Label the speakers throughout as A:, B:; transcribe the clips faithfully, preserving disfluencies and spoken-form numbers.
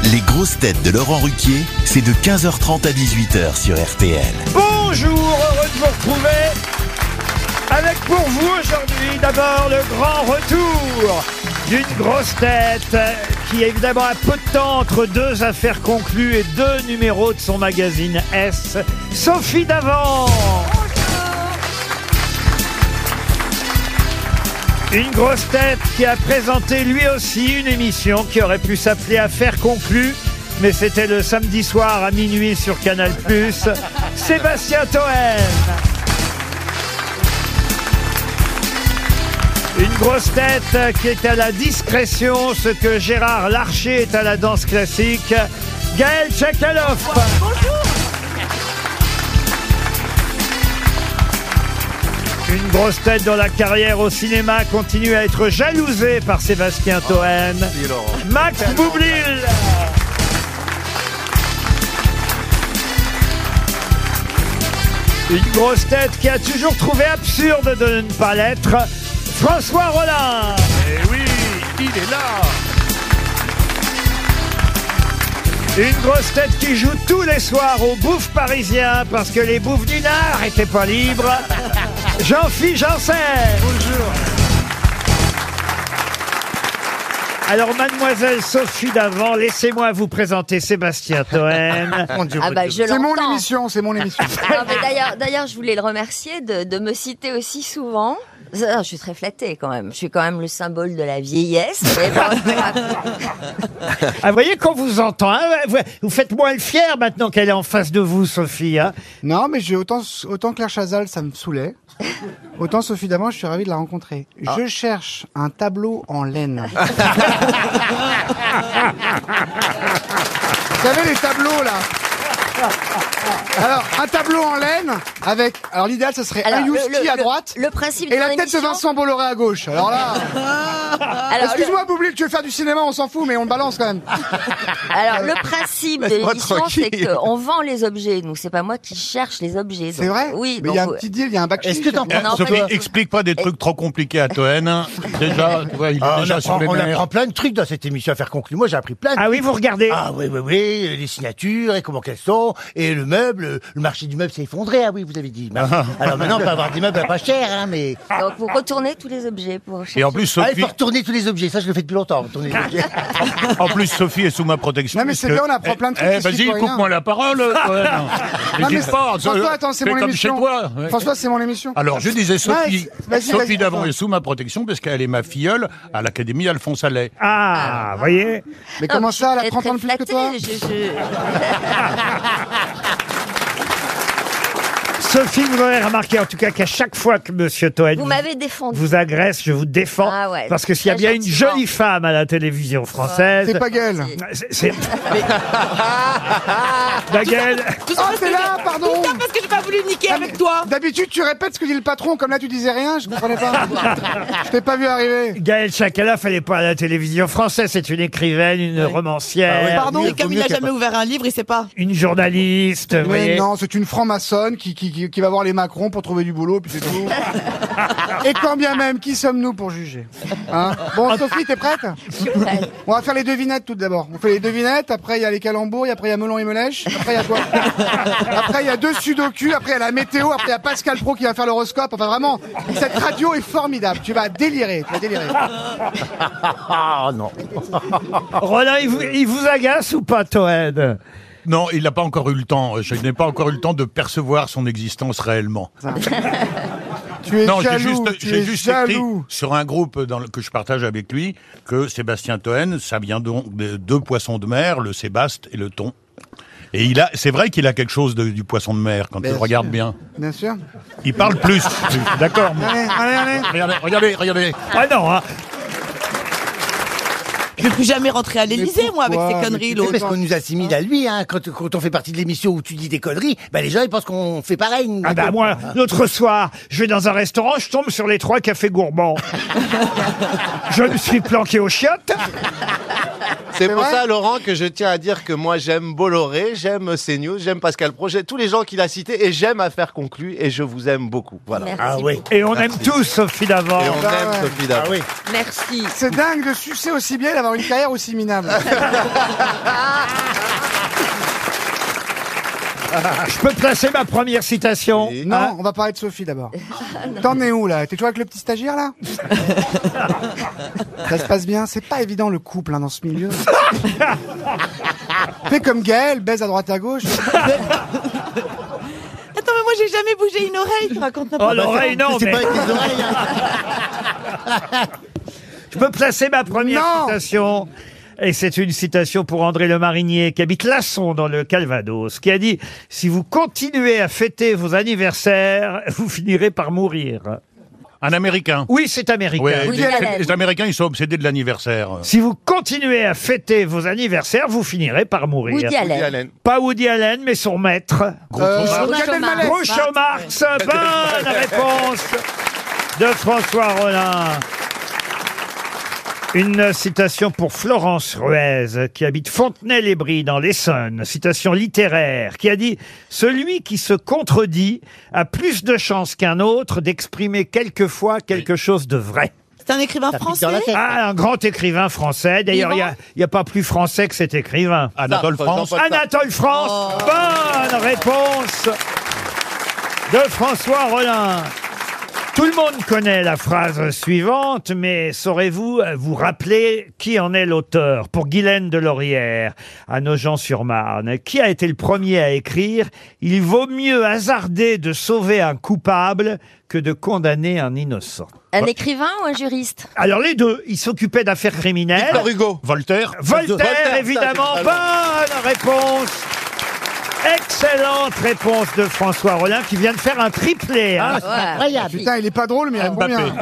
A: Les grosses têtes de Laurent Ruquier, c'est de quinze heures trente à dix-huit heures sur R T L.
B: Bonjour, heureux de vous retrouver. Avec pour vous aujourd'hui d'abord le grand retour d'une grosse tête qui évidemment a peu de temps entre deux affaires conclues et deux numéros de son magazine S, Sophie Davant. Une grosse tête qui a présenté lui aussi une émission qui aurait pu s'appeler Affaires conclues, mais c'était le samedi soir à minuit sur Canal plus, Sébastien Toen. Une grosse tête qui est à la discrétion, ce que Gérard Larcher est à la danse classique, Gaël Tchakaloff.
C: Bonjour.
B: Une grosse tête dont la carrière au cinéma continue à être jalousée par Sébastien Toen, Max Boublil. Une grosse tête qui a toujours trouvé absurde de ne pas l'être, François Rollin.
D: Eh oui, il est là.
B: Une grosse tête qui joue tous les soirs au Bouffe parisien parce que les bouffes du Nord étaient pas libres, Jean-Philippe Janssen.
D: Bonjour.
B: Alors, mademoiselle Sophie Davant, laissez-moi vous présenter Sébastien Toen.
C: Ah bah, je
E: C'est mon
C: l'entends.
E: émission, c'est mon émission.
C: Alors, mais d'ailleurs, d'ailleurs, je voulais le remercier de, de me citer aussi souvent. Je suis très flattée quand même. Je suis quand même le symbole de la vieillesse. Mais bon,
B: Ah, vous voyez qu'on vous entend, hein, vous, vous faites moins le fier maintenant qu'elle est en face de vous, Sophie. Hein.
E: Non, mais j'ai autant, autant Claire Chazal, ça me saoulait. Autant Sophie Davant, je suis ravi de la rencontrer. Je cherche un tableau en laine. Vous savez les tableaux là? Alors, un tableau en laine avec... Alors l'idéal, ce serait
C: alors,
E: un Youski à droite
C: Le, le principe
E: et
C: de
E: la tête de
C: l'émission-
E: Vincent Bolloré à gauche. Alors là...
C: Alors,
E: Excuse-moi Boublil, tu veux faire du cinéma, on s'en fout, mais on le balance quand même.
C: le, alors, le principe de
D: Laisse-moi
C: l'émission, c'est
D: tranquille.
C: qu'on vend les objets. Nous, c'est pas moi qui cherche les objets.
E: C'est
C: Donc,
E: vrai?
C: Oui.
E: Mais il y a un
C: donc,
E: petit deal, il y a un bac.
F: Est-ce que t'en
C: Non, non,
D: Sophie,
C: pas du-
D: explique pas des trucs trop compliqués à Toen. hein. Déjà, tu vois, il est
F: Ah, on,
D: déjà
F: apprend,
D: sur les
F: on
D: nerfs.
F: apprend plein de trucs dans cette émission à faire conclure. Moi, j'ai appris plein de
B: Ah oui, vous regardez.
F: Ah oui, oui, oui, les signatures et comment qu'elles sont, et le meuble, le marché du meuble s'est effondré, ah oui, vous avez dit. Alors maintenant, on peut avoir des meubles à pas cher, hein, mais...
C: Donc, vous retournez tous les objets pour chercher.
D: Et en plus,
F: Ah, il
D: Sophie,
F: faut retourner tous les objets, ça je le fais depuis longtemps, retourner les objets.
D: en plus, Sophie est sous ma protection.
E: Non, mais c'est
D: puisque-
E: bien, on apprend plein de trucs
D: Eh,
E: ici
D: vas-y,
E: pour rien.
D: coupe-moi la parole, Toen.
E: Non, mais
D: N'hésite pas.
E: François, attends, c'est
D: fais
E: mon
D: comme
E: émission.
D: chez toi. ouais.
E: François, c'est mon émission.
D: Alors, je disais, Sophie,
E: Vas-y, vas-y,
D: Sophie
E: vas-y,
D: Davant
E: François.
D: est sous ma protection parce qu'elle est ma filleule à l'Académie Alphonse Allais.
B: Ah, vous voyez.
E: Mais
C: Non,
E: comment
C: je
E: ça, elle a
C: suis
E: trente
C: très,
E: ans de plus
C: très
E: que toi?
C: flattée, je- je-
B: Sophie, vous aurez remarqué en tout cas qu'à chaque fois que Monsieur Toen
C: Vous m'avez défendu.
B: vous agresse, je vous défends.
C: Ah ouais,
B: parce que s'il y a
C: très
B: bien une
C: gentiment.
B: jolie femme à la télévision française...
E: C'est pas Gaël.
B: c'est- c'est... La Gaëlle-
E: Ah, t'es là, pardon.
G: Parce que j'ai pas voulu niquer avec toi.
E: D'habitude, tu répètes ce que dit le patron, comme là, tu disais rien, je comprenais pas. Je t'ai pas vu arriver.
B: Gaëlle Tchakaloff, elle n'est pas à la télévision française, c'est une écrivaine, une romancière,
E: Pardon.
G: Et comme il n'a jamais ouvert un livre, il sait pas.
B: une journaliste, vous
E: Mais
B: voyez.
E: non, c'est une franc-maçonne qui, qui, qui, qui va voir les Macron pour trouver du boulot, puis c'est tout. Et quand bien même, qui sommes-nous pour juger, hein? Bon, Sophie, t'es prête? On va faire les devinettes tout d'abord. On fait les devinettes, après il y a les calembours, et après il y a Melon et Melèche, après il y a quoi? Après il y a deux sudoku, après il y a la météo, après il y a Pascal Pro qui va faire l'horoscope. Enfin vraiment, cette radio est formidable. Tu vas délirer, tu vas délirer.
F: Ah non.
B: Roland, il vous, il vous agace ou pas, Toen?
D: Non, il n'a pas encore eu le temps. Je n'ai pas encore eu le temps de percevoir son existence réellement.
E: Tu es
D: Non, j'ai
E: jaloux,
D: juste,
E: tu
D: j'ai
E: es
D: juste écrit
E: jaloux.
D: sur un groupe dans le- que je partage avec lui que Sébastien Toen, ça vient donc de deux poissons de mer, le sébaste et le thon. Et il a, c'est vrai qu'il a quelque chose de- du poisson de mer quand tu
E: Bien
D: le regardes
E: sûr.
D: bien.
E: Bien sûr.
D: Il parle plus. D'accord. mais-
E: Allez, allez, allez.
D: Regardez, regardez, regardez.
B: Ah non, hein.
G: Je vais plus jamais rentrer à l'Élysée, moi, avec
E: pourquoi
G: ces conneries,
E: Mais
F: C'est
G: l'autre.
F: parce qu'on nous assimile à lui, hein. Quand, quand on fait partie de l'émission où tu dis des conneries, bah les gens ils pensent qu'on fait pareil.
B: Ah bah moi, l'autre soir, je vais dans un restaurant, je tombe sur les trois cafés gourmands. Je me suis planqué aux chiottes.
H: C'est pour
E: vrai
H: ça, Laurent, que je tiens à dire que moi, j'aime Bolloré, j'aime CNews, j'aime Pascal Pro, j'aime tous les gens qu'il a cités et j'aime Affaires conclues et je vous aime beaucoup. Voilà.
C: Merci
F: Ah oui.
C: beaucoup.
B: Et on aime tous Sophie Davant.
H: Et on
E: Ah
H: aime
E: ouais.
H: Sophie Davant.
F: Ah oui.
C: Merci.
E: C'est dingue de sucer aussi bien et d'avoir une carrière aussi minable.
B: Je peux placer ma première citation.
E: Non,
B: Hein
E: on va parler de Sophie d'abord. T'en es où là? T'es toujours avec le petit stagiaire là? Ça se passe bien? C'est pas évident le couple hein, dans ce milieu. Fais comme Gaël, baise à droite à gauche.
G: Attends, mais moi j'ai jamais bougé une oreille. Raconte
B: Oh,
G: n'importe quoi.
B: l'oreille, non,
F: C'est
B: mais
F: pas avec les oreilles. Hein.
B: je peux placer ma première
E: Non.
B: citation. Et c'est une citation pour André Le Marinier, qui habite Lasson, dans le Calvados, qui a dit « Si vous continuez à fêter vos anniversaires, vous finirez par mourir.
D: Un Américain. »
B: Oui, c'est américain.
D: Ouais,
C: Woody
D: les,
C: Allen.
D: les Américains, ils sont obsédés de l'anniversaire.
B: Si vous continuez à fêter vos anniversaires, vous finirez par mourir.
C: Woody
H: Woody
C: Allen.
H: Allen.
B: Pas Woody Allen, mais son maître.
E: Euh,
C: Groucho
E: Gad Elmaleh.
B: Groucho Marx. Bonne réponse de François Rollin. Une citation pour Florence Ruez, qui habite Fontenay-les-Brie dans l'Essonne, citation littéraire, qui a dit « Celui qui se contredit a plus de chances qu'un autre d'exprimer quelquefois quelque chose de vrai.
G: C'est un écrivain
F: Ça pique
G: français.
F: dans la » tête.
B: Ah, un grand écrivain français. D'ailleurs, il n'y a, a pas plus français que cet écrivain.
D: Anatole
H: Ça,
D: France.
H: Jean-Paul Sartre.
B: Anatole France. Bonne réponse de François Rollin. Tout le monde connaît la phrase suivante, mais saurez-vous vous rappeler qui en est l'auteur? Pour Guylaine de Laurière, à Nogent-sur-Marne, qui a été le premier à écrire « Il vaut mieux hasarder de sauver un coupable que de condamner un innocent
C: Un écrivain ou un juriste ?»
B: Alors les deux, ils s'occupaient d'affaires criminelles.
H: Victor Hugo.
D: Voltaire.
B: Voltaire,
H: Voltaire,
B: évidemment.
H: ça, c'est
B: Bonne réponse. Excellente réponse de François Rollin qui vient de faire un triplé. hein.
F: Ah, c'est incroyable.
E: Putain, il est pas drôle, mais il répond
D: Mbappé.
E: bien.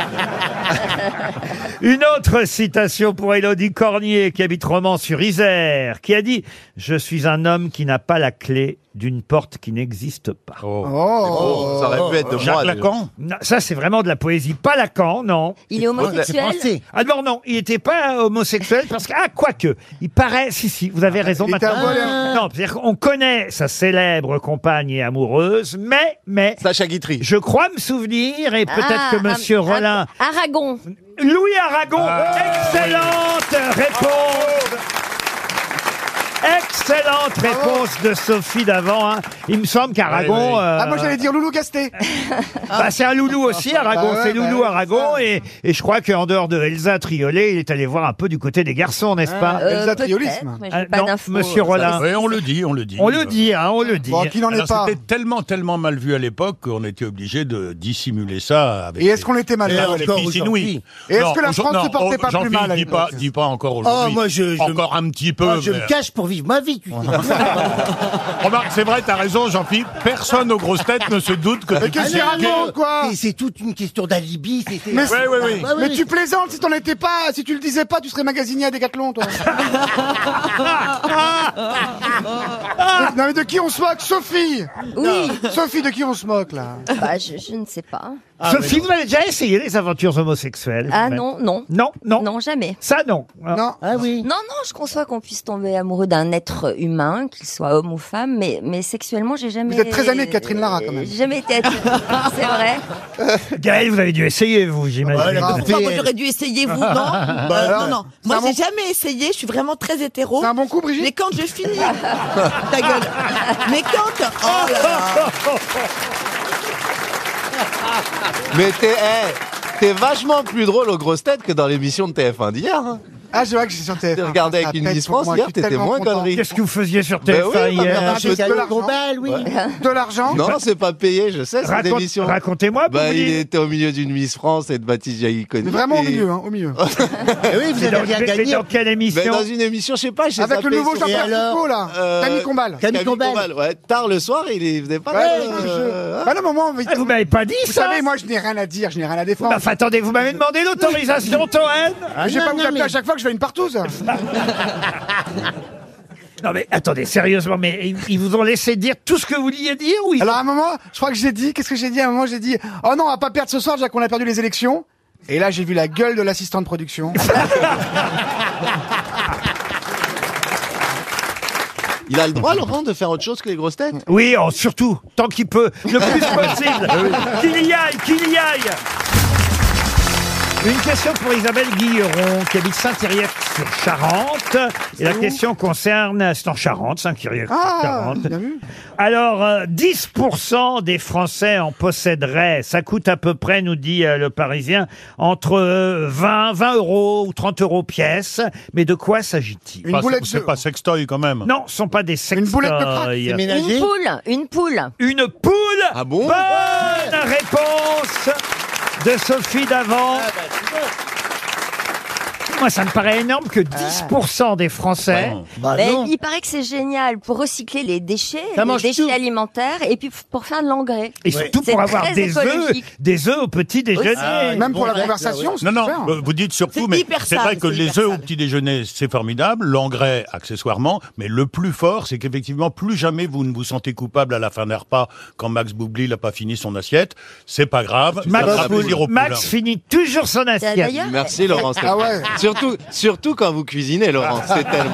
B: Une autre citation pour Élodie Cornier qui habite Romans-sur-Isère, qui a dit « Je suis un homme qui n'a pas la clé d'une porte qui n'existe pas.
D: Oh.
E: Oh,
H: Ça aurait pu être de
D: Jacques
H: moi. déjà.
D: Lacan.
B: Non, ça, c'est vraiment de la poésie. Pas Lacan, non.
C: Il est homosexuel.
F: Français.
B: Ah non, non, il n'était pas homosexuel parce que, ah, quoique, il paraît, si, si, vous avez raison
E: Il était
B: maintenant.
E: un voleur.
B: Non, c'est-à-dire qu'on connaît sa célèbre compagne et amoureuse, mais, mais,
H: Sacha Guitry.
B: je crois me souvenir, et peut-être
C: Ah,
B: que Monsieur
C: un-
B: Rollin,
C: un- Aragon.
B: Louis Aragon, excellente réponse. Excellente réponse de Sophie d'avant. hein. Il me semble qu'Aragon,
D: Oui, oui.
B: euh,
E: Ah, moi j'allais dire Loulou Gasté.
B: bah, c'est un loulou aussi, Aragon.
E: Bah ouais,
B: c'est
E: bah
B: loulou
E: ouais,
B: Aragon.
E: c'est
B: Et, et je crois qu'en dehors de Elsa Triolet, il est allé voir un peu du côté des garçons, n'est-ce pas
C: Euh,
E: Elsa
C: peut-être,
E: Triolisme.
C: mais j'ai
B: Ah,
C: pas
B: non,
C: d'infos.
B: Monsieur Rollin.
D: Oui, on le dit, on le dit.
B: On le dit, hein, on le dit.
E: Bon, qui n'en est
D: Alors,
E: pas.
D: c'était tellement, tellement mal vu à l'époque qu'on était obligé de dissimuler ça avec.
E: Et est-ce qu'on était mal
F: Et
E: là
F: encore
D: les piscines,
F: aujourd'hui.
D: oui.
E: Et est-ce
D: Non,
E: que la
D: Jean-
E: France
D: non,
E: se portait
D: oh,
E: pas plus
D: Jean-Philippe,
E: mal à
D: dis pas,
E: l'époque
D: dis pas encore aujourd'hui.
F: Oh, moi, je- je-
D: Encore un petit peu.
F: Oh, je
D: mais-
F: me cache pour vivre ma vie, tu sais.
D: Remarque, c'est vrai, t'as raison, Jean-Philippe. Personne aux grosses têtes ne se doute que
E: Mais
D: tu
E: qu'est-ce qu'il
F: Ah, non,
E: raconte,
F: non,
E: quoi
F: c'est- C'est toute une question d'alibi. c'est- c'est-
E: Mais
D: Oui, oui, oui.
F: Ouais,
E: Mais
F: oui.
E: tu plaisantes, si t'en étais pas, si tu le disais pas, tu serais magasinier à Decathlon, toi. Non mais de qui on se moque, Sophie?
C: Oui.
E: Sophie, de qui on se moque, là?
C: Bah, je, je ne sais pas.
B: Sophie, vous avez déjà essayé les aventures homosexuelles
C: Ah
B: vous-même
C: non, non.
B: Non, non.
C: Non, jamais.
B: Ça, non.
E: Non.
F: Ah oui.
C: Non, non, je conçois qu'on puisse tomber amoureux d'un être humain, qu'il soit homme ou femme, mais, mais sexuellement, j'ai jamais...
E: Vous êtes très amie de Catherine Lara, quand même.
C: J'ai jamais été attirée. C'est vrai.
B: Gaël, vous avez dû essayer, vous, j'imagine.
F: Ouais, la
E: grave.
F: confie,
G: Enfin, moi,
F: elle-
G: j'aurais dû essayer, vous, non
F: Bah,
G: Euh, Non, non. Moi,
E: C'est un
G: j'ai
E: bon-
G: jamais essayé. Je suis vraiment très hétéro.
E: C'est un bon coup, Brigitte?
G: Mais quand je finis... Ta gueule. Mais quand... Oh là là.
H: Mais t'es, hey, t'es vachement plus drôle aux grosses têtes que dans l'émission de T F un d'hier. Hein.
E: Ah, je vois que j'ai sur T F un.
H: T'es regardé
E: Ça
H: avec une
E: pète
H: Miss
E: pour
H: France
E: moi,
H: hier,
E: je suis
H: t'étais
E: tellement
H: moins
E: content.
H: connerie.
B: Qu'est-ce que vous faisiez sur
H: Ben
B: T F un
H: oui, bah,
B: hier
H: bah,
F: J'ai
E: de
F: gagné le
E: l'argent.
F: gros bal, oui.
E: De l'argent?
H: Non, c'est pas payé, je sais, cette
B: Raconte-
H: émission.
B: Racontez-moi,
H: Bah,
B: Boubli.
H: il était au milieu d'une Miss France et de Baptiste Jaïconi.
E: Mais vraiment au
H: et-
E: milieu, hein, au milieu.
F: Eh oui, vous
B: Mais
F: avez
B: dans,
F: rien
B: mais
F: gagné.
B: dans quelle
H: Ben,
B: émission
H: dans une émission, je sais pas, j'ai
E: Avec le
H: zappé
E: nouveau
H: sur-
E: Jean-Pierre
F: Et alors
E: Foucault, là.
H: Euh,
E: Camille Combal.
F: Camille Combal.
H: ouais. Tard le soir, il est- il faisait pas
E: Ouais,
H: mal.
E: ouais,
H: euh,
E: je- Bah non, maman,
B: Ah, vous m'avez pas dit
E: vous
B: ça
E: savez, moi, je n'ai rien à dire, je n'ai rien à
B: Bah,
E: défendre.
B: enfin, attendez, vous m'avez demandé l'autorisation, Toen
F: Ah,
E: Je vais
F: non,
E: pas vous
F: non,
E: appeler
F: mais-
E: à chaque fois que je fais une partouze.
B: Non mais attendez, sérieusement, mais ils- ils vous ont laissé dire tout ce que vous vouliez dire ou ils...
E: Alors à un moment, je crois que j'ai dit, qu'est-ce que j'ai dit? À un moment, j'ai dit, oh non, on va pas perdre ce soir, déjà qu'on a perdu les élections. Et là, j'ai vu la gueule de l'assistant de production.
H: Il a le droit, Laurent, de faire autre chose que les grosses têtes.
B: Oui, oh, surtout, tant qu'il peut, le plus possible, qu'il y aille, qu'il y aille. Une question pour Isabelle Guilleron, qui habite Saint-Yrieix-sur-Charente. Et la question concerne... C'est en Charente, Saint-Yrieix-sur-Charente.
E: Ah, bien vu.
B: Alors, euh, dix pour cent des Français en posséderaient. Ça coûte à peu près, nous dit euh, le Parisien, entre euh, vingt, vingt euros ou trente euros pièce. Mais de quoi s'agit-il?
E: Une
D: Pas-
E: boulette
D: C'est
E: de-
D: pas sextoy quand même.
B: Non, ce sont pas des sextoys.
E: Une boulette de crack, c'est
C: Une
F: Ménager.
C: poule, une poule.
B: Une poule.
H: Ah bon?
B: Bonne réponse de Sophie Davant.
F: Ah, bah, c'est bon.
B: Moi, ça me paraît énorme que dix pour cent des Français...
F: Bah,
C: Mais
F: non.
C: il paraît que c'est génial pour recycler les déchets,
F: Ça
C: les
F: mange
C: déchets
F: tout.
C: alimentaires, et puis pour faire de l'engrais.
B: Et surtout
C: C'est
B: pour avoir
C: très
B: des œufs,
C: écologique.
B: des œufs au petit déjeuner.
F: Ah,
E: Même pour
F: Bon,
E: la
F: ouais,
E: conversation,
F: ouais,
E: c'est
D: Non, non,
E: super.
D: euh, vous dites surtout,
G: C'est
D: mais
G: hyper
D: c'est
G: sale,
D: vrai que
G: c'est
D: les
G: hyper
D: œufs au
G: sale.
D: petit déjeuner, c'est formidable, l'engrais accessoirement, mais le plus fort, c'est qu'effectivement, plus jamais vous ne vous sentez coupable à la fin d'un repas quand Max Boublil n'a pas fini son assiette. C'est pas grave,
B: Max,
D: ça fera plaisir au
B: Max
D: poulain.
B: finit toujours son assiette.
C: D'ailleurs,
H: Merci Laurent.
E: Ah ouais.
H: Surtout, surtout quand vous cuisinez, Laurent. C'est tellement.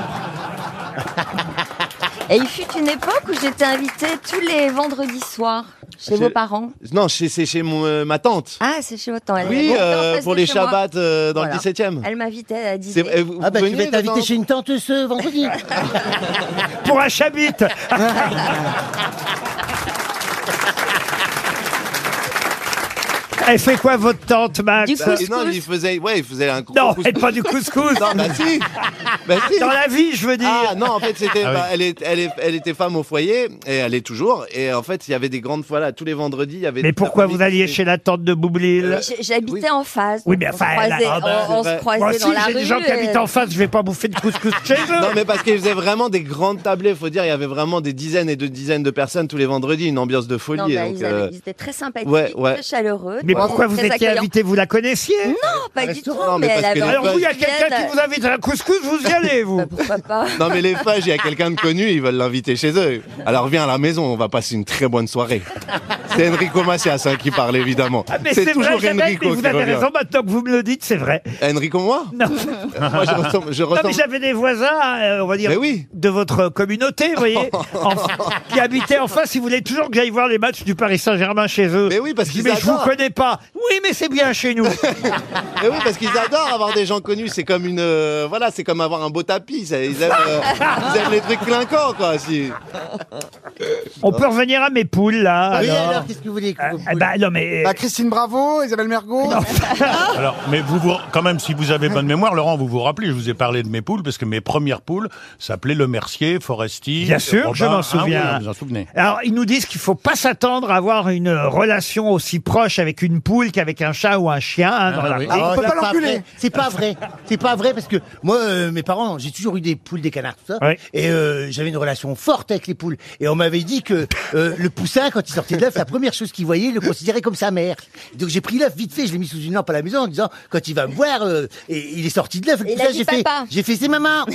C: et il fut une époque où j'étais invitée tous les vendredis soirs chez
H: Chez-
C: vos parents.
H: Non, c'est c'est chez mon, euh, ma tante.
C: Ah, c'est chez votre tante. Elle
H: Oui,
C: elle habitait en
H: euh,
C: face
H: pour
C: de
H: les
C: chez moi.
H: Shabbats euh, dans
C: Voilà.
H: le dix-septième.
C: Elle m'invitait à
H: C'est-
C: dîner.
H: euh, vous-
F: Ah bah
H: vous
F: tu
H: veniez
F: vas t'inviter
H: dedans
F: chez une tante ce vendredi.
B: Pour un chabit. Elle fait quoi, votre tante, Max?
C: Du
H: Bah,
C: couscous.
H: non, il faisait, ouais, il faisait un gros
B: Non,
H: couscous.
B: elle pas du couscous.
H: Non, bah si. Bah si.
B: Dans la vie, je veux dire.
H: Ah non, en fait, c'était,
D: Ah oui.
H: bah, elle, est, elle, est, elle était femme au foyer et elle est toujours. Et en fait, il y avait des grandes fois là, tous les vendredis, il y avait.
B: Mais pourquoi
H: la famille
B: vous alliez
H: qui-
B: chez la tante de Boublil?
C: J- J'habitais en face.
B: Oui,
C: donc
B: mais
C: on
B: enfin,
C: se
B: elle a-
C: croisait,
B: ah bah,
C: on, on
H: c'est
C: se
H: vrai.
C: croisait
B: Moi aussi,
C: dans la
B: j'ai
C: rue.
B: des gens qui
C: et-
B: habitent en face, je vais pas bouffer de couscous chez eux.
H: Non, mais parce qu'ils faisaient vraiment des grandes tablées, faut dire, il y avait vraiment des dizaines et de dizaines de personnes tous les vendredis, une ambiance de folie.
C: Non, bah,
H: donc,
C: ils, avaient-
H: euh,
C: ils étaient très sympathiques,
H: ouais, ouais.
C: très chaleureux.
B: Mais
C: très-
B: pourquoi vous
C: très
B: étiez
C: accueillants.
B: invité? Vous la connaissiez?
C: Non, pas du tout.
H: restaurant, mais
C: mais
H: parce
C: elle
H: que
C: avait
H: les
B: Alors vous, il y a
C: envie
B: quelqu'un
C: qu'elle-
B: qui vous invite à un couscous, vous y allez, vous?
C: Bah, pourquoi pas?
H: Non, mais les Fages, il y a quelqu'un de connu, ils veulent l'inviter chez eux. Alors viens à la maison, on va passer une très bonne soirée. C'est Enrico Macias hein, qui parle évidemment.
B: Ah, mais
H: c'est
B: c'est
H: toujours
B: vrai, Isabelle,
H: Enrico
B: mais vous
H: qui
B: avez
H: revient.
B: raison, maintenant que vous me le dites, c'est vrai.
H: Enrico, moi
B: Non,
H: Moi, je ressemble. Je
B: non
H: ressemble...
B: mais j'avais des voisins, euh, on va dire,
H: Mais oui.
B: de votre communauté, vous voyez, en- qui habitaient en face, ils voulaient toujours que j'aille voir les matchs du Paris Saint-Germain chez eux.
H: Mais oui, parce
B: Je dis,
H: qu'ils
B: mais je vous
H: adorent.
B: connais pas. Oui, mais c'est bien chez nous.
H: Mais oui, parce qu'ils adorent avoir des gens connus. C'est comme une, euh, voilà, c'est comme avoir un beau tapis. Ça, ils, aiment, euh, ils aiment les trucs clinquants, quoi. Si.
B: On peut revenir à mes poules, là.
F: Oui,
B: alors.
F: alors qu'est-ce que vous voulez que
B: Ah,
F: vous
B: ah, bah, non, mais...
E: Bah, Christine Bravo, Isabelle Mergo.
D: Alors, mais vous, vous, quand même, si vous avez bonne mémoire, Laurent, vous vous rappelez, je vous ai parlé de mes poules, parce que mes premières poules s'appelaient Le Mercier, Foresti.
B: Bien sûr,
D: Robin.
B: je m'en
D: Ah
B: souviens.
D: oui, vous en souvenez.
B: Alors, ils nous disent qu'il faut pas s'attendre à avoir une relation aussi proche avec une poule qu'avec un chat ou un chien. hein, dans
D: Ah
B: la
D: oui.
B: rue.
E: on peut
F: c'est
E: pas l'enculer.
F: vrai. C'est pas vrai. C'est pas vrai parce que moi, euh, mes parents, j'ai toujours eu des poules, des canards, tout ça.
B: Oui.
F: Et euh, j'avais une relation forte avec les poules. Et on m'avait dit que euh, le poussin, quand il sortait de l'œuf, la première chose qu'il voyait, il le considérait comme sa mère. Donc j'ai pris l'œuf vite fait, je l'ai mis sous une lampe à la maison en disant, quand il va me voir, euh, et il est sorti de l'œuf. Le
C: Il
F: poussin,
C: a dit
F: j'ai fait,
C: papa.
F: j'ai fait, c'est maman.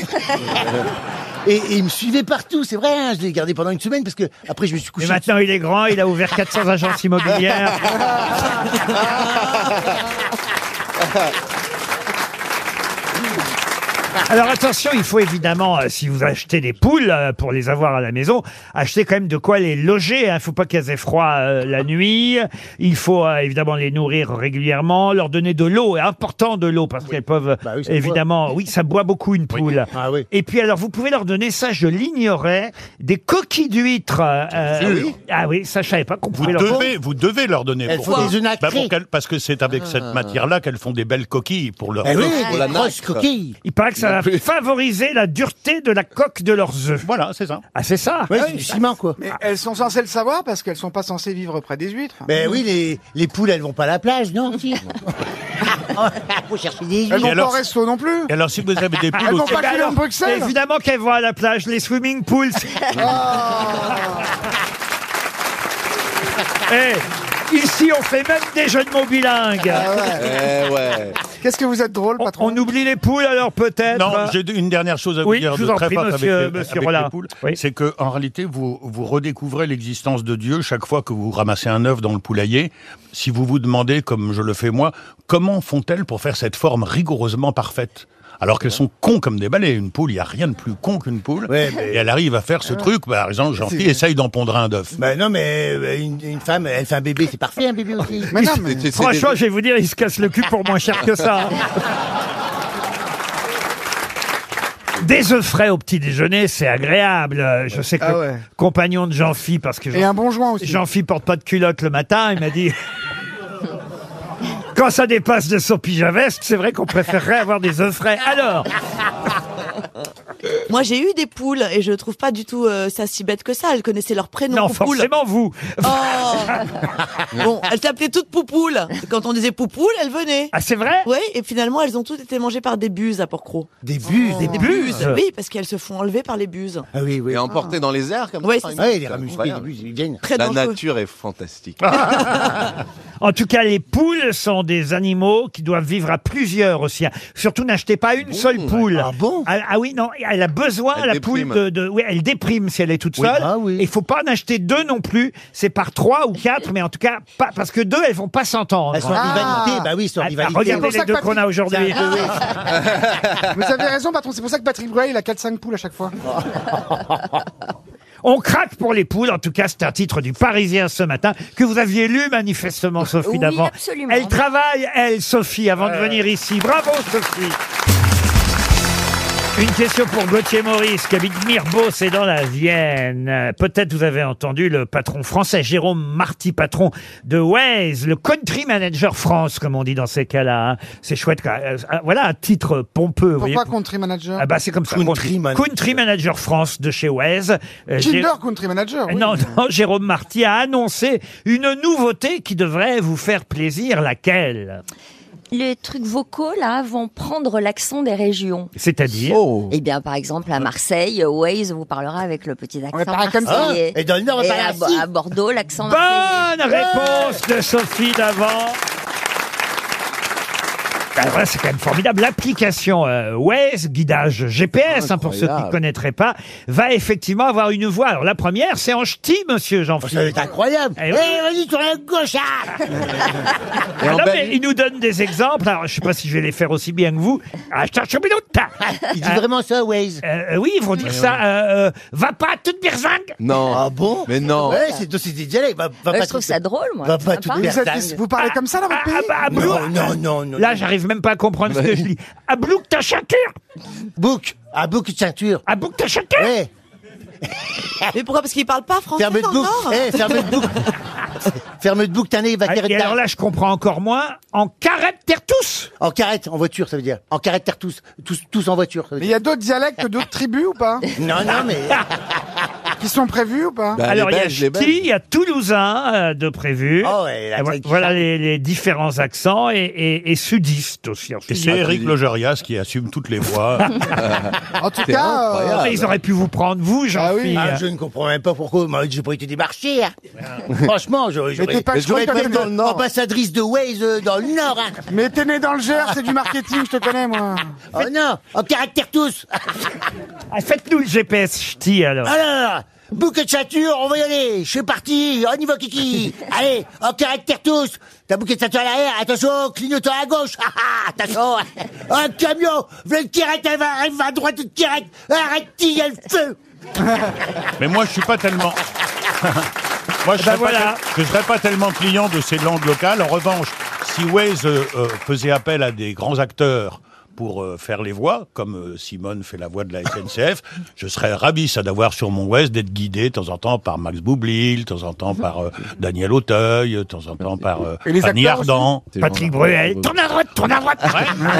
F: et, et il me suivait partout, c'est vrai. Hein, je l'ai gardé pendant une semaine parce que après je me suis
B: Mais
F: couché.
B: maintenant, il est grand, il a ouvert quatre cents agences immobilières. Alors attention, il faut évidemment, euh, si vous achetez des poules euh, pour les avoir à la maison, acheter quand même de quoi les loger. Il ne faut pas qu'elles aient froid euh, la nuit. Il faut euh, évidemment les nourrir régulièrement, leur donner de l'eau. C'est important de l'eau parce qu'elles peuvent
F: Bah oui, ça
B: évidemment, oui, ça boit beaucoup une poule.
F: Ah oui.
B: Et puis alors, vous pouvez leur donner, ça je l'ignorais, des coquilles d'huîtres. euh,
H: Ah oui
B: ah oui, ça je savais pas qu'on
D: Vous
B: pouvait leur
D: devez, vous devez leur donner.
F: Elles
D: Pourquoi
F: font des œufs
D: Bah,
F: nacrés.
D: pour qu'elles- Parce que c'est avec cette matière-là qu'elles font des belles coquilles pour leur.
F: Eh oui,
H: Pour
F: des
H: la
F: grosses
H: nacre.
F: coquilles.
B: Il paraît que ça va favoriser la dureté de la coque de leurs œufs.
D: Voilà, c'est ça.
B: Ah, c'est ça?
F: Ouais, c'est du ciment, quoi.
E: Mais elles sont censées le savoir parce qu'elles sont pas censées vivre près des huîtres.
F: Ben oui, les, les poules, elles vont pas à la plage, non? Si. Faut chercher des
E: Elles
F: huîtres.
E: vont pas
D: alors-
E: au resto non plus.
D: Et alors, si vous avez des poules
E: Elles vont
D: aussi-
E: pas
B: Eh ben
E: cuire
B: alors,
E: en Bruxelles.
B: évidemment qu'elles vont à la plage, les swimming pools. Eh, ici, on fait même des jeux de mots bilingues.
E: Ah ouais.
H: Eh ouais.
E: Qu'est-ce que vous êtes drôle,
B: On,
E: patron.
B: on oublie les poules alors peut-être.
D: Non, j'ai une dernière chose à vous
B: Oui,
D: dire
B: je
D: de
B: vous en
D: très
B: prie,
D: forte
B: monsieur-
D: avec, les,
B: monsieur
D: avec
B: Rollin.
D: les poules.
B: Oui.
D: C'est que en réalité, vous, vous redécouvrez l'existence de Dieu chaque fois que vous ramassez un œuf dans le poulailler. Si vous vous demandez, comme je le fais moi, comment font-elles pour faire cette forme rigoureusement parfaite? Alors qu'elles sont cons comme des balais. Une poule, il y a rien de plus con qu'une poule.
F: Ouais, mais-
D: Et elle arrive à faire ce truc. Par exemple, Jean-Philippe essaye d'en pondre un d'œuf.
F: Bah non, mais euh, une, une femme, elle fait un bébé, c'est parfait un bébé aussi.
E: Mais non, mais...
H: C'est- c'est
B: Franchement,
H: des-
B: je vais vous dire, il se casse le cul pour moins cher que ça. hein. Des œufs frais au petit déjeuner, c'est agréable. Euh, Je sais que
E: Ah
B: le
E: ouais.
B: compagnon de Jean-Phi, parce que
E: Et
B: Jean-
E: un bon joint aussi.
B: Jean-Phi porte pas de culotte le matin, il m'a dit... Quand ça dépasse de son pyjama-veste, c'est vrai qu'on préférerait avoir des œufs frais. Alors,
G: Moi, j'ai eu des poules et je trouve pas du tout euh, ça si bête que ça. Elles connaissaient leur prénom.
B: non,
G: Poupoule.
B: forcément vous.
G: Oh Bon, elles s'appelaient toutes Poupoule. Quand on disait Poupoule, elles venaient.
B: Ah, c'est vrai?
G: Oui, et finalement, elles ont toutes été mangées par des buses à Porquerolles.
F: Des buses, des
B: Des
F: buses.
B: buses.
G: Oui, parce qu'elles se font enlever par les buses.
F: Ah oui, oui.
H: Et emporté dans les airs comme
G: Ouais,
H: ça.
G: c'est
H: par
F: Ouais,
H: exemple.
F: les
H: C'est
F: ramusqués,
H: incroyable.
F: les buses, ils viennent.
G: Très
H: La
G: dangereux.
H: nature est fantastique.
B: En tout cas, les poules sont des animaux qui doivent vivre à plusieurs aussi. hein. Surtout, n'achetez pas une seule poule.
F: Ah bon?
B: Ah, ah oui, non, elle a besoin,
H: Elle
B: la
H: déprime.
B: poule, de, de... Oui, elle déprime si elle est toute
F: Oui,
B: seule.
F: ah oui.
B: Et il faut pas en acheter deux non plus. C'est par trois ou quatre, mais en tout cas, pas parce que deux, elles vont pas s'entendre.
F: Elles sont en
E: Ah.
F: rivalité, bah oui, elles sont en
B: Ah,
F: rivalité.
B: regardez
E: C'est pour
B: les
E: ça
B: deux
E: que
B: qu'on a
E: Patrick-
B: aujourd'hui.
E: Vous avez raison, patron. C'est pour ça que Patrick Bruel, il a quatre cinq poules à chaque fois.
B: On craque pour les poules. En tout cas, c'est un titre du Parisien ce matin que vous aviez lu manifestement, Sophie,
C: Oui,
B: d'avant.
C: absolument.
B: Elle travaille, elle, Sophie, avant de venir ici. Bravo, Sophie. Une question pour Gauthier Maurice, qui habite Mirebeau, c'est dans la Vienne. Euh, Peut-être vous avez entendu le patron français, Jérôme Marty, patron de Waze, le country manager France, comme on dit dans ces cas-là. hein. C'est chouette. quoi. Euh, euh, Voilà un titre pompeux. vous voyez.
E: Pourquoi country manager
B: Ah bah c'est comme ça.
F: Country manager.
B: Country manager France de chez Waze. Euh, Jé-
E: Kinder country manager. oui.
B: non, non, Jérôme Marty a annoncé une nouveauté qui devrait vous faire plaisir. Laquelle?
C: Les trucs vocaux, là, vont prendre l'accent des régions.
B: C'est-à-dire?
H: Oh.
C: Eh bien, par exemple, à Marseille, Waze vous parlera avec le petit accent
E: va parler comme ça.
C: marseillais.
F: Et dans le Nord, on va
C: Et
F: parler
C: à,
F: ainsi.
C: à Bordeaux, l'accent marseillais.
B: Bonne réponse de Sophie d'avant. Alors là, c'est quand même formidable. L'application euh, Waze, guidage G P S, hein, pour ceux qui ne
H: Incroyable.
B: connaîtraient pas, va effectivement avoir une voix. Alors la première, c'est en ch'ti, monsieur
F: Ça va
B: Jean-Philippe.
F: être incroyable.
B: Eh
F: Eh,
B: oui.
F: vas-y, tourne à gauche, ah.
H: Et
B: Ah
H: en
B: non, mais
H: Belgique-
B: il nous donne des exemples. Alors, je sais pas si je vais les faire aussi bien que vous. Ah, je cherche une minute.
F: Il dit vraiment ça, Waze.
B: Euh, oui, ils vont dire ça. euh, euh, va pas toute birzingue.
H: Non.
F: Ah bon?
H: Mais non.
F: Ouais, c'est c'est des dialectes. Va, va
C: Ouais,
F: pas
C: je trouve
F: tout-
C: ça drôle, moi.
F: Va
C: c'est
F: pas
C: sympa.
F: tout
E: Vous, êtes-
F: Bertingue.
E: vous parlez comme ça dans votre
B: Ah,
E: pays
B: bah, à Blou-
F: Non, non, non, non.
B: Là, j'arrive même pas à comprendre ce que je lis. À Blouk ta ceinture.
F: Bouc. Ah, bouc de ceinture.
B: À Blouk ta ceinture.
F: Ouais.
G: Mais pourquoi? Parce qu'ils parlent pas français
F: Ferme de
G: dans le
F: bouc.
G: Nord.
F: Eh, ferme de bouc. Ferme de bouc, t'as né, va
B: Ah,
F: carrette
B: et alors là, je comprends encore moins. En caractère tous.
F: En carrette, en voiture, ça veut dire. En caractère tous. Tous, tous en voiture. Ça veut
E: Mais il
F: dire.
E: y a d'autres dialectes, d'autres tribus ou pas?
F: Non, non, mais.
E: Qui sont prévus ou pas?
H: Bah,
B: Alors,
H: les
B: il y a
H: Belges, les
B: ch'ti,
H: Belges.
B: il y a toulousain euh, de prévu.
F: Oh, ouais, la
B: Et vo-
F: traque qui
B: voilà
F: chante.
B: les, les différents accents et, et, et sudistes aussi. Alors,
D: Et
B: sudistes.
D: c'est Éric Logérias qui assume toutes les voix.
E: En tout
H: C'est
E: cas,
H: incroyable.
E: euh,
B: Mais ils auraient pu vous prendre, vous, Jean-Philippe.
E: Ah
F: Ah, je ne comprends même pas pourquoi. Moi, j'ai pas été démarché. hein. Franchement, j'aurais.
E: Mais t'es pas-
F: j'aurais
E: je crois
F: j'aurais
E: que
F: pas
E: t'es
F: été
E: dans le Nord.
F: ambassadrice de Waze euh, dans le Nord. hein.
E: mais t'es né dans le Gers, c'est du marketing, je te connais moi.
F: Oh non, en caractère tous.
B: Ah, faites-nous le G P S ch'ti, alors.
F: Alors, bouquet de ceinture, on va y aller. Je suis parti, on y va kiki. Allez, en caractère tous. T'as bouquet de ceinture à l'arrière, attention, clignotant à gauche. Ah, ah, attention. Un camion, v'là une tirette, elle va, elle va à droite, une tirette. Arrête, il y a le feu.
D: Mais moi, je suis pas tellement. Moi, je
B: Ben
D: serais,
B: voilà.
D: pas, tel- je serais pas tellement client de ces langues locales. En revanche, si Waze euh, euh, faisait appel à des grands acteurs pour euh, faire les voix, comme euh, Simone fait la voix de la S N C F, je serais ravi, ça, d'avoir sur mon Waze, d'être guidé de temps en temps par Max Boublil, de temps en temps par euh, Daniel Auteuil, de temps en temps par euh,
E: Et les
D: Fanny
E: acteurs aussi
D: Ardant.
B: Patrick Bruel. Tourne à droite, tourne à droite.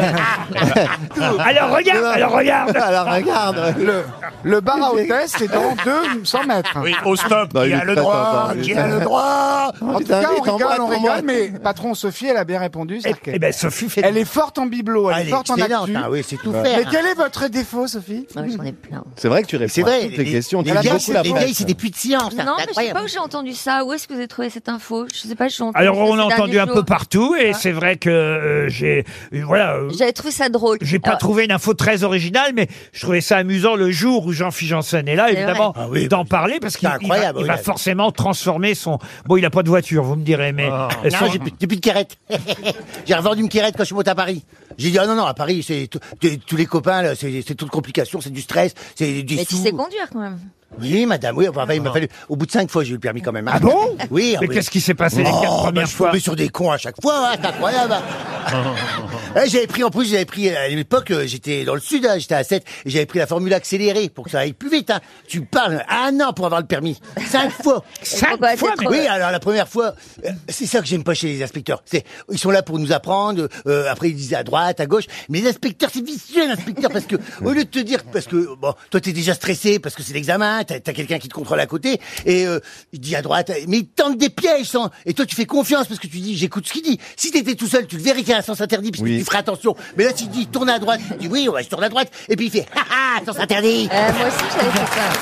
B: alors regarde, alors regarde.
H: Alors regarde.
E: Le, le bar à hôtesse, c'est dans deux cents mètres.
D: Oui, au stop,
H: Non,
D: qui
H: il
D: a
H: est
D: le
H: très
D: droit,
H: sympa,
D: qui
H: il est
D: a le
H: très-
D: droit.
E: En tout
H: Putain,
E: cas, on
H: il t'embrasse,
E: rigole, on rigole,
H: t'embrasse.
E: mais patron Sophie, elle a bien répondu. c'est
B: Eh,
E: que-
B: eh ben, Sophie fait...
E: Elle est forte en bibelot, elle
F: Ah,
E: est
F: elle est
E: forte en
F: excellente.
E: actu.
F: Ah oui, c'est tout
E: Mais
F: faire.
E: quel est votre défaut, Sophie?
C: Ah ouais, j'en ai plein.
H: C'est vrai que tu réponds
F: C'est
H: à
F: vrai,
H: toutes les, questions.
F: les
H: Tu lis
F: vieilles,
H: beaucoup la
F: les
H: presse.
F: vieilles, c'est des puits de science. hein,
C: Non,
F: c'est
C: mais je sais pas
F: incroyable.
C: où j'ai entendu ça. Où est-ce que vous avez trouvé cette info? Je sais pas, j'ai entendu
B: Alors,
C: ça
B: on
C: ces
B: a entendu
C: derniers
B: un peu
C: jours.
B: partout, et c'est vrai que euh, j'ai... euh, Voilà... euh,
C: J'avais trouvé ça drôle.
B: J'ai pas
C: Alors,
B: trouvé une info très originale, mais je trouvais ça amusant le jour où Jean-Philippe Janssen est là,
C: C'est
B: évidemment,
F: vrai. Ah oui,
B: d'en parler, parce qu'il
F: c'est
B: il va,
F: incroyable,
B: il
F: oui,
B: va
F: là.
B: forcément transformer son... Bon, il a pas de voiture, vous me direz, mais... euh, son-
F: Non, j'ai plus, j'ai plus de quérette. J'ai revendu une quérette quand je suis monté à Paris. J'ai dit, ah non, non, à Paris, c'est tout- t- tous les copains, là, c'est c'est toute complication, c'est du stress, c'est du
C: Mais tu
F: sous.
C: sais conduire quand même.
F: Oui, madame, oui, enfin, il m'a fallu, au bout de cinq fois, j'ai eu le permis quand même. hein.
B: Ah bon?
F: Oui.
B: Mais
F: oui.
B: qu'est-ce qui s'est passé les quatre
F: Oh, bah,
B: premières
F: je
B: fois?
F: tombais sur des cons à chaque fois, hein, c'est incroyable. Eh, j'avais pris, en plus, j'avais pris, à l'époque, euh, j'étais dans le sud, hein, j'étais à sept, et j'avais pris la formule accélérée pour que ça aille plus vite, hein. Tu parles un an pour avoir le permis. Cinq fois.
B: Cinq
C: pourquoi
B: fois,
C: t'es
B: mais-
C: trop-
F: Oui, alors la première fois, euh, c'est ça que j'aime pas chez les inspecteurs. C'est, ils sont là pour nous apprendre, euh, après ils disent à droite, à gauche, mais les inspecteurs, c'est vicieux, l'inspecteur, parce que, au lieu de te dire, parce que, bon, toi t'es déjà stressé, parce que c'est l'examen, t'as, t'as quelqu'un qui te contrôle à côté, et euh, il dit à droite, mais il tente des pièges, sans, et toi tu fais confiance, parce que tu dis, j'écoute ce qu'il dit. Si t'étais tout seul, tu le verrais qu'il y a un sens interdit, parce que
H: Oui.
F: tu ferais attention. Mais là, tu dis, tourne à droite, tu dis, oui, ouais, je tourne à droite, et puis il fait, ha ha, sens interdit.
C: Euh, moi aussi, j'avais fait ça.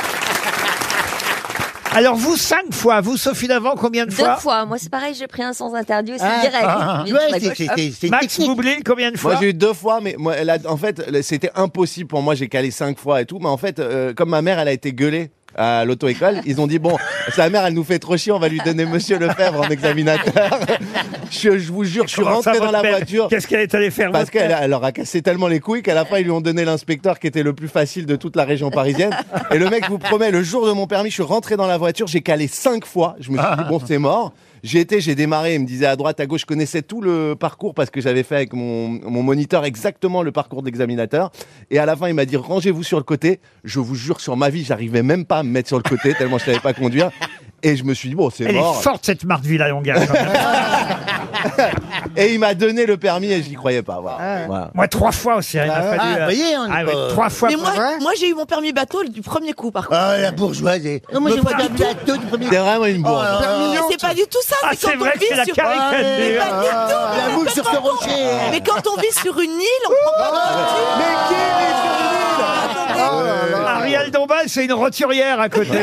B: Alors vous, cinq fois. Vous, Sophie Davant, combien de
C: Deux
B: fois?
C: fois. Moi, c'est pareil, j'ai pris un sans interdit aussi
F: Ah,
C: direct.
F: ah,
C: Vite
F: ouais,
C: sur la
F: c'est,
C: gauche,
F: c'est,
C: hop.
F: c'est, c'est une
B: Max
F: technique.
B: Boublil, combien de fois?
H: Moi j'ai eu deux fois, mais moi, elle a- en fait c'était impossible pour moi. J'ai calé cinq fois et tout, mais en fait, euh, comme ma mère, elle a été gueulée à l'auto-école, ils ont dit bon, sa mère, elle nous fait trop chier, on va lui donner Monsieur Lefebvre en examinateur. je, je vous jure, je suis
B: Comment ça,
H: rentré dans
B: votre
H: la
B: mère
H: voiture.
B: Qu'est-ce qu'elle est allée faire?
H: Parce
B: votre mère
H: qu'elle elle leur a cassé tellement les couilles qu'à la fin ils lui ont donné l'inspecteur qui était le plus facile de toute la région parisienne. Et le mec, je vous promets, le jour de mon permis, je suis rentré dans la voiture, j'ai calé cinq fois. Je me suis dit bon, c'est mort. J'ai été, j'ai démarré, il me disait à droite, à gauche, je connaissais tout le parcours parce que j'avais fait avec mon, mon moniteur exactement le parcours d'examinateur. Et à la fin, il m'a dit rangez-vous sur le côté. Je vous jure, sur ma vie, j'arrivais même pas à me mettre sur le côté tellement je savais pas conduire. Et je me suis dit bon, c'est
B: Elle
H: mort.
B: est forte, cette Marthe Villalonga. quand même.
H: Et il m'a donné le permis et j'y croyais pas. Voilà. Voilà.
B: Moi, trois fois aussi. hein, il m'a
F: Ah,
B: fallu,
F: ah,
B: euh,
F: voyez, on est
B: ah, oui,
F: pas-
B: trois fois.
G: Mais moi,
E: vrai
G: moi j'ai eu mon permis bateau du premier coup, par contre.
F: Ah, la bourgeoise. et- Non, moi,
G: Me
F: je vois
G: pas
F: bien
G: du tout.
F: bateau du premier.
H: C'est vraiment une bourde.
F: Oh,
E: Père
G: Mais
E: Mignon,
G: c'est pas du tout ça.
B: Ah,
G: c'est
B: c'est
G: quand
B: vrai
G: on
B: que c'est
G: vit
B: la
G: sur...
B: caricature.
G: Mais pas du tout.
F: La moule sur ce rocher.
G: Mais quand on vit sur une île, on prend pas de voiture.
H: Mais qui vit sur une île
E: Oh là là.
B: Ariel Dombal, c'est une roturière à côté.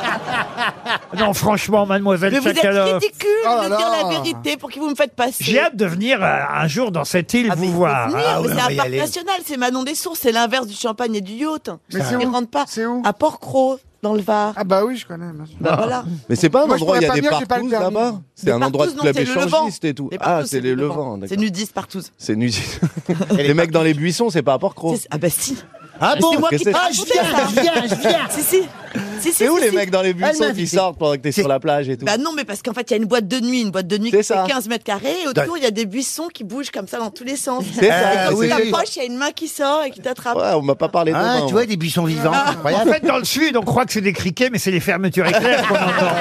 B: Non, franchement, mademoiselle
G: Mais vous êtes
B: Tchakaloff.
G: ridicule
E: Oh
G: de
E: là
G: dire
E: là.
G: la vérité pour que vous me faites passer.
B: J'ai hâte de venir euh, un jour dans cette île
G: Ah, mais
B: vous
G: il faut
B: voir.
G: venir,
F: Ah
G: mais
F: ouais, on
G: c'est
F: va
G: un
F: y
G: parc
F: aller.
G: national, c'est Manon des Sources, c'est l'inverse du champagne et du yacht.
E: Mais c'est
G: Ils
E: où
G: rentrent pas.
E: C'est où
G: À Port-Cros, dans le Var.
E: Ah bah oui, je connais. bien sûr.
G: Bah voilà.
H: Mais c'est pas un
E: Moi, je
H: endroit où il y a
E: pourrais
H: des
E: pas venir, j'ai pas le
H: partouzes
E: permis.
H: là-bas. C'est
G: Les
H: un endroit de
G: Partous, non,
H: club
G: c'est le Levant.
H: échangiste et tout.
G: Les
H: Ah,
G: Partous,
H: c'est les Levants.
G: C'est
H: d'accord.
G: nudiste partout.
H: C'est nudiste. Les mecs dans les buissons, c'est pas à Port-Cros.
G: Ah bah si.
F: Ah bon?
G: C'est moi
H: qu'est-ce
G: qui
H: que
G: t'ai
F: Ah, je
G: raconté
F: viens,
G: ça.
F: je viens, je viens.
G: Si, si. Si, si,
H: C'est où
G: si,
H: les
G: si.
H: mecs dans les
F: Elle
H: buissons
F: m'a
H: qui
F: invité.
H: sortent pendant que t'es
F: C'est-
H: sur la plage et tout?
G: Bah non, mais parce qu'en fait, il y a une boîte de nuit, une boîte de nuit
H: C'est
G: qui
H: ça.
G: fait quinze mètres carrés, et autour, il y a des buissons qui bougent comme ça dans tous les sens.
H: C'est ça,
F: Ah,
G: Et quand
F: oui,
G: tu
F: oui.
G: t'approches, il y a une main qui sort et qui t'attrape.
H: Ouais, on m'a pas parlé de
F: Ah,
H: vin,
F: tu
H: moi.
F: vois, des buissons vivants,
B: En
F: incroyable.
B: fait, dans le sud, on croit que c'est des criquets, mais c'est les fermetures éclairs qu'on entend.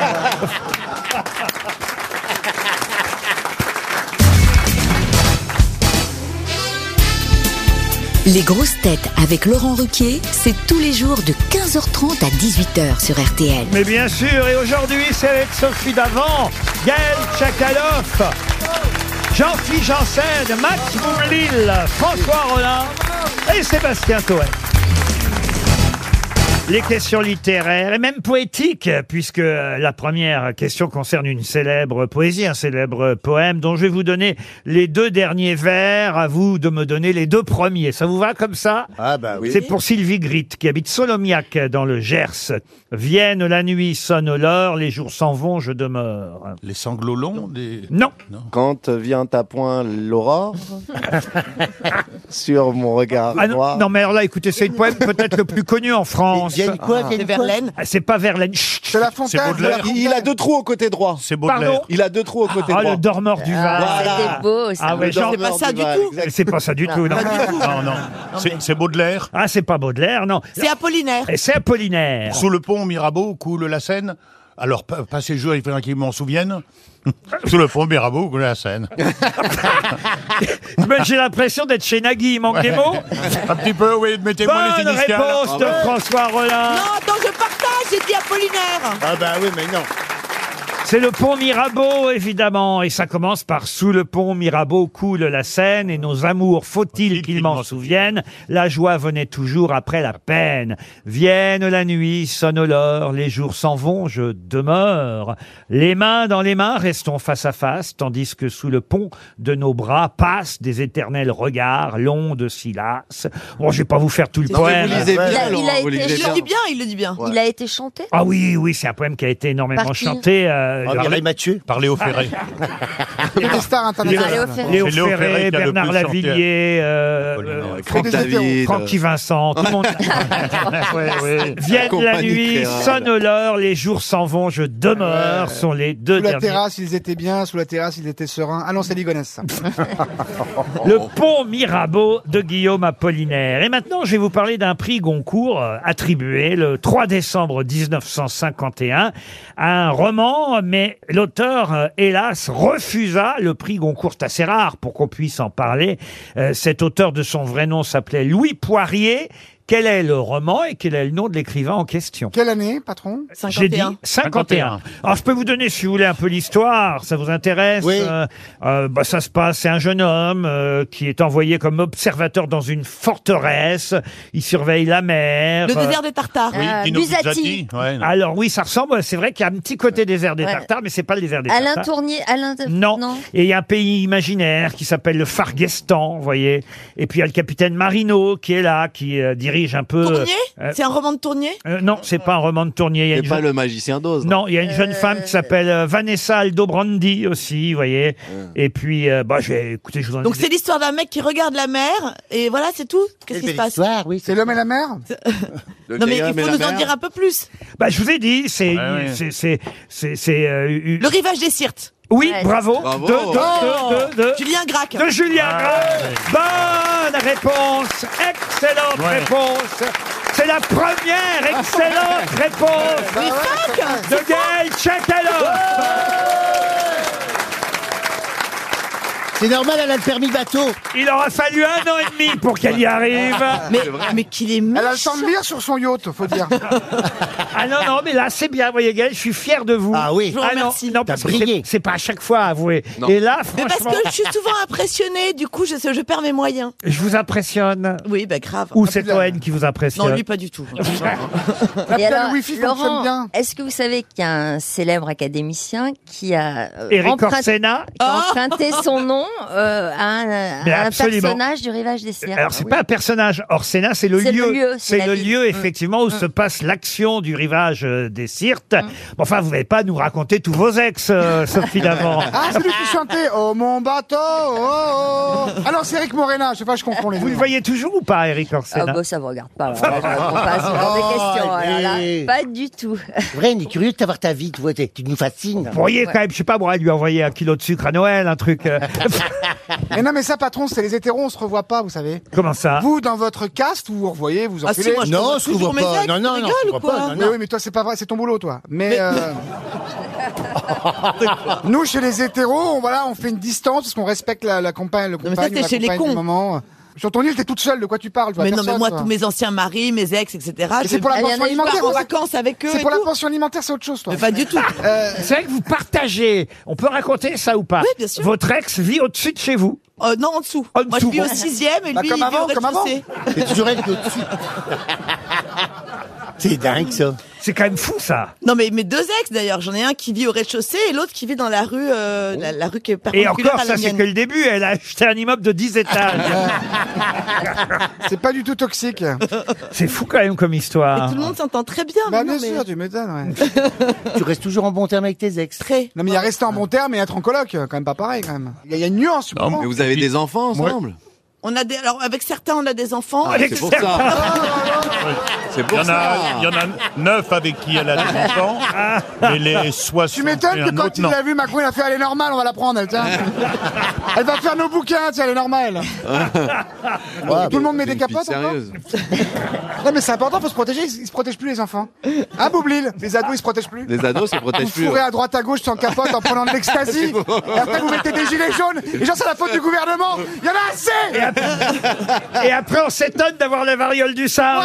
I: Les grosses têtes avec Laurent Ruquier, c'est tous les jours de quinze heures trente à dix-huit heures sur R T L.
B: Mais bien sûr, et aujourd'hui, c'est avec Sophie Davant, Gaël Tchakaloff, Jean-Philippe Janssen, Max Boublil, François Rollin et Sébastien Toen. Les questions littéraires et même poétiques, puisque euh, la première question concerne une célèbre poésie, un célèbre poème dont je vais vous donner les deux derniers vers, à vous de me donner les deux premiers. Ça vous va comme ça?
F: Ah bah oui.
B: C'est pour Sylvie Gritte, qui habite Solomiac, dans le Gers. Vienne la nuit, sonne l'heure, les jours s'en vont, je demeure.
D: Les sanglots longs des...
B: Non.
H: Quand vient à point l'aurore sur mon regard
B: Ah non,
H: noir.
B: non, mais alors là, écoutez, c'est le poème peut-être le plus connu en France.
F: Vienne quoi,
G: C'est
F: vienne quoi?
G: Verlaine.
B: Ah, c'est pas Verlaine. Chut.
E: C'est la
D: C'est
E: fontaine.
D: Baudelaire.
E: c'est la
H: Il, il a deux trous au côté droit.
D: C'est Baudelaire.
B: Pardon.
H: Il a deux trous au côté
B: Ah,
H: droit.
B: le dormeur du Var.
H: Voilà.
C: C'était beau, ça.
B: Ah ouais,
H: Le
B: Jean-
H: dormeur
G: c'est pas ça du
H: Val,
G: tout.
H: exact.
B: C'est pas ça du tout, non.
D: Non, non. C'est c'est Baudelaire.
B: Ah, c'est pas Baudelaire, non.
G: C'est Apollinaire.
B: Et c'est Apollinaire.
D: Sous le pont Mirabeau coule la Seine. Alors, pa- passez le jour, il faudra qu'ils m'en souviennent. Sous le pont Mirabeau coule la Seine.
B: Mais j'ai l'impression d'être chez Nagui, il manque des mots.
D: Un petit peu, oui, mettez-moi les
B: Bonne
D: initiales.
B: réponse de François Rollin.
G: Non, attends, je partage, j'ai dit Apollinaire.
F: Ah bah oui, mais non.
B: C'est le pont Mirabeau, évidemment, et ça commence par « Sous le pont Mirabeau coule la Seine, et nos amours, faut-il qu'ils m'en souviennent, la joie venait toujours après la peine. Vienne la nuit, sonne l'heure, les jours s'en vont, je demeure. Les mains dans les mains, restons face à face, tandis que sous le pont de nos bras passent des éternels regards, l'onde s'y lasse. » Bon, je vais pas vous faire tout le
H: Non, mais
B: poème.
H: vous lisez
C: Il a-
H: bien,
C: il
H: Laurent,
C: a
H: vous
C: été
H: lisez
G: Il
H: bien.
G: le dit bien, il le dit bien.
C: Il a été chanté.
B: Ah oui, oui, c'est un poème qui a été énormément
C: Par qui
B: chanté. euh, euh,
F: Oh, Mireille Mathieu.
D: Par Léo Ferré.
E: Il y a des stars internationales.
C: Léo Ferré.
B: Léo
D: C'est Léo Ferré
B: Ferré,
D: qui a le
B: Bernard
D: plus chanté.
B: Lavillier, euh, euh,
H: Franck
E: des
H: David.
B: Francky Vincent, tout le monde.
D: Ouais, ouais.
B: Vienne la
H: compagnie
B: nuit,
H: créole.
B: sonne l'heure, les jours s'en vont, je demeure, sont les deux
E: Sous la
B: derniers.
E: terrasse, ils étaient bien. Sous la terrasse, ils étaient sereins. Ah non, c'est Ligonès, ça.
B: Le pont Mirabeau de Guillaume Apollinaire. Et maintenant, je vais vous parler d'un prix Goncourt euh, attribué le trois décembre mille neuf cent cinquante et un à un roman, mais l'auteur, euh, hélas, refusa le prix Goncourt. C'est assez rare pour qu'on puisse en parler. Euh, cet auteur, de son vrai nom, s'appelait Louis Poirier. Quel est le roman et quel est le nom de l'écrivain en question?
E: Quelle année, patron?
B: J'ai dit cinquante et un. Alors, je peux vous donner, si vous voulez, un peu l'histoire. Ça vous intéresse?
F: Oui.
B: Euh, euh, bah, ça se passe, c'est un jeune homme euh, qui est envoyé comme observateur dans une forteresse. Il surveille la mer.
G: Le
B: Euh,
G: désert des Tartares.
D: Oui,
C: Euh,
D: Dino
C: Buzzati.
D: Buzzati. Ouais, non.
B: Alors oui, ça ressemble. C'est vrai qu'il y a un petit côté désert des
C: Ouais.
B: Tartares, mais c'est pas le désert des
C: Alain
B: Tartares.
C: Tournier, Alain de-
B: Non. Et il y a un pays imaginaire qui s'appelle le Farguestan, vous voyez. Et puis il y a le capitaine Marino qui est là, qui euh, dirige un peu.
G: Tournier
B: euh,
G: C'est un roman de Tournier
B: euh, non, c'est pas un roman de Tournier. Il y a
H: C'est
B: une
H: pas
B: jeune-
H: le magicien d'Oz.
B: Non, il y a une jeune
C: Euh,
B: femme qui s'appelle euh, Vanessa Aldobrandi aussi, vous voyez. Et puis, euh, bah, je vais, écoutez, je vous en
G: Donc
B: dis-
G: c'est l'histoire d'un mec qui regarde la mer et voilà, c'est tout. Qu'est-ce qui se passe?
F: Histoire, oui.
E: C'est l'homme et la mer?
H: Le
G: Non mais
H: vieil
G: il
H: homme et
G: faut
H: la
G: nous en
H: mer.
G: dire un peu plus.
B: Bah, je vous ai dit, c'est,
D: Ouais, ouais.
B: c'est, c'est, c'est, c'est, euh, u-
G: Le rivage des Sirtes.
B: oui,
C: Ouais.
B: bravo.
H: Bravo.
B: De, de, de, de, de,
G: Julien Gracq.
B: de Julien Gracq. Bonne réponse. Excellente
D: Ouais.
B: réponse. C'est la première excellente réponse de Gaël Tchakaloff.
F: C'est normal, elle a le permis bateau.
B: Il aura fallu un an et demi pour qu'elle y arrive.
G: Mais, mais qu'il est
E: Elle a le
G: méchant.
E: temps de lire sur son yacht, faut dire.
B: Ah non, non, mais là, c'est bien, vous voyez, Gaël, je suis fier de vous.
F: Ah oui.
G: Je vous
B: Ah non,
G: remercie.
B: non, parce
F: T'as
B: que c'est-
F: brillé.
B: c'est pas à chaque fois, avouez.
H: Non.
B: Et là,
G: Mais parce
B: franchement,
G: que je suis souvent impressionnée, du coup je, je perds mes moyens.
B: je vous impressionne.
G: Oui, bah grave.
B: Ou c'est Toen qui vous impressionne?
G: Non, lui pas du tout.
C: Et alors,
E: le wifi fonctionne
C: Laurent,
E: bien.
C: est-ce que vous savez qu'il y a un célèbre académicien qui a euh,
B: Éric
C: emprunté,
B: Orsena.
C: qui a emprunté son nom euh, à un, à
B: Mais
C: un
B: absolument.
C: personnage du rivage des Sirtes?
B: Alors, c'est pas un personnage. Orsena, c'est le
C: C'est le
B: lieu.
C: lieu, c'est
B: C'est
C: la
B: le
C: ville.
B: lieu,
C: Mm.
B: effectivement, où se passe l'action du rivage euh, des Sirtes. Bon, enfin, vous n'allez pas nous raconter tous vos ex, euh, Sophie Davant.
E: Ah, c'est lui qui chantait Oh mon bateau, oh, oh. Ah non, c'est Eric Morena, je sais pas, je confonds les
B: Vous
E: deux.
B: le voyez toujours ou pas, Éric
C: Ah
B: Orsena?
C: bah ça vous regarde pas. Alors, là, je réponds pas à ce genre de questions. Alors là,
F: allez.
C: pas du tout.
F: C'est vrai, on est curieux de savoir ta vie, tu vois, t'es- tu nous fascines.
B: Vous pourriez quand même, je sais pas, moi, lui envoyer un kilo de sucre à Noël, un truc. euh.
E: Mais non, mais ça, patron, c'est les hétéros, on se revoit pas, vous savez.
B: Comment ça?
E: Vous, dans votre caste, vous vous revoyez, vous
G: Ah si,
E: enfilez.
G: moi je
F: Non,
G: revois
F: je
G: toujours
F: comprends
G: mes
F: pas.
G: ex,
F: Non,
G: tu
F: non, non,
G: rigoles
F: je
G: ou
F: comprends
G: quoi
F: pas, non,
E: Mais oui, mais toi, c'est pas vrai, c'est ton boulot, toi. Mais, euh, nous, chez les hétéros, on, voilà, on fait une distance parce qu'on respecte la, la compagne, le
G: mais ça,
E: compagne, ou
G: c'est
E: la
G: chez les
E: compagne du
G: cons.
E: moment. Sur ton île, t'es toute seule, de quoi tu parles, toi,
G: Mais non, mais
E: personne,
G: moi,
E: toi.
G: tous mes anciens maris, mes ex, et cetera.
E: Et
G: je
E: c'est
G: vais
E: pour la
C: Ah, il y en
E: pension
C: a une
E: alimentaire,
G: pars en
E: ça.
G: vacances avec eux
E: C'est
G: et
E: pour la
G: tout.
E: pension alimentaire, c'est autre chose, toi.
G: Mais pas du tout.
E: Euh,
B: C'est vrai que vous partagez. On peut raconter ça ou pas?
G: Oui, bien sûr.
B: Votre ex vit au-dessus de chez vous.
G: Euh, non, en dessous.
B: En
G: Moi, je
B: dessous.
G: vis au sixième et
E: Bah,
G: lui,
E: comme
G: il vit
E: avant,
G: au
E: comme avant.
G: rez-de-chaussée.
F: C'est toujours elle qui est au-dessus. C'est dingue, ça.
B: C'est quand même fou, ça.
G: Non, mais mes deux ex, d'ailleurs. J'en ai un qui vit au rez-de-chaussée et l'autre qui vit dans la rue, euh, la, la rue qui est
B: Et
G: perpendiculaire
B: encore,
G: à la
B: ça, c'est
G: mienne.
B: que le début. Elle a acheté un immeuble de dix étages.
E: c'est pas du tout toxique.
B: C'est fou quand même comme
G: Et
B: histoire.
G: tout le monde s'entend très bien.
E: Bah,
G: mais non,
E: bien
G: mais-
E: sûr, tu m'étonnes, ouais.
F: Tu restes toujours en bon terme avec tes ex.
G: Très.
E: Non, mais il y a rester en bon terme et être en coloc, quand même pas pareil, quand même. Il y, a- il y a une nuance, tu comprends
H: Mais vous avez des enfants ensemble
G: On a des, alors, avec certains, on a des enfants.
H: Ah,
B: Avec
H: c'est pour
B: certains.
H: ça. C'est
D: Il y,
H: pour
D: en
H: ça.
D: a, il y en a neuf avec qui elle a des enfants, mais les soixante
E: Tu m'étonnes
D: et
E: que
D: un
E: quand
D: autre,
E: il
D: non.
E: l'a vu, Macron, il a fait, elle est normale, on va la prendre, elle, tiens. Elle va faire nos bouquins, tiens, elle est normale. Tout le monde met des capotes, encore
H: Sérieuse.
E: Non, mais c'est important, faut se protéger, ils, ils se protègent plus, les enfants. Hein, Boublil? Les ados, ils se protègent plus.
H: Les ados se
E: Vous
H: protègent plus.
E: fourrez à droite à gauche sans capote en prenant de l'ecstasy. Et après, vous mettez des gilets jaunes. Et genre, c'est la faute du gouvernement. Il y en a assez!
B: Et après, et après, on s'étonne d'avoir la variole du singe.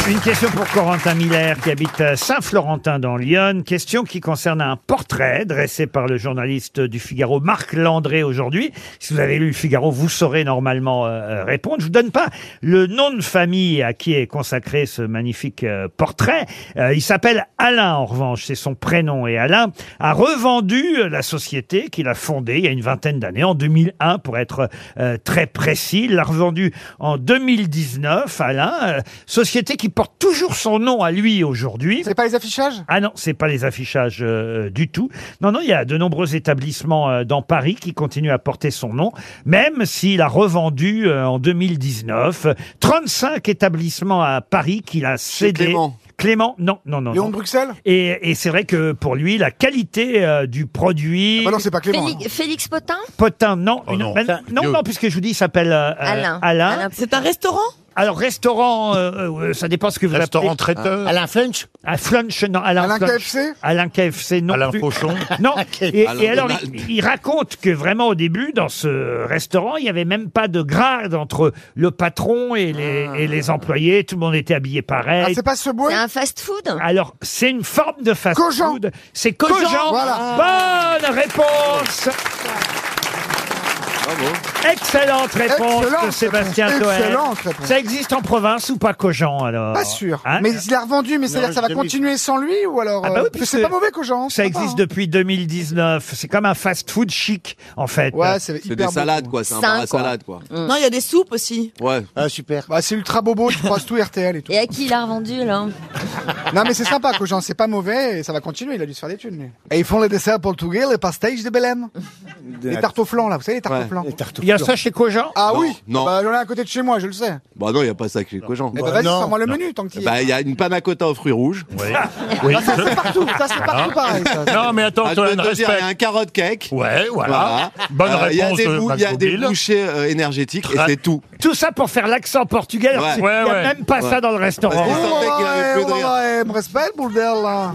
B: Une question pour Corentin Miller qui habite Saint-Florentin dans l'Yonne. Question qui concerne un portrait dressé par le journaliste du Figaro Marc Landré aujourd'hui. Si vous avez lu le Figaro, vous saurez normalement euh, répondre. Je vous donne pas le nom de famille à qui est consacré ce magnifique euh, portrait. Euh, il s'appelle Alain en revanche, c'est son prénom. Et Alain a revendu la société qu'il a fondée il y a une vingtaine d'années, en deux mille un pour être euh, très précis. Il l'a revendue en deux mille dix-neuf, Alain. Euh, société qui porte toujours son nom à lui aujourd'hui.
E: C'est pas les affichages?
B: Ah non, c'est pas les affichages euh, du tout. Non, non, il y a de nombreux établissements euh, dans Paris qui continuent à porter son nom, même s'il a revendu euh, en deux mille dix-neuf trente-cinq établissements à Paris qu'il a cédés.
H: Clément.
B: Clément, non, non, non.
E: Léon
B: non.
E: de Bruxelles?
B: Et, et c'est vrai que pour lui, la qualité euh, du produit...
E: Ah bah non, c'est pas Clément.
C: Félix, Félix Potin?
B: Potin, non.
D: Oh
B: Une-
D: non.
B: ben, non,
D: Dieu.
B: non, puisque je vous dis, il s'appelle euh,
C: Alain.
B: Alain.
C: Alain.
G: C'est un restaurant?
B: Alors, restaurant, euh, euh, ça dépend ce que vous
D: Restaurant
B: appelez.
D: traiteur.
F: Alain Flunch.
B: À Flunch, non. Alain,
E: Alain
B: Flunch.
E: K F C?
B: Alain K F C, non
D: Alain
B: plus.
D: Fauchon.
B: Non. Et,
H: Alain
B: et alors,
H: Donald.
B: il, il raconte que vraiment au début, dans ce restaurant, il n'y avait même pas de grade entre le patron et les, et les employés. Tout le monde était habillé
E: Ah,
B: pareil.
E: c'est pas Subway?
C: C'est un fast-food?
B: Alors, c'est une forme de
E: Cogent.
B: fast-food. C'est Cogent.
E: Voilà.
B: Bonne réponse. Excellente réponse
E: Excellente
B: de Sébastien
E: réponse.
B: Toen.
E: Excellente réponse.
B: Ça existe en province ou pas Cogent alors?
E: Pas sûr.
B: Hein
E: Mais il l'a revendu, mais c'est-à-dire que ça va
F: j'ai
E: continuer sans lui ou alors
B: Ah bah
E: euh,
B: oui,
E: parce que
B: puisque
E: c'est pas mauvais Cogent.
B: Ça
E: c'est sympa,
B: existe
E: hein.
B: depuis deux mille dix-neuf. C'est comme un fast-food chic, en fait.
E: Ouais, c'est
H: C'est
E: hyper
H: des salades,
E: bon.
H: quoi. C'est un
C: Cinq,
H: bar à
C: quoi.
H: salade, quoi.
G: Non, il y a des soupes aussi.
H: Ouais.
F: Ah, super.
E: Bah, c'est ultra bobo, tu passes tout R T L et tout.
C: Et à qui il a revendu, là?
E: Non, mais c'est sympa, Cogent, c'est pas mauvais et ça va continuer, il a dû se faire des thunes, lui. Et ils font les desserts portugais, les pastéis de Belém. Les tartes au flan, là, vous savez, les tartes
H: Ouais.
E: au flan.
F: Les tartes au
B: Il y a
F: flan.
B: ça chez Cogent?
E: Ah
H: Non,
E: oui?
H: non.
E: Bah, j'en ai à côté de chez moi, je le sais.
H: Bah non, il n'y a pas ça chez Cogent.
E: Eh
F: Bah,
E: bah, vas-y,
F: non.
E: sors-moi le menu, tant que tu y es.
H: Bah, il y a une panna cotta aux fruits rouges.
D: Oui. Oui.
E: Ça, c'est partout, ça, c'est partout pareil, ça.
D: Non, mais attends,
H: Ah, je peux
D: Antoine,
H: te dire, il y a
D: respecte.
H: un carotte cake.
D: Ouais, voilà. Bonne
H: Euh, Il y a
D: réponse
H: des,
D: de
H: bou-
D: Max
H: il y a des
D: Boublil.
H: bouchées euh, énergétiques et
D: Très-
H: c'est tout.
B: Tout ça pour faire l'accent portugais. alors
H: Ouais.
B: c'est- il n'y a
D: Ouais, ouais.
B: même pas ça dans le restaurant.
H: Parce que-
E: Oh,
H: sentait qu'il avait
E: ouais,
H: plus de
E: oh,
H: rire.
E: ouais, me respecte, bordel, là.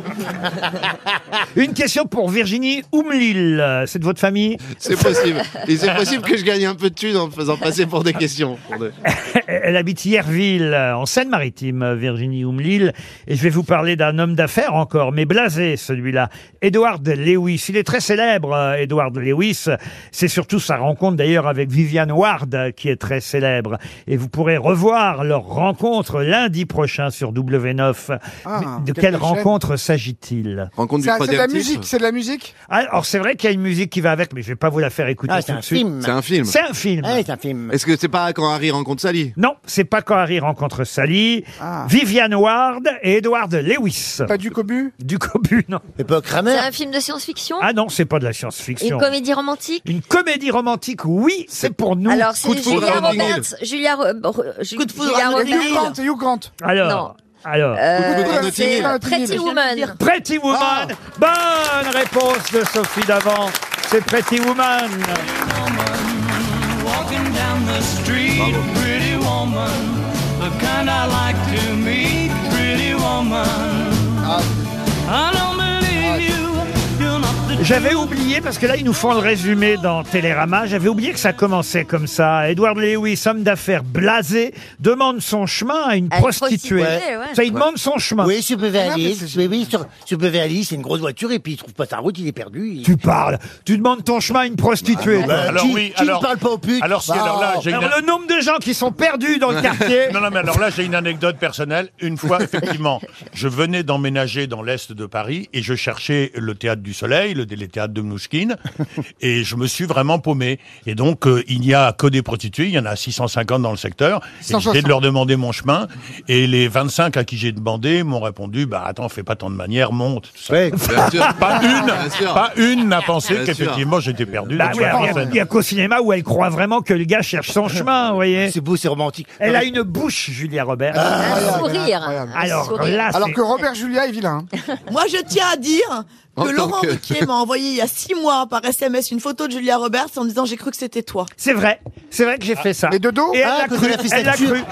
B: Une question pour Virginie Oumlil. C'est de votre famille?
H: C'est possible. Et c'est possible que je gagne un peu de thunes en me faisant passer pour des questions. Pour de-
B: Elle habite Yerville, en Seine-Maritime, Virginie Oumlil. Et je vais vous parler d'un homme d'affaires encore, mais blasé, celui-là. Edward Lewis. Il est très célèbre, euh, Edward Lewis. C'est surtout sa rencontre, d'ailleurs, avec Vivian Ward, euh, qui est très célèbre. Et vous pourrez revoir leur rencontre lundi prochain sur W neuf.
E: Ah,
B: Mais de
E: quelle
B: quelle
E: chaîne.
B: rencontre s'agit-il?
H: Rencontre du
E: C'est c'est de la
H: troisième
E: musique,
H: type.
E: c'est de la musique?
B: Alors, c'est vrai qu'il y a une musique qui va avec, mais je vais pas vous la faire écouter
F: Ah,
B: tout
F: c'est
B: de
F: un
B: suite.
F: film.
H: C'est un film.
B: C'est un film.
F: Ah, c'est un film.
H: Est-ce que c'est pas quand Harry rencontre Sally?
B: Non, c'est pas quand Harry rencontre Sally.
E: Ah.
B: Vivian Ward et Edward Lewis.
E: Pas du cobu?
B: Du cobu, non.
F: C'est pas
C: C'est
F: Kramer.
C: un film de science-fiction?
B: Ah non, c'est pas de la science-fiction.
C: Une comédie romantique?
B: Une comédie romantique, oui, c'est pour nous.
C: Alors,
H: Coup
C: c'est
H: de foudre
C: Julia
H: à Notting Hill.
C: Roberts. Julia, Ro- Ro- Ju-
G: Coup de foudre
C: Julia
G: à Notting
C: Roberts.
G: Hill.
E: Hugh Grant, Hugh Grant.
B: Alors,
C: Non.
B: alors.
C: Euh,
H: Coup de foudre à Notting
C: c'est
H: Hill.
C: Pretty Woman.
B: Pretty Woman. Bonne réponse de Sophie Davant. C'est Pretty Woman.
J: Walking down the street, pretty woman, the kind I like to meet, pretty woman. I don't believe you, you're not the
B: J'avais oublié, parce que là, ils nous font le résumé dans Télérama, j'avais oublié que ça commençait comme ça. Edward Lewis, homme d'affaires blasé, demande son chemin à une
C: À une
B: prostituée.
C: prostituée, ouais.
B: Ça, il demande son chemin.
F: Oui, sur Beverly
E: Ah, mais c'est-
F: Hills. Oui, oui, sur, sur Beverly Hills, c'est une grosse voiture et puis il trouve pas sa route, il est perdu. il-
B: Tu parles. Tu demandes ton chemin à une prostituée.
F: Bah,
D: Alors
F: qui,
D: oui,
F: qui
D: alors-
F: ne parle pas aux putes
D: Alors, si,
F: Bah,
D: alors là, j'ai une...
B: Alors, le nombre de gens qui sont perdus dans le quartier.
D: Non, non, mais alors là, j'ai une anecdote personnelle. Une fois, effectivement, je venais d'emménager dans l'est de Paris et je cherchais le Théâtre du Soleil, le, les théâtres de Mnouchkine, et je me suis vraiment paumé. Et donc, euh, il n'y a que des prostituées, il y en a six cent cinquante dans le secteur. Et
E: cent soixante.
D: j'essayais de leur demander mon chemin, et les vingt-cinq à qui j'ai demandé m'ont répondu, bah attends, fais pas tant de manières, monte. Tout ça.
F: Ouais.
H: Bien sûr.
D: Pas une,
H: Bien sûr.
D: pas une n'a pensé
H: Bien sûr.
D: qu'effectivement j'étais perdu.
B: Bah
D: dans
B: oui,
D: la
B: alors, il y a-
D: scène.
B: il y a qu'au cinéma où elle croit vraiment que le gars cherche son chemin, vous voyez.
F: C'est beau, c'est romantique.
B: Elle a une bouche, Julia Roberts.
C: Un
E: Incroyable,
C: sourire.
E: incroyable.
C: Un
B: Alors
C: sourire.
B: là,
E: Alors
B: c'est-
E: que Robert Julia est vilain. hein.
G: Moi, je tiens à dire
H: En
G: que
H: tant
G: Laurent
H: que-
G: Ruquier m'a envoyé il y a six mois par S M S une photo de Julia Roberts en disant j'ai cru que c'était toi.
B: c'est vrai, c'est vrai que j'ai fait ça.
E: Mais de dos
B: Et elle
F: Ah,
B: l'a
F: quand
B: cru,
F: elle a fait sa
B: elle l'a
F: cure.
B: cru.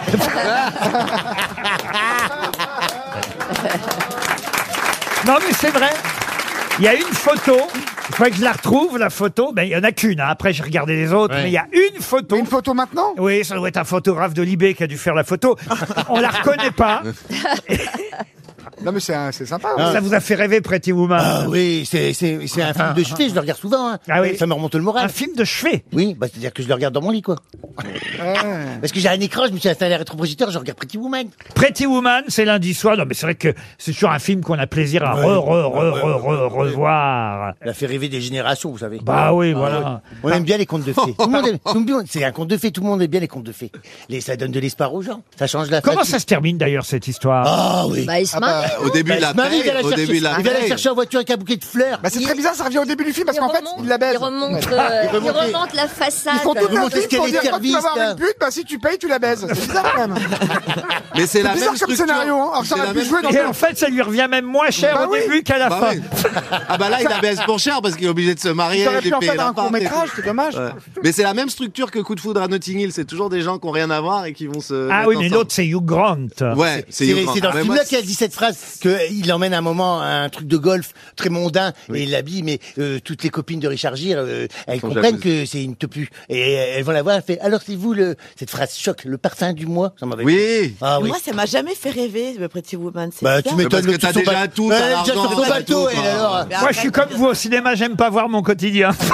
B: Non mais c'est vrai. Il y a une photo Il faudrait que je la retrouve, la photo. Ben, il y en a qu'une. Hein. Après, j'ai regardé les autres,
D: Ouais.
B: mais il y a une photo.
E: Une photo maintenant?
B: Oui, ça doit être un photographe de Libé qui a dû faire la photo. On la reconnaît pas.
E: Non, mais c'est un- c'est sympa.
F: Ah.
E: hein.
B: Ça vous a fait rêver, Pretty Woman?
F: Ah oui, c'est c'est c'est un film de chevet, je le regarde souvent. Hein.
B: Ah oui.
F: Ça me remonte le moral.
B: Un film de chevet.
F: Oui, bah, c'est-à-dire que je le regarde dans mon lit, quoi.
E: Ouais.
F: Parce que j'ai un écran, je me suis installé un rétroprojecteur, je regarde Pretty Woman.
B: Pretty Woman, c'est lundi soir. Non, mais c'est vrai que c'est toujours un film qu'on a plaisir à re, re, re, re, re, revoir.
F: Elle a fait rêver des générations, vous savez.
B: Bah oui,
F: Ah
B: voilà.
F: ouais. On aime bien les contes de fées. Tout le monde aime- tout le monde- c'est un conte de fées, tout le monde aime bien les contes de fées. Les, ça donne de l'espoir aux gens. Ça change la
B: Comment
F: face.
B: ça se termine d'ailleurs cette histoire?
F: Ah oui.
C: Bah, il se
E: Ah
C: marre.
E: bah,
H: Au début,
F: Bah,
H: il la
F: il se marie, il vient la
H: paye. Au
F: chercher-
H: début, il la
F: il vient la
H: paye.
F: chercher en voiture avec un bouquet de fleurs.
E: Bah, c'est très bizarre, ça revient au début du film parce
C: Il
E: qu'en fait,
C: remonte-
E: il la baise.
C: Il remonte,
E: Ouais.
C: euh,
F: Il
C: il
F: remonte les-
C: remonte la façade.
E: Ils font tout un
F: remonte
E: film pour
F: l'escalier
E: dire
F: de
E: quand tu vas
F: service,
E: avoir
F: là.
E: une pute, bah si tu payes, tu la baises. C'est bizarre quand même.
H: Mais c'est la
E: C'est
H: même
E: bizarre comme
H: structure.
E: scénario. Hein. Alors ça
H: C'est
E: aurait
H: la
E: pu
H: même
E: jouer dans
B: Et en fait, ça lui revient même moins cher
E: Bah
B: au
E: oui.
B: début qu'à la
H: Bah
B: fin.
H: oui. Ah bah là, il la baise pour cher parce qu'il est obligé de se marier,
E: T'aurais pu
H: de
E: en
H: payer
E: faire un
H: l'appart
E: court
H: et tout.
E: métrage, c'est dommage.
H: Ouais. Mais c'est la même structure que Coup de foudre à Notting Hill. C'est toujours des gens qui ont rien à voir et qui vont se.
B: Ah
H: mettre
B: oui, mais
H: ensemble.
B: l'autre, c'est Hugh Grant.
H: Ouais, c'est
F: C'est
H: Hugh Grant.
F: c'est dans
H: Ah,
F: ce
H: mais
F: film-là
H: moi,
F: qu'il a dit cette phrase, qu'il emmène un moment à un truc de golf très mondain, et il l'habille, mais euh, toutes les copines de Richard Gere, euh, elles
H: Sont
F: comprennent
H: jalouses.
F: que c'est une topu. Et elles vont la voir, elle fait, alors c'est vous, le... cette phrase choc, le parfum du mois. Ça m'avait
H: Oui.
F: Ah oui.
G: Moi, ça m'a jamais fait rêver, le Pretty Woman. C'est
F: Bah, tu
G: bizarre.
F: m'étonnes,
H: Parce que
F: le
H: t'as
F: sur son
H: déjà
F: ba-
H: tout,
F: Ouais,
H: t'as
F: déjà sur
H: l'argent,
F: son
H: t'as
F: bateau,
H: tout,
F: et
H: quoi.
F: alors.
G: Mais
B: Moi, je suis comme vous au cinéma, j'aime pas voir mon quotidien.
G: Pour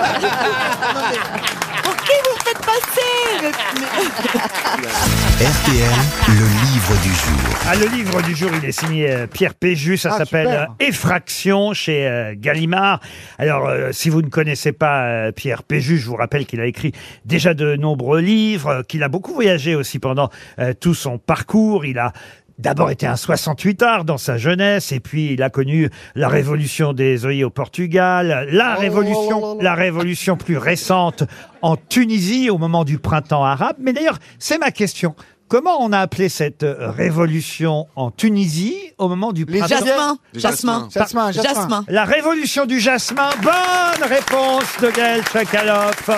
G: qui vous faites passer le-
A: R T L, le livre du jour.
B: Ah, le livre du jour, il est signé euh, Pierre Péju, ça
E: Ah,
B: s'appelle
E: super.
B: euh, Effraction chez euh, Gallimard. Alors, euh, si vous ne connaissez pas euh, Pierre Péju, je vous rappelle qu'il a écrit déjà de nombreux livres, euh, qu'il a beaucoup voyagé aussi pendant euh, tout son parcours. Il a d'abord été un soixante-huit art dans sa jeunesse, et puis il a connu la révolution des œillets au Portugal, la
E: Oh,
B: révolution,
E: oh, oh, oh.
B: la révolution plus récente en Tunisie au moment du printemps arabe. Mais d'ailleurs, c'est ma question. Comment on a appelé cette euh, révolution en Tunisie au moment du
E: Les
B: printemps?
G: Jasmin.
H: Les
G: Jasmin.
E: Jasmin, Jasmin.
G: Jasmin.
B: La révolution du jasmin. Bonne réponse de Gaël Tchakaloff.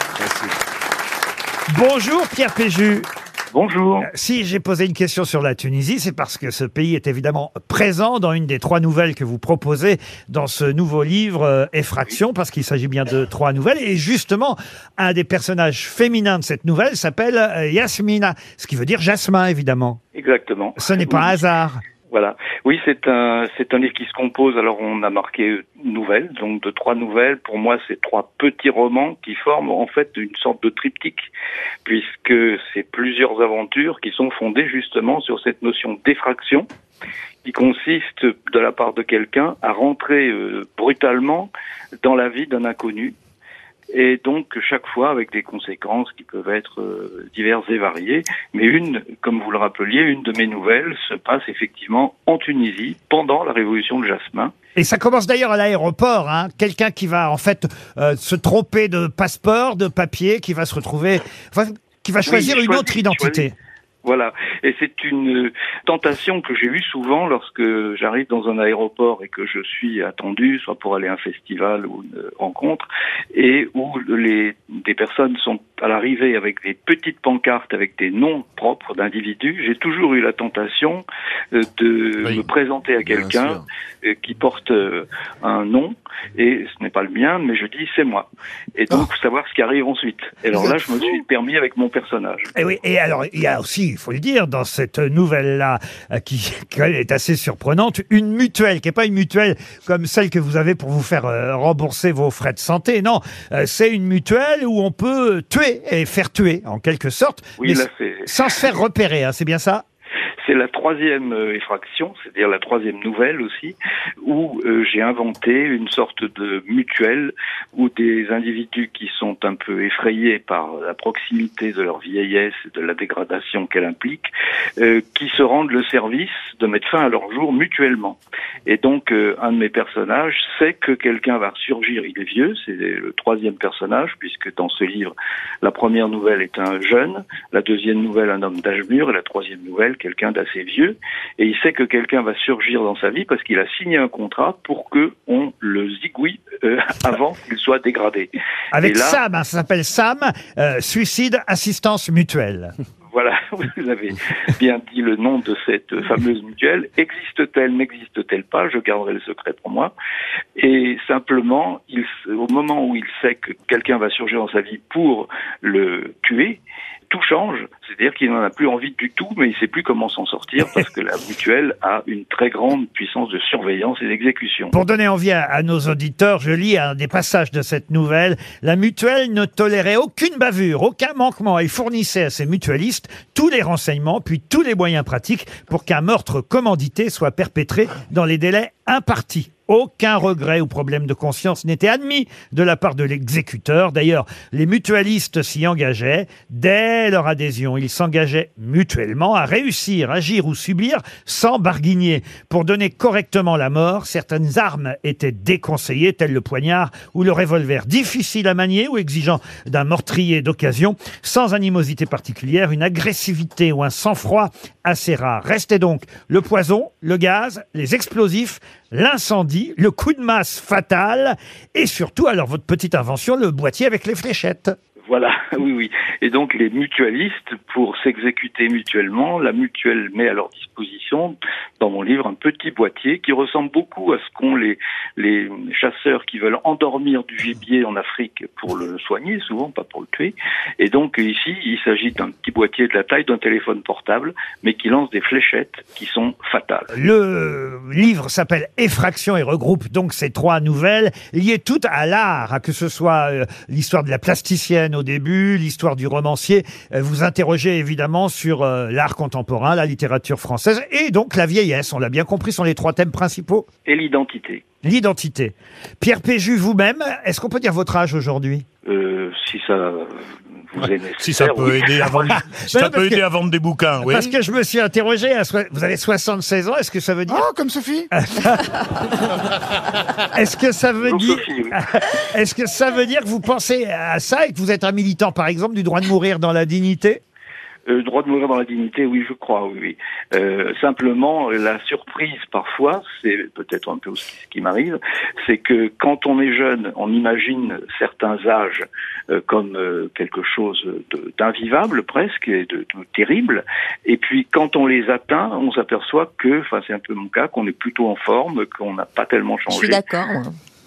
B: Bonjour Pierre Péju.
K: Bonjour.
B: Si j'ai posé une question sur la Tunisie, c'est parce que ce pays est évidemment présent dans une des trois nouvelles que vous proposez dans ce nouveau livre euh, Effraction, parce qu'il s'agit bien de trois nouvelles. Et justement, un des personnages féminins de cette nouvelle s'appelle euh, Yasmina, ce qui veut dire jasmin, évidemment.
K: Exactement.
B: Ce n'est pas un
K: Oui.
B: hasard.
K: Voilà. Oui, c'est un c'est un livre qui se compose. Alors, on a marqué nouvelles, donc de trois nouvelles. Pour moi, c'est trois petits romans qui forment en fait une sorte de triptyque, puisque c'est plusieurs aventures qui sont fondées justement sur cette notion d'effraction, qui consiste de la part de quelqu'un à rentrer euh, brutalement dans la vie d'un inconnu. Et donc, chaque fois, avec des conséquences qui peuvent être euh, diverses et variées. Mais une, comme vous le rappeliez, une de mes nouvelles se passe effectivement en Tunisie, pendant la révolution de Jasmin.
B: Et ça commence d'ailleurs à l'aéroport, hein. Quelqu'un qui va en fait euh, se tromper de passeport, de papier, qui va se retrouver, enfin, qui va choisir
K: Oui,
B: une
K: choisi-
B: autre identité.
K: choisi. Voilà. Et c'est une euh, tentation que j'ai eue souvent lorsque j'arrive dans un aéroport et que je suis attendu, soit pour aller à un festival ou une rencontre, et où les, des personnes sont à l'arrivée avec des petites pancartes avec des noms propres d'individus. J'ai toujours eu la tentation euh, de
H: Oui.
K: me présenter à
H: Bien
K: quelqu'un
H: sûr.
K: euh, qui porte euh, un nom, et ce n'est pas le mien, mais je dis c'est moi. Et donc savoir ce qui arrive ensuite. Et alors là, je me suis permis avec mon personnage.
B: Et oui, et alors il y a aussi, il faut le dire, dans cette nouvelle-là, euh, qui, qui est assez surprenante, une mutuelle, qui n'est pas une mutuelle comme celle que vous avez pour vous faire euh, rembourser vos frais de santé. Non, euh, c'est une mutuelle où on peut tuer et faire tuer, en quelque sorte,
K: Oui,
B: mais
K: là,
B: s-
K: c'est...
B: sans se faire repérer, hein, c'est bien ça?
K: C'est la troisième euh, effraction, c'est-à-dire la troisième nouvelle aussi, où euh, j'ai inventé une sorte de mutuelle où des individus qui sont un peu effrayés par la proximité de leur vieillesse et de la dégradation qu'elle implique, euh, qui se rendent le service de mettre fin à leur jour mutuellement. Et donc, euh, un de mes personnages sait que quelqu'un va surgir. Il est vieux, c'est le troisième personnage, puisque dans ce livre, la première nouvelle est un jeune, la deuxième nouvelle un homme d'âge mûr, et la troisième nouvelle quelqu'un d'assez vieux. Et il sait que quelqu'un va surgir dans sa vie parce qu'il a signé un contrat pour que on le zigouille euh, avant qu'il soit dégradé.
B: Avec
K: Et là-
B: Sam, hein, ça s'appelle Sam, euh, Suicide Assistance Mutuelle.
K: Voilà, vous avez bien dit le nom de cette fameuse mutuelle. Existe-t-elle, n'existe-t-elle pas? Je garderai le secret pour moi. Et simplement, il, au moment où il sait que quelqu'un va surgir dans sa vie pour le tuer, tout change, c'est-à-dire qu'il n'en a plus envie du tout, mais il ne sait plus comment s'en sortir parce que la mutuelle a une très grande puissance de surveillance et d'exécution.
B: Pour donner envie à, à nos auditeurs, je lis un des passages de cette nouvelle. La mutuelle ne tolérait aucune bavure, aucun manquement et fournissait à ses mutualistes tous les renseignements puis tous les moyens pratiques pour qu'un meurtre commandité soit perpétré dans les délais impartis. Aucun regret ou problème de conscience n'était admis de la part de l'exécuteur. D'ailleurs, les mutualistes s'y engageaient. Dès leur adhésion, ils s'engageaient mutuellement à réussir, agir ou subir sans barguigner. Pour donner correctement la mort, certaines armes étaient déconseillées, telles le poignard ou le revolver. Difficile à manier ou exigeant d'un meurtrier d'occasion, sans animosité particulière, une agressivité ou un sang-froid assez rare. Restait donc le poison, le gaz, les explosifs, l'incendie, le coup de masse fatal et surtout, alors votre petite invention, le boîtier avec les fléchettes.
K: Voilà, oui, oui. Et donc les mutualistes, pour s'exécuter mutuellement, la mutuelle met à leur disposition, dans mon livre, un petit boîtier qui ressemble beaucoup à ce qu'ont les, les chasseurs qui veulent endormir du gibier en Afrique pour le soigner, souvent pas pour le tuer. Et donc ici, il s'agit d'un petit boîtier de la taille d'un téléphone portable, mais qui lance des fléchettes qui sont fatales.
B: Le livre s'appelle Effraction et regroupe donc ces trois nouvelles liées toutes à l'art, que ce soit euh, l'histoire de la plasticienne au début, l'histoire du romancier. Vous interrogez évidemment sur euh, l'art contemporain, la littérature française et donc la vieillesse. On l'a bien compris, sont les trois thèmes principaux.
K: Et l'identité.
B: L'identité. Pierre Péju, vous-même, est-ce qu'on peut dire votre âge aujourd'hui?
K: Euh, si ça vous est nécessaire.
D: Si ça peut
K: oui.
D: aider à vendre, si ça peut
B: que,
D: aider à vendre des bouquins, oui.
B: Parce que je me suis interrogé, à so- vous avez soixante-seize ans, est-ce que ça veut dire...
E: Oh, comme Sophie.
B: Est-ce que ça veut
K: Donc,
B: dire...
K: Sophie, oui.
B: Est-ce que ça veut dire que vous pensez à ça et que vous êtes un militant, par exemple, du droit de mourir dans la dignité?
K: Euh, droit de mourir dans la dignité, oui, je crois, oui. oui. Euh, simplement, la surprise parfois, c'est peut-être un peu aussi ce qui m'arrive, c'est que quand on est jeune, on imagine certains âges euh, comme euh, quelque chose de, d'invivable presque, et de, de terrible, et puis quand on les atteint, on s'aperçoit que, enfin c'est un peu mon cas, qu'on est plutôt en forme, qu'on n'a pas tellement changé.
C: Je suis d'accord, moi.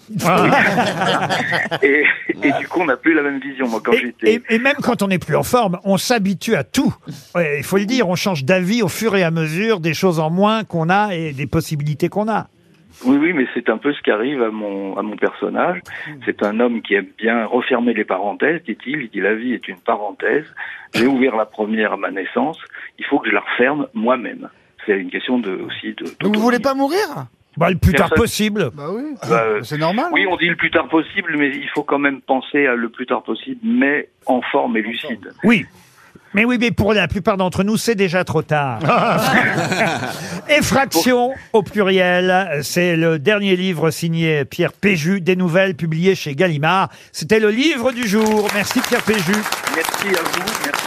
K: et, et du coup, on n'a plus la même vision. Moi, quand
B: et,
K: j'étais...
B: et, et même quand on n'est plus en forme, on s'habitue à tout. Ouais, il faut le dire, on change d'avis au fur et à mesure des choses en moins qu'on a et des possibilités qu'on a.
K: Oui, oui, mais c'est un peu ce qui arrive à mon à mon personnage. C'est un homme qui aime bien refermer les parenthèses, dit-il. Il dit la vie est une parenthèse. J'ai ouvert la première à ma naissance. Il faut que je la referme moi-même. C'est une question de aussi de.
E: Donc vous voulez pas mourir?
B: Bah, le plus
K: Personne.
B: tard possible.
E: Bah oui,
K: Bah, euh,
E: c'est normal.
K: Oui, on dit le plus tard possible, mais il faut quand même penser à le plus tard possible, mais en forme et lucide.
B: Oui. Mais oui, mais pour la plupart d'entre nous, c'est déjà trop tard. Effraction au pluriel, c'est le dernier livre signé Pierre Péju, des nouvelles publiées chez Gallimard. C'était le livre du jour. Merci Pierre Péju.
K: Merci à vous. Merci.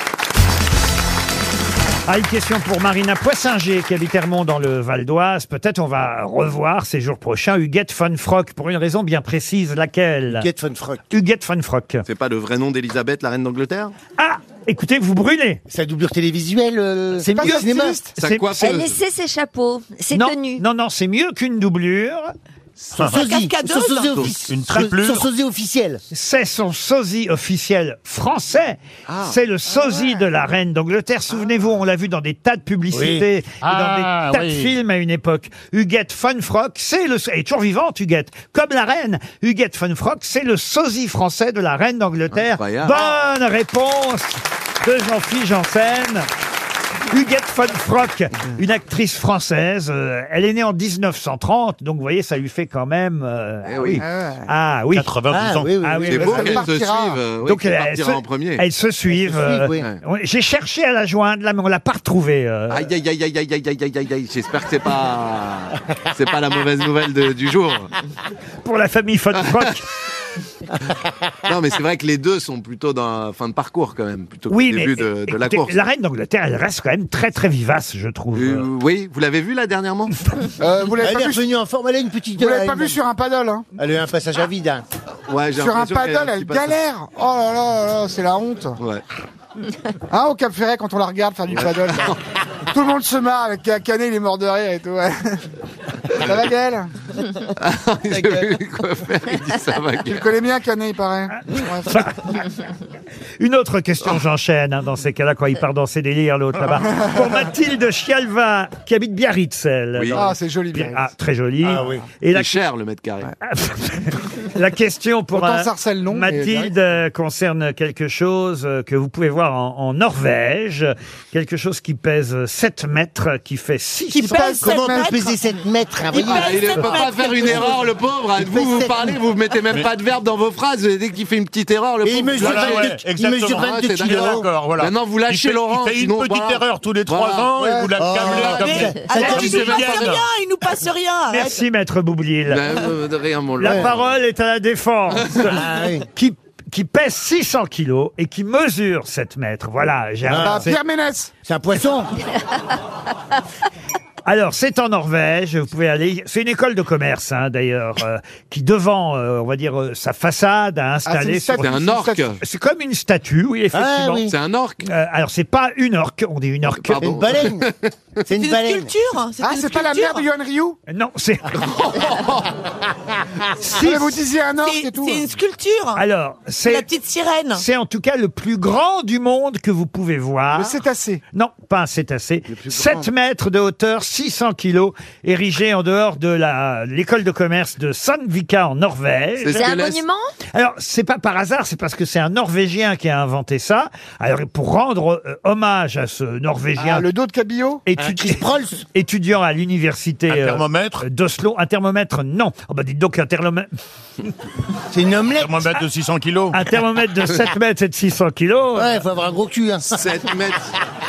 B: Ah, une question pour Marina Poissinger qui habite Hermont dans le Val d'Oise. Peut-être on va revoir ces jours prochains Huguette von Frock pour une raison bien précise. Laquelle?
F: Huguette von Frock.
B: Huguette von Frock.
H: C'est pas le vrai nom d'Elisabeth, la reine d'Angleterre?
B: Ah, écoutez, vous brûlez.
F: C'est la doublure télévisuelle. Euh,
B: C'est
E: pas
B: mieux.
E: ça,
F: cinéma.
E: styliste.
H: Sa
B: C'est-
H: coiffeuse.
C: Elle laissait ses chapeaux, ses
B: non,
C: tenues.
B: non, non, c'est mieux qu'une doublure.
F: Son sosie.
G: cascadeuse.
F: Son sosie offici-
D: Une triplure.
F: Son sosie officiel.
B: C'est son sosie officiel français. C'est le sosie de la reine d'Angleterre. Souvenez-vous, on l'a vu dans des tas de publicités et
D: Ah,
B: dans des tas
D: oui.
B: de films à une époque. Huguette von Frock, c'est le... Elle est toujours vivante, Huguette. Comme la reine. Huguette von Frock, c'est le sosie français de la reine d'Angleterre.
H: Incroyable.
B: Bonne réponse de Jean-Philippe Janssen. Huguette von Frock, une actrice française. Euh, elle est née en dix-neuf cent trente, donc vous voyez, ça lui fait quand même... euh,
H: Eh oui.
E: Ah ouais.
B: Ah oui.
D: quatre-vingt-dix
F: Ah
D: ans.
F: oui, oui.
B: Ah
F: oui.
B: oui,
H: C'est
B: oui,
H: beau
B: oui.
H: qu'elle se
E: partira.
H: suive. euh, oui,
B: Donc
H: qu'elle
B: elle,
H: partira
B: se-
H: en premier.
B: elles se suivent.
F: Elles se suivent,
B: euh,
F: oui.
B: ouais, J'ai cherché à la joindre là, mais on l'a pas retrouvée. euh.
H: Aïe aïe aïe aïe aïe aïe aïe aïe aïe aïe. J'espère que c'est pas c'est pas la mauvaise nouvelle de- du jour.
B: Pour la famille von Frock.
H: Non mais c'est vrai que les deux sont plutôt dans la fin de parcours quand même, plutôt
B: Oui,
H: que le
B: mais
H: début de, de la
B: écoutez,
H: course.
B: la reine d'Angleterre, elle reste quand même très très vivace, je trouve.
H: Euh, oui, vous l'avez vu là dernièrement?
E: Euh, vous l'avez
F: Elle
E: pas
F: est
E: vu,
F: revenue en forme. Elle a une petite.
E: vous l'avez pas
F: elle-
E: vu sur un paddle, hein?
F: Elle a eu un passage à vide. Hein.
H: Ouais, j'ai
E: Sur un
H: l'impression qu'elle a
E: paddle,
H: un
E: elle
H: petit passage.
E: galère. Oh là là là, là, c'est la honte.
H: Ouais.
E: Hein, au Cap Ferret, quand on la regarde faire du paddle. là. Tout le monde se marre avec Canet, il est mort de rire et tout. Ouais. Ça va, Gaël?
L: J'ai vu quoi faire, il dit ça va.
E: Tu le connais bien, Canet, il paraît. Ouais.
B: Une autre question, j'enchaîne, hein, dans ces cas-là, quand il part dans ses délires, l'autre là-bas. Pour Mathilde Chialva, qui habite Biarritz, elle.
L: Oui.
B: Dans-
E: Ah, c'est joli, bien.
B: Ah, très joli.
L: Ah oui.
B: Et la,
L: C'est cher le mètre carré.
B: la question pour
E: Autant
B: euh,
E: Sarcelles, non, mais
B: Mathilde euh, concerne quelque chose euh, que vous pouvez voir en, en Norvège. Quelque chose qui pèse sept mètres, qui fait six
G: Qui pèse
F: Comment on
G: sept
F: peut
G: mètres.
F: peser sept mètres hein,
G: Il
F: voyez
L: Ah, il ne peut pas faire une erreur, le pauvre.
F: Il
L: Vous,
F: fait
L: vous
F: sept
L: parlez, vous ne mettez même pas de verbe dans vos phrases. Dès qu'il fait une petite erreur, le
F: Et il
L: pauvre.
F: mesure
L: vous lâchez.
F: vingt-deux il mesure
L: Ah,
F: vingt-deux
L: c'est
F: kilos.
L: d'accord.
D: D'accord, voilà.
L: Maintenant, vous lâchez
D: il fait,
L: Laurent.
D: Il fait une
L: sinon,
D: petite
L: voilà.
D: erreur tous les trois
L: Voilà.
D: ans et vous la
F: Oh.
D: câblez comme
G: Mais,
D: ça.
G: alors,
F: Ça
G: il
F: t'a
G: nous
F: dit
G: passe
D: bien.
G: rien, il nous passe rien. arrête.
B: Merci, maître Boublil.
L: Ben, euh, de rien, mon
B: La
L: Laurent.
B: parole est à la défense.
F: Ah, oui.
B: qui, qui pèse six cents kilos et qui mesure sept mètres. Voilà, j'ai un-
E: Ah,
B: c'est-
E: Pierre Ménès.
F: C'est un poisson.
B: Alors, c'est en Norvège, vous pouvez aller... C'est une école de commerce, hein, d'ailleurs, euh, qui, devant, euh, on va dire, euh, sa façade, a
E: Ah, c'est
B: installé...
E: une
B: sur-
E: statue,
L: C'est un orque.
B: C'est comme une statue, oui, effectivement.
F: Ah, oui.
L: C'est un orque.
B: Euh, alors, c'est pas une orque, on dit une orque.
F: C'est
L: Pardon.
F: une baleine. C'est
G: C'est
F: une
G: une
F: baleine.
G: sculpture.
E: Ah,
G: une
E: c'est pas la mère de
G: sculpture.
E: Yohan Ryu?
B: Non, c'est...
E: Ah, mais vous disiez un orque et
G: C'est
E: tout.
G: c'est une sculpture.
B: Alors,
G: C'est la
B: c'est...
G: petite sirène.
B: C'est en tout cas le plus grand du monde que vous pouvez voir.
E: Le cétacé.
B: Non, pas un cétacé. sept mètres de hauteur, six cents kilos, érigé en dehors de la l'école de commerce de Sandvika en Norvège.
L: C'est ce
C: C'est
L: que
C: un
L: laisse-
C: monument?
B: Alors, c'est pas par hasard, c'est parce que c'est un Norvégien qui a inventé ça. Alors, pour rendre euh, hommage à ce Norvégien
E: Ah, le dos de Cabillaud.
B: étudi- étudiant à l'université
D: Un
B: euh,
D: thermomètre
B: d'Oslo, un thermomètre, non. Oh bah dites donc un thermomètre,
F: C'est une omelette.
D: Thermomètre de six cents kilos.
B: un thermomètre de sept mètres et de six cents kilos.
F: Ouais, il faut avoir un gros cul. Hein.
L: sept mètres.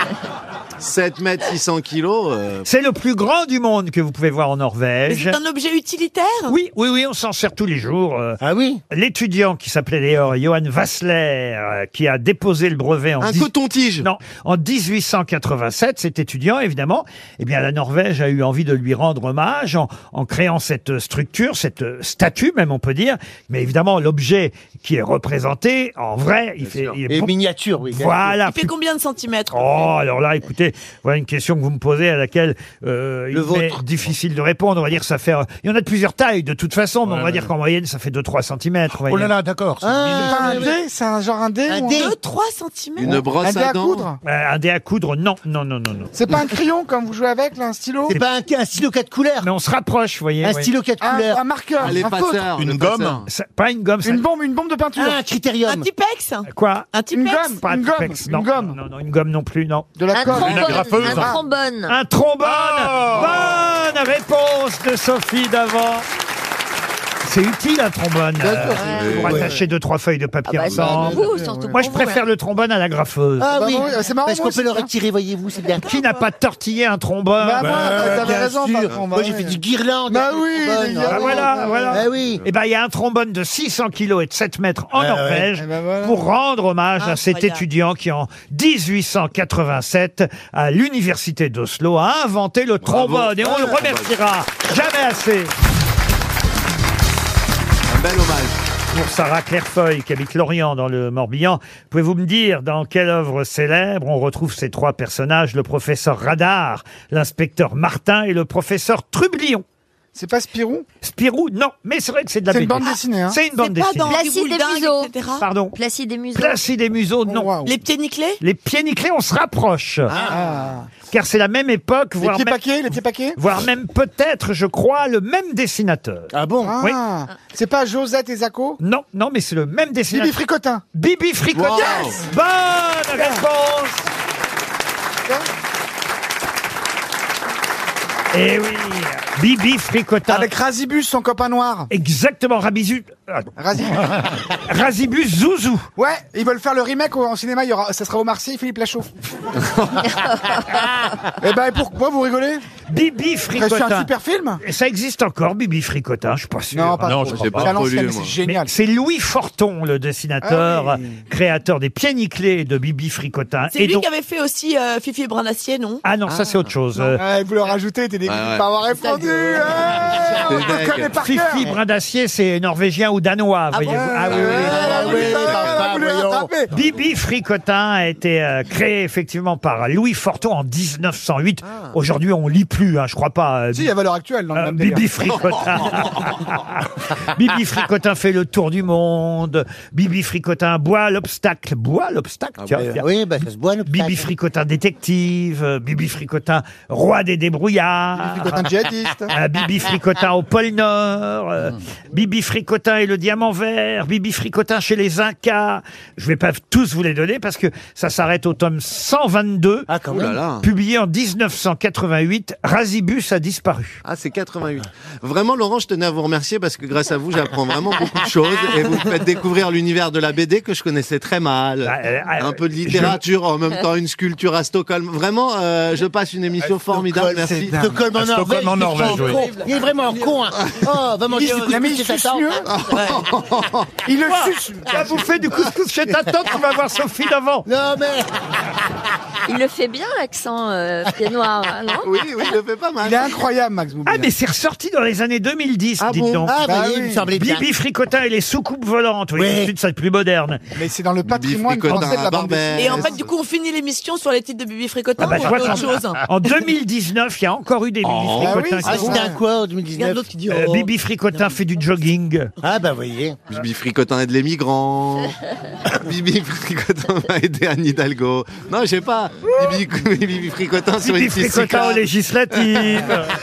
L: sept mètres, six cents kilos. euh,
B: C'est le plus grand du monde que vous pouvez voir en
G: Mais
B: Norvège.
G: c'est un objet utilitaire.
B: Oui, oui, oui, on s'en sert tous les jours. euh,
F: Ah oui.
B: L'étudiant qui s'appelait d'ailleurs Johan Vassler, euh, qui a déposé le brevet en
L: Un
B: dix-
L: coton-tige.
B: non, en dix-huit cent quatre-vingt-sept, cet étudiant, évidemment, eh bien, la Norvège a eu envie de lui rendre hommage en, en créant cette structure, cette statue, même on peut dire. Mais évidemment, l'objet qui est représenté, en vrai, il fait, il est
F: Et
B: beau-
F: miniature, oui.
B: voilà.
G: Il fait
B: plus-
G: combien de centimètres?
B: Oh, alors là, écoutez, voilà une question que vous me posez à laquelle euh, il
F: Le
B: m'est
F: vôtre.
B: difficile de répondre. On va dire que ça fait... euh, Il y en a de plusieurs tailles, de toute façon, mais on va dire qu'en moyenne, ça fait deux à trois centimètres.
D: Oh là là, d'accord. c'est
F: Ah,
D: minuscule.
E: C'est pas un
F: oui,
E: dé? C'est un genre un dé?
F: Un
E: ou
F: dé.
G: deux trois centimètres.
L: Une
E: Un
L: brosse
E: dé
L: à
E: à
L: dents.
E: coudre?
B: Euh, un dé à coudre, non, non, non, non, non.
E: C'est pas un crayon comme vous jouez avec, là, un stylo?
F: C'est pas un, un stylo quatre couleurs.
B: Mais on se rapproche, vous voyez.
F: Un
B: oui.
F: stylo quatre
E: Un,
F: couleurs.
E: un marqueur,
L: Ah, les
E: un feutre,
L: passeurs.
D: Une
L: le
D: gomme.
L: passeur.
B: Ça- pas une gomme, ça...
E: une bombe, une bombe de peinture,
F: Ah, un
G: Un
F: critérium.
G: Tipex.
B: Quoi
G: Un
E: une
G: Tipex.
E: gomme,
B: Pas un
E: une gomme,
B: Tipex,
E: une
B: non.
E: gomme,
B: Non, non, une gomme non plus, non.
E: de la
C: Un
E: colle.
C: trombone.
D: agrafeuse.
C: Un
E: Ah.
C: trombone.
B: Un trombone.
D: Oh
B: Bonne réponse de Sophie d'avant. C'est utile un trombone
E: D'accord.
B: euh, pour
F: Ouais.
B: attacher deux trois feuilles de
C: Ah
B: papier
C: bah, c'est
B: ensemble.
C: pour vous, surtout
B: Moi, je
C: pour vous,
B: préfère
C: hein.
B: le trombone à la graffeuse.
F: Ah
E: Bah
F: oui.
E: bon, oui, c'est marrant,
F: Parce
E: moi
F: qu'on peut
E: aussi,
F: le
E: hein.
F: retirer, voyez-vous, c'est bien.
B: Qui n'a pas tortillé un trombone
E: Bah, moi, t'avais
F: bien
E: raison,
F: sûr.
E: patron. bah
F: Moi, j'ai
E: ouais.
F: fait du guirlande.
E: Bah oui,
F: Bonne.
E: les gars.
B: Ah, voilà, voilà.
F: Ah oui.
B: Eh ben, il y a un trombone de six cents kilos et de sept mètres en
F: Ah ouais.
B: Norvège
E: Eh ben voilà.
B: pour rendre hommage à cet
G: Incroyable.
B: étudiant qui, en dix-huit cent quatre-vingt-sept, à l'université d'Oslo, a inventé le trombone. Et on le remerciera jamais assez.
L: Un bel hommage.
B: Pour Sarah Clairefeuille, qui habite Lorient dans le Morbihan, pouvez-vous me dire dans quelle œuvre célèbre on retrouve ces trois personnages, le professeur Radar, l'inspecteur Martin et le professeur Trublion?
E: C'est pas Spirou?
B: Spirou, non, mais c'est vrai que c'est de la
E: C'est une
B: B D.
E: bande dessinée, hein.
B: C'est une bande
G: C'est pas
B: dessinée.
G: dans
C: Placide
G: Riboule
C: des
G: dingue,
C: museaux.
G: et cetera.
B: Pardon.
C: Placide des museaux.
B: Placide des museaux, non.
E: Oh, waouh.
G: Les pieds nickelés.
B: Les pieds nickelés, on se rapproche.
E: Ah.
B: Car c'est la même époque,
E: Les
B: voire
E: pieds
B: même,
E: paquets, les pieds paquets?
B: voire même peut-être, je crois, le même dessinateur.
F: Ah bon?
E: Ah.
B: Oui.
E: C'est pas Josette et Zaco?
B: Non, non, mais c'est le même
E: Bibi
B: dessinateur.
E: Fricotin.
B: Bibi Fricotin.
L: Wow.
B: Bonne réponse. Eh oui, Bibi Fricotin.
E: Avec Razibus, son copain noir.
B: Exactement, Rabizu... ah,
E: Razibus.
B: Razibus Zouzou.
E: Ouais, ils veulent faire le remake au- en cinéma, il y aura, ça sera au Marseille, Philippe Lachaud. Eh ben, pourquoi vous rigolez?
B: Bibi
E: C'est un
B: Fricotin.
E: super film?
B: Et ça existe encore, Bibi Fricotin, je suis pas sûr.
E: Non, pas
D: Non,
E: trop.
D: je crois
L: j'ai
D: pas.
E: C'est à l'ancienne,
L: Pas
E: mais
L: lu,
E: c'est
L: moi.
E: génial.
B: Mais c'est Louis Forton, le dessinateur,
E: Ah oui.
B: créateur des pieds nickelés de Bibi Fricotin.
G: C'est
B: Et
G: lui
B: donc-
G: qui avait fait aussi euh, Fifi et Brin d'Acier, non?
B: Ah non, ça c'est autre chose. Euh,
E: Ouais, vous le rajoutez, t'es dégoûté
L: Ouais, ouais.
E: de pas avoir répondu. euh, on le connaît par cœur.
B: Fifi Brindacier, c'est norvégien ou danois, voyez-vous. Ah oui, oui.
E: Ah oui,
F: bah,
E: vous l'avez rattrapé.
B: Bibi Fricotin a été euh, créé effectivement par Louis Forton en dix-neuf cent huit. Aujourd'hui, on lit plus, hein, je crois pas. euh,
E: Si, il y a valeur actuelle dans le
B: euh,
E: même délire.
B: Bibi Fricotin. Bibi Fricotin fait le tour du monde. Bibi Fricotin boit l'obstacle. Boit l'obstacle, tiens, tiens.
F: Oui, bah ça se boit.
B: Bibi Fricotin détective. euh, Bibi Fricotin roi des débrouillards.
E: Bibi Fricotin djihadiste.
B: Euh, Bibi Fricotin au pôle Nord. euh, Bibi Fricotin et le diamant vert. Bibi Fricotin chez les Incas. Je vais pas tous vous les donner parce que ça s'arrête au tome cent vingt-deux.
F: Ah, quand
L: Oh là
F: même.
L: là.
B: Publié en dix-neuf cent quatre-vingt-huit. Razibus a disparu.
L: Ah, c'est quatre-vingt-huit. Vraiment, Laurent, je tenais à vous remercier parce que grâce à vous, j'apprends vraiment beaucoup de choses et vous me faites découvrir l'univers de la B D que je connaissais très mal.
B: Bah, euh,
L: Un peu de littérature, en même temps une sculpture à Stockholm. Vraiment, euh, je passe une émission formidable. Merci.
F: Stockholm en
D: À Stockholm,
F: Norvège.
D: en Norvège,
F: il est
D: oui.
F: con. Il est vraiment con. Hein. Oh, va manger du
E: Mais il
F: couscous chez
E: suce
F: ta tante.
E: mieux. Il le suce.
B: Tu vas bouffer du couscous chez ta tante, tu vas voir Sophie d'avant.
F: Non, mais.
C: Il le fait bien, l'accent euh, pied noir, hein, non?
L: Oui, oui, je le fais pas mal.
E: Il est incroyable, Max Boublil.
B: Ah, mais c'est ressorti dans les années deux mille dix,
L: Ah
B: dites
L: bon
B: donc.
F: Ah,
E: Bah
F: voyez,
E: oui.
F: il me semblait bien.
B: Bibi Fricotin et les soucoupes volantes. Oui,
F: Oui.
B: tout de suite, ça va être plus moderne.
E: Mais c'est dans le patrimoine
L: Fricotin
E: français de la
L: à
E: bande
L: Barbès.
E: dessinée.
G: Et en fait, du coup, on finit l'émission sur les titres de Bibi Fricotin
B: Ah bah,
G: ou
B: je
G: on
B: vois
G: fait
B: qu'en-
G: autre chose?
B: En deux mille dix-neuf, il y a encore eu des Bibi
L: Oh.
E: Ah oui,
B: Fricotin.
F: Ah,
B: qui sont-
F: c'était un quoi en deux mille
G: Il y a un
F: dix-neuf?
G: autre qui dit
B: Euh,
G: oh.
B: Bibi Fricotin fait du jogging.
F: Ah, bah, voyez.
L: Bibi Fricotin aide les migrants. Bibi Fricotin va aider Anne Hidalgo. Non, je sais pas. Bibi, Bibi Fricotin sur
B: Bibi
L: une piste
B: Fricotin aux
L: cyclable
B: législatives.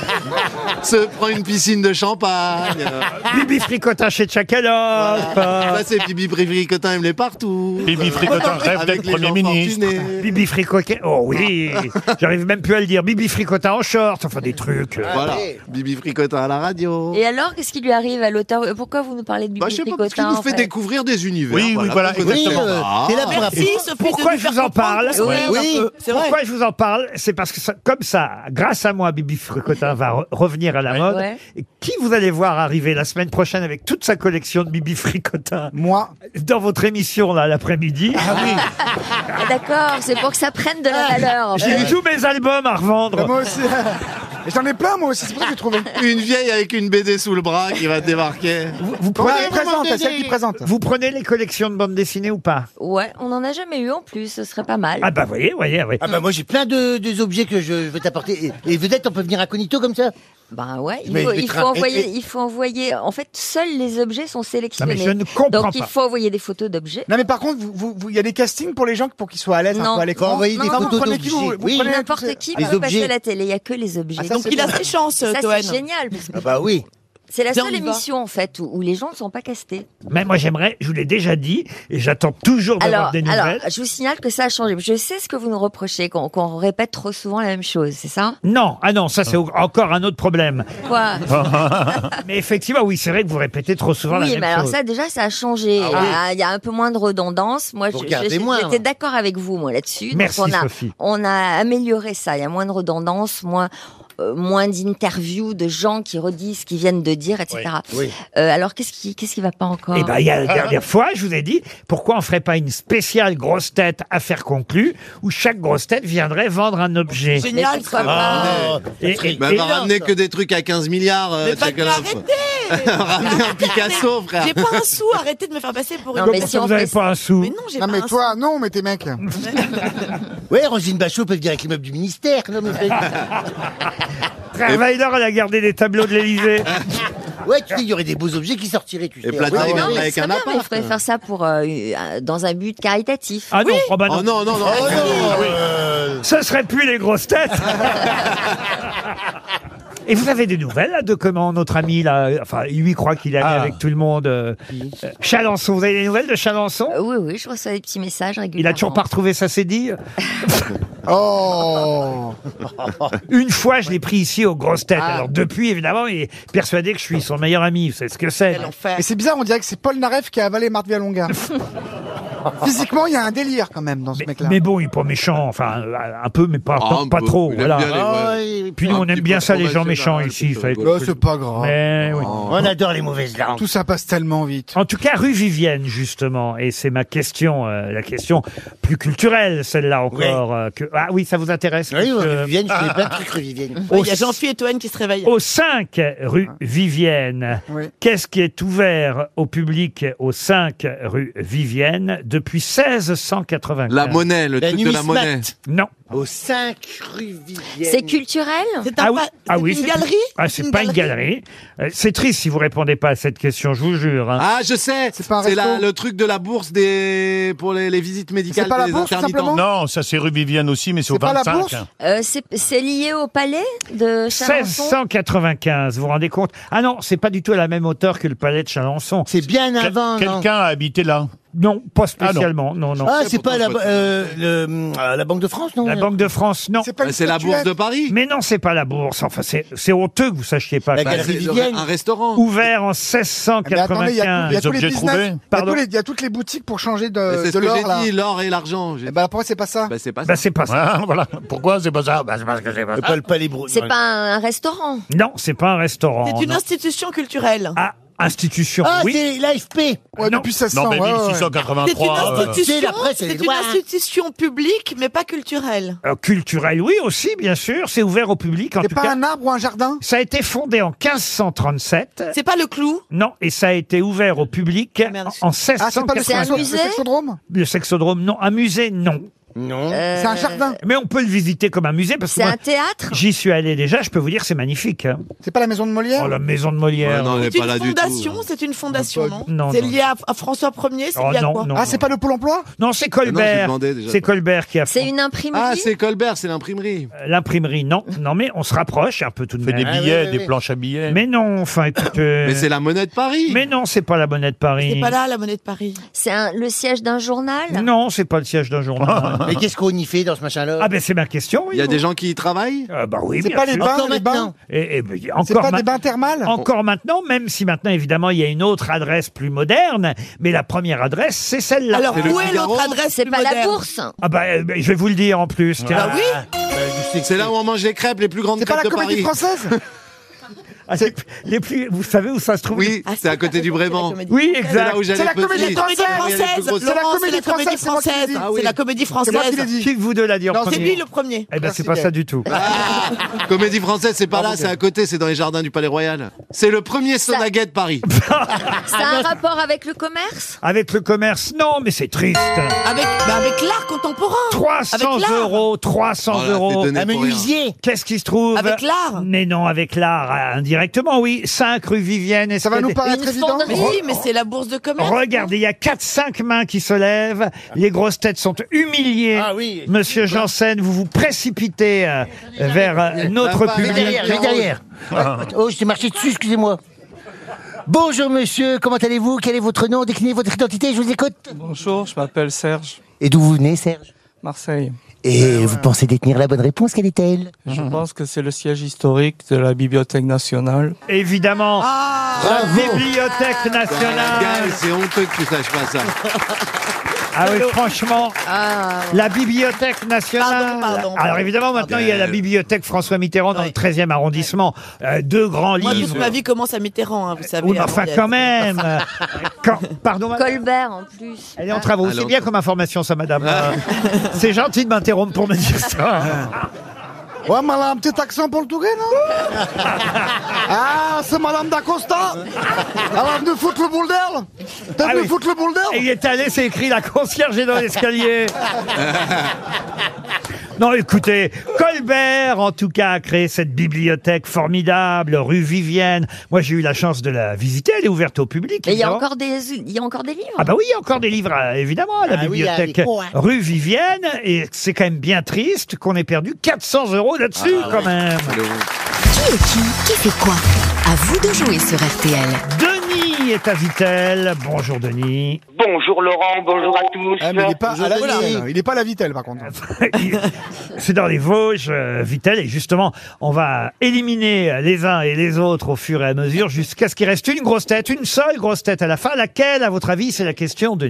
L: se prend une piscine de champagne.
B: Bibi Fricotin chez Tchakalov.
L: Ça, c'est Bibi Fricotin aime les partout.
D: Bibi Fricotin rêve
L: Avec
D: d'être
L: les
D: Premier
L: gens
D: ministre.
L: fortunés.
B: Bibi Fricotin. Oh oui. J'arrive même plus à le dire. Bibi Fricotin en short. Enfin, des trucs.
L: Voilà. Bibi Fricotin à la radio.
C: Et alors, qu'est-ce qui lui arrive à l'auteur? Pourquoi vous nous parlez de Bibi
L: Bah, je sais pas, parce qu'il
C: Fricotin,
L: nous
C: en
L: fait
C: fait
L: découvrir des univers.
D: Oui, oui, voilà,
L: peut-être
D: exactement.
L: que-
F: euh,
L: Ah.
F: t'es là pour
G: Merci, Sophie,
B: Pourquoi
G: de nous
B: je
G: faire
B: vous en parle
G: comprendre.
C: Oui,
G: Oui,
F: oui.
G: un peu. C'est vrai.
B: Pourquoi je vous en parle? C'est parce que ça- comme ça, grâce à moi, Bibi Fricotin va re- revenir à la mode.
C: Ouais.
B: Et qui vous allez voir arriver la semaine prochaine avec toute sa collection de Bibi Fricotin
E: Moi.
B: dans votre émission là l'après-midi?
F: Ah oui.
C: Ah, d'accord, c'est pour que ça prenne de la valeur. en
B: J'ai
C: fait.
B: tous mes albums à
E: Bah,
B: revendre.
E: moi aussi. Et j'en ai plein, moi aussi. C'est pour ça que j'ai trouvé.
L: Une vieille avec une B D sous le bras qui va débarquer.
B: Vous, vous
E: Comment
B: prenez,
E: elle présente, c'est celle qui présente.
B: vous prenez les collections de bandes dessinées ou pas?
C: Ouais, on n'en a jamais eu en plus, ce serait pas mal.
B: Ah bah voyez, voyez, voyez.
F: Ah, bah, moi, j'ai plein de, des objets que je veux t'apporter. Et, et vedette, on peut venir incognito comme ça?
C: Ben ouais, il
F: Mais
C: faut,
F: je vais
C: il
F: te
C: faut
F: ra-
C: envoyer,
F: et- et-
C: il faut envoyer. En fait, seuls les objets sont
B: Non
C: sélectionnés.
B: mais je ne comprends
C: Donc
B: pas.
C: il faut envoyer des photos d'objets.
E: Non, mais par contre, vous- vous- vous- il y a des castings pour les gens pour qu'ils soient à l'aise un
C: Non.
E: peu à
F: Faut
E: l'écran.
F: envoyer des
C: Non,
E: vous
F: photos
E: prenez qui, vous-
F: d'objets.
E: vous
F: Oui.
E: prenez-
C: N'importe qui
F: les
C: peut passer
F: objets.
C: à la télé, il n'y a que les objets.
E: Ah, ça,
G: Donc
E: c'est
G: il a
E: bien.
G: ses chances,
C: Ça,
G: Toen.
C: c'est génial. parce que
F: Ah, bah oui.
C: C'est la
G: Viens,
C: seule
G: on y va.
C: émission, en fait, où, où les gens ne sont pas castés.
B: Mais moi j'aimerais, je vous l'ai déjà dit, et j'attends toujours d'avoir
C: Alors,
B: des nouvelles.
C: alors, je vous signale que ça a changé. Je sais ce que vous nous reprochez, qu'on qu'on répète trop souvent la même chose, c'est ça?
B: Non, ah non, ça c'est au- encore un autre problème.
C: Quoi?
B: Mais effectivement, oui, c'est vrai que vous répétez trop souvent la
C: Oui,
B: même
C: mais alors
B: chose.
C: ça, déjà, ça a changé.
F: Ah
C: il, y a,
F: oui.
C: il y a un peu moins de redondance. Moi,
F: Vous
C: je-
F: regardez
C: je-
F: moins,
C: j'étais
F: hein.
C: d'accord avec vous, moi, là-dessus. Donc,
B: Merci,
C: on a,
B: Sophie.
C: on a amélioré ça. Il y a moins de redondance, moins, euh, moins d'interviews de gens qui redisent ce qu'ils viennent de dire, et cetera.
F: Oui.
C: Euh, alors, qu'est-ce qui, qu'est-ce qui va pas encore?
B: Eh ben, il y a la dernière fois, je vous ai dit, pourquoi on ferait pas une spéciale grosse tête affaire conclue, où chaque grosse tête viendrait vendre un objet.
C: Mais
G: Génial,
C: pourquoi
G: ça.
C: pas?
B: Et-
F: ça serait
B: et-
L: Mais
B: et-
L: elle va ramener que des trucs à quinze milliards. euh,
G: Mais pas de
L: Tchakalov.
G: arrêtez.
L: Ramener un Picasso, frère.
G: J'ai pas un sou, arrêtez de me faire passer pour
C: Non,
G: une...
C: mais
B: Comment
C: si
B: ça,
C: on
B: vous avez
C: fait-
B: pas un sou?
G: Mais non, j'ai
E: Non,
G: pas
E: mais
G: un
E: toi, non, mais tes mecs.
F: Ouais, Roselyne Bachot peut venir avec l'immeuble du ministère. Non, mais...
B: Frère Weiler, elle a gardé des tableaux de l'Élysée.
F: Ouais, tu sais, il y aurait des beaux objets qui sortiraient, tu sais.
L: Et Platine,
F: Ouais,
L: il
F: ouais.
C: Non, mais
L: avec
C: ce serait
L: un
C: bien, mais il
L: appart,
C: faudrait
L: quoi.
C: faire ça pour, euh, euh, dans un but caritatif.
B: Ah non, oh bah non.
L: Oh non, non, non.
F: Oh non, euh,
B: Ce serait plus les grosses têtes. Et vous avez des nouvelles là, de comment notre ami là, enfin lui croit qu'il est ami
D: Ah.
B: avec tout le monde. euh, euh, Chalençon, vous avez des nouvelles de Chalençon?
C: Euh, oui, oui, je reçois des petits messages régulièrement.
B: Il a toujours pas retrouvé sa cédille.
E: Oh.
B: Une fois, je l'ai pris ici aux grosses têtes. Alors depuis, évidemment, il est persuadé que je suis son meilleur ami. Vous savez ce que c'est?
G: Quel enfer.
E: Mais c'est bizarre, on dirait que c'est Paul Naref qui a avalé Marthe Vialonga. Physiquement, il y a un délire quand même dans ce mec-là.
B: Mais bon, il est pas méchant, enfin un peu, mais pas,
E: Ah,
B: pas,
E: un
B: pas
E: peu.
B: trop.
E: Il aime
B: Voilà.
E: bien les- ouais.
B: Ah, Puis nous,
E: Un
B: on aime
E: petit
B: bien
E: peu
B: ça, les gens
E: professionnel,
B: méchants ici. ça
E: Ouais, c'est pas grave.
B: Mais oui.
F: On adore les mauvaises langues.
E: Tout ça passe tellement vite.
B: En tout cas, rue Vivienne, justement, et c'est ma question, euh, la question plus culturelle, celle-là encore. euh, que... Ah oui, ça vous intéresse
F: Oui,
B: parce
F: rue
B: que-
F: Vivienne, je connais plein de trucs rue Vivienne.
G: Oui, il y a Jean-Philippe et Toen qui se réveillent.
B: Au cinq rue Vivienne, qu'est-ce qui est ouvert au public au cinq rue Vivienne depuis seize cent quatre-vingt-quinze?
L: La monnaie, le
F: La
L: truc de la
F: numismate.
L: monnaie.
B: Non.
F: Au cinq rue Vivienne.
C: C'est culturel?
G: C'est un
B: Ah oui,
G: pa-
B: ah
G: c'est
B: oui,
G: une
B: c'est-
G: galerie
B: Ah, c'est pas une galerie. Euh, C'est triste si vous répondez pas à cette question, je vous jure. hein.
L: Ah, je sais. C'est
E: pas un resto
L: la- le truc de la bourse des pour les, les visites médicales
E: C'est pas la
L: des
E: bourse, tout
L: intermittents.
E: simplement
D: Non, ça c'est rue Vivienne aussi, mais c'est au
E: C'est pas la
D: vingt-cinq.
E: bourse
D: hein.
C: Euh, c'est c'est lié au palais de Chalençon?
B: seize cent quatre-vingt-quinze, vous vous rendez compte? Ah non, c'est pas du tout à la même hauteur que le palais de Chalençon.
F: C'est bien
D: Quel-
F: avant, non
D: Quelqu'un a habité là.
B: Non, pas
D: Ah, non.
B: spécialement. non, non.
F: Ah, c'est pas la, euh, le, euh, la Banque de France, non
B: La Banque de France, non.
E: C'est pas
L: Bah,
E: une
L: c'est la bourse
E: statuette.
L: de Paris.
B: Mais non, c'est pas la bourse. Enfin, c'est c'est honteux que vous sachiez pas.
F: La
B: quoi.
L: Bah,
F: galerie
L: c'est
F: Vivienne.
L: un restaurant.
B: Ouvert en seize
E: Eh ben, attendez, il y a, il y a
B: quatre-vingt-quinze.
E: tous les
D: objets
E: business,
D: trouvés.
E: il y a
B: Pardon
E: tous les- il y a toutes les boutiques pour changer
L: Mais
E: de,
L: c'est ce
E: de
L: que
E: l'or
L: j'ai
E: là.
L: dit, l'or et l'argent. J'ai-
E: Eh ben pourquoi c'est pas ça?
L: Bah, c'est pas ça.
B: Bah, c'est pas ça.
D: Ah, voilà. Pourquoi c'est pas ça Bah, c'est parce que c'est pas
F: Et
D: ça.
F: pas le palais Brou-
C: C'est pas un, un restaurant?
B: Non, c'est pas un restaurant.
G: C'est une
B: non.
G: institution culturelle.
B: Ah, institution,
F: Ah,
B: oui.
F: c'est l'A F P.
E: Ouais,
B: non.
E: depuis seize cents.
D: Non, mais
E: ouais, ouais.
G: C'est une
D: mille six cent quatre-vingt-trois. euh,
G: institution,
F: C'est la presse et les
G: c'est une
F: droits, hein.
G: institution publique, mais pas culturelle.
B: Euh, culturel, oui aussi, bien sûr. C'est ouvert au public, en
E: C'est
B: tout
E: pas
B: cas.
E: un arbre ou un jardin?
B: Ça a été fondé en quinze cent trente-sept.
G: C'est pas le clou.
B: Non, et ça a été ouvert au public
G: merde.
B: en seize
E: Ah, c'est
B: cent
E: pas le,
C: C'est un
B: quatre-vingt-quinze.
C: musée
E: le sexodrome?
B: Le sexodrome, non. Un musée, non.
F: Non.
C: Euh,
E: C'est un jardin?
B: Mais on peut le visiter comme un musée parce que
C: C'est
B: moi,
C: un théâtre?
B: j'y suis allé déjà. Je peux vous dire, c'est magnifique. hein.
E: C'est pas la maison de Molière?
B: Oh, la maison de
L: Ouais,
B: Molière.
L: non, elle est
G: C'est
L: pas
G: une
L: là du tout.
G: fondation, c'est une fondation, non,
B: Non,
G: C'est
B: non.
G: lié à, à François Ier, c'est
B: Oh,
G: lié à
B: non,
G: quoi
B: non,
E: Ah, c'est pas le Pôle emploi?
B: Non, c'est
L: Ah non, j'ai
B: Colbert.
L: demandé déjà.
B: C'est Colbert qui a
C: C'est
B: fait
C: une imprimerie?
L: Ah, c'est Colbert, c'est l'imprimerie.
B: l'imprimerie. Non, non, mais on se rapproche un peu tout de
D: fait
B: même.
D: des
F: Ah,
D: billets,
F: oui, oui,
D: des
F: oui.
D: planches à billets.
B: Mais non, enfin, écoute. euh,
L: Mais c'est la monnaie de Paris.
B: Mais non, c'est pas la monnaie de Paris.
G: C'est pas là, la monnaie de Paris.
C: C'est un- le siège d'un journal?
B: Non, c'est pas le siège d'un journal.
F: Mais qu'est-ce qu'on y fait dans ce machin-là?
B: ah ben c'est ma question. Oui,
L: Il y a
B: vous.
L: des gens qui y travaillent.
B: Ah, bah oui,
E: C'est
B: bien
E: pas les
B: sûr.
E: bains,
F: Encore
E: les bains?
F: maintenant.
B: Et, et, ben,
E: C'est
B: encore
E: pas
B: ma-
E: des bains thermales?
B: Encore maintenant, même si maintenant, évidemment, il y a une autre adresse plus moderne, mais la première adresse, c'est celle-là.
G: Alors,
L: C'est le
G: où est
L: Figaro
G: l'autre adresse
C: C'est
G: plus
C: pas la
G: moderne
C: bourse?
B: Ah bah, euh, je vais vous le dire en plus. tiens.
G: Bah oui.
L: C'est là où on mange les crêpes, les plus grandes
E: C'est pas
L: crêpes
E: la
L: de
E: comédie
L: Paris.
E: française?
B: Ah, les, les plus, vous savez où ça se trouve?
L: Oui,
G: Ah,
L: c'est à côté du Brévent.
B: Oui,
L: C'est là
B: exact.
L: où j'allais
E: C'est la
L: petit.
E: comédie
G: C'est la comédie
L: Il y a les plus
G: française.
L: grosses-
E: C'est la
G: Laurent,
E: comédie
G: c'est la comédie
E: française, c'est moi qui l'ai
G: française.
E: dit.
L: Ah oui.
G: C'est la comédie
E: C'est moi qui l'ai
G: française.
E: dit.
B: Qui que vous deux l'a dit en
E: Non,
G: C'est
B: premier?
G: lui le premier.
B: Eh ben, c'est
E: Merci,
B: pas
E: Gaël.
B: ça du tout.
L: Ah, comédie française, c'est pas là, c'est à côté, c'est dans les jardins du Palais Royal. C'est le premier sonaguet de Paris.
C: Ça a un rapport avec le commerce?
B: Avec le commerce, non, mais c'est triste.
G: Avec, bah, avec l'art contemporain.
B: trois cents
G: Avec l'art.
B: euros, trois cents
L: Oh là,
B: euros.
L: c'est donné
F: Un
L: pour rien.
F: menuisier.
B: Qu'est-ce qui se trouve?
G: Avec l'art.
B: Mais non, avec l'art, euh, indirectement, oui. cinq rue Vivienne. Est-ce
E: Ça va
B: qu'il y a
E: nous
B: des-
E: paraître
C: Une
E: évident?
C: fonderie?
G: Mais si, mais c'est la bourse de commerce.
B: Regardez, il y a quatre cinq mains qui se lèvent. Les grosses têtes sont humiliées.
F: Ah oui.
B: Monsieur Janssen, vous vous précipitez euh, vers euh, notre
L: Là-bas,
B: public.
F: Derrière, je vais derrière. Oh, je t'ai marché dessus, excusez-moi. Bonjour monsieur, comment allez-vous? Quel est votre nom? Déclinez votre identité, je vous écoute.
M: Bonjour, je m'appelle Serge,
F: Et d'où vous venez, Serge?
M: Marseille.
F: Et vous pensez détenir la bonne réponse, quelle est-elle?
M: Je pense que c'est le siège historique de la Bibliothèque nationale.
B: Évidemment,
G: Ah,
B: la
F: Bravo.
B: Bibliothèque nationale.
L: Gaël, c'est honteux que tu saches pas ça.
B: Ah oui, franchement,
C: Ah,
B: la Bibliothèque nationale.
G: Pardon, pardon.
B: Alors évidemment, maintenant, il y a la Bibliothèque François Mitterrand dans le treizième arrondissement. Euh, deux grands
G: moi,
B: livres.
G: toute ma vie commence à Mitterrand, hein, vous savez.
B: Oui, mais
G: avant
B: enfin,
G: d'être-
B: quand même. Euh, quand- Pardon, madame.
C: Colbert en plus.
B: Elle est en travaux. C'est
L: Alors-
B: bien comme information, ça, madame. Euh, C'est gentil de m'interrompre pour me dire ça.
E: Ouais, mais elle a un petit accent portugais, non? Ah, c'est Madame d'Acosta. Elle est venue foutre le boule d'air. T'es
B: Ah
E: venu
B: oui.
E: foutre le boule
B: Et
E: d'air?
B: il est allé, c'est écrit la concierge est dans l'escalier. Non, écoutez, Colbert, en tout cas, a créé cette bibliothèque formidable, rue Vivienne. Moi, j'ai eu la chance de la visiter. Elle est ouverte au public.
C: Et il y a
B: évidemment.
C: encore des, il y a encore des livres?
B: Ah bah oui, il y a encore des livres, euh, évidemment, à la
F: Ah oui,
B: bibliothèque
F: il y a des cours, hein.
B: rue Vivienne. Et c'est quand même bien triste qu'on ait perdu quatre cents euros là-dessus,
L: Ah
B: quand même.
I: Qui est qui? Qui fait quoi? À vous de jouer sur R T L.
B: Denis est à Vittel. Bonjour, Denis.
N: Bonjour Laurent, bonjour à tous.
E: Ah, mais il est pas à la
F: Bonjour,
E: Vitelle.
F: Denis.
E: Il est pas à la Vitelle, par contre.
B: C'est dans les Vosges, euh, Vittel. Et justement, on va éliminer les uns et les autres au fur et à mesure jusqu'à ce qu'il reste une grosse tête, une seule grosse tête à la fin. Laquelle, à votre avis, c'est la question, Denis?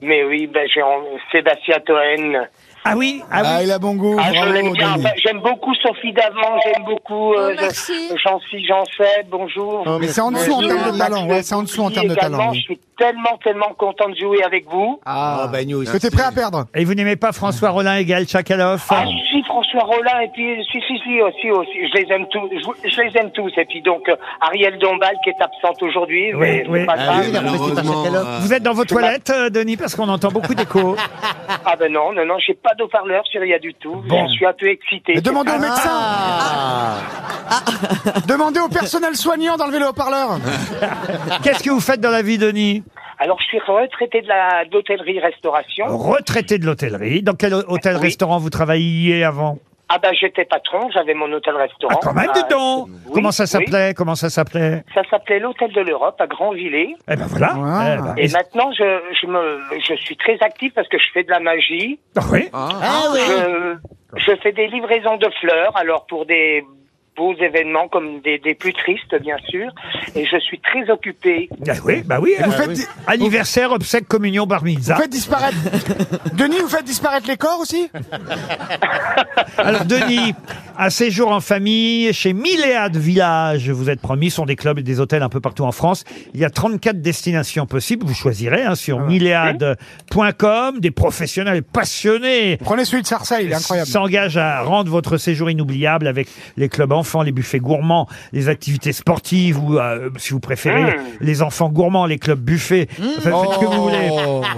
N: Mais oui, ben, j'ai en- Sébastien Toen.
B: Ah oui, ah,
E: Ah,
B: oui.
E: il a bon goût.
N: Ah, je
E: bravo,
N: l'aime bien.
E: Denis.
N: Enfin, j'aime beaucoup Sophie Davant, j'aime beaucoup euh,
C: Oh, merci.
N: Jean-Cy Janset, bonjour.
E: Mais c'est en dessous en
N: Bonjour,
E: termes de talent.
N: Max
E: Ouais, c'est en dessous en
N: Boublil
E: termes de
N: également.
E: talent. oui.
N: Je suis tellement, tellement content de jouer avec vous.
E: Ah,
F: bah, nous
E: Est-ce que t'es prêt à perdre?
B: Et vous n'aimez pas François Rollin et Gaël Tchakaloff?
N: Ah, si, si, François Rollin, et puis, si, si, si, aussi, aussi, je les aime tous, je, je les aime tous. Et puis, donc, euh, Ariel Dombal, qui est absente aujourd'hui,
B: Oui,
N: mais
B: oui.
N: c'est pas
F: Ah
N: grave.
F: oui, il a remplacé par
L: malheureusement,
F: Chakalov.
L: euh,
B: Vous êtes dans vos toilettes, euh, Denis, parce qu'on entend beaucoup d'écho.
N: Ah, ben non, non, non, j'ai pas d'eau-parleur sur rien du tout.
B: Bon.
N: Je suis un peu excité.
E: Mais demandez au médecin.
F: Ah.
E: Demandez au personnel soignant d'enlever le haut-parleur.
B: Qu'est-ce que vous faites dans la vie, Denis?
N: Alors, je suis retraité de la, d'hôtellerie-restauration.
B: Retraité de l'hôtellerie. Dans quel hôtel-restaurant vous travailliez avant?
N: Ah, ben, j'étais patron, j'avais mon hôtel-restaurant.
B: Ah, quand même, dis donc.
N: oui,
B: Comment ça
N: oui.
B: s'appelait? Comment ça s'appelait?
N: Ça s'appelait l'Hôtel de l'Europe à Grandvillers.
B: Eh ben voilà.
E: Ah.
B: Eh ben,
N: Et maintenant, je, je, me, je suis très actif parce que je fais de la magie.
B: Ah oui.
F: Ah oui.
N: Je, je fais des livraisons de fleurs, alors pour des beaux événements comme des, des plus tristes, bien sûr. Et je suis très occupé.
B: Ah oui, bah oui.
E: Vous
B: euh,
E: faites
B: oui.
E: di-
B: Anniversaire, obsèque, communion, bar mitzvah.
E: Vous faites disparaître. Denis, vous faites disparaître les corps aussi?
B: Alors, Denis, un séjour en famille chez Milléade Village, vous êtes promis, sont des clubs et des hôtels un peu partout en France. Il y a trente-quatre destinations possibles. Vous choisirez hein, sur milléade point com. Des professionnels passionnés
E: Prenez celui de Sarcelles, il est incroyable.
B: s'engagent à rendre votre séjour inoubliable avec les clubs enfants, les buffets gourmands, les activités sportives ou, euh, si vous préférez,
N: Mmh.
B: les enfants gourmands, les clubs buffets. Enfin, faites ce que vous voulez.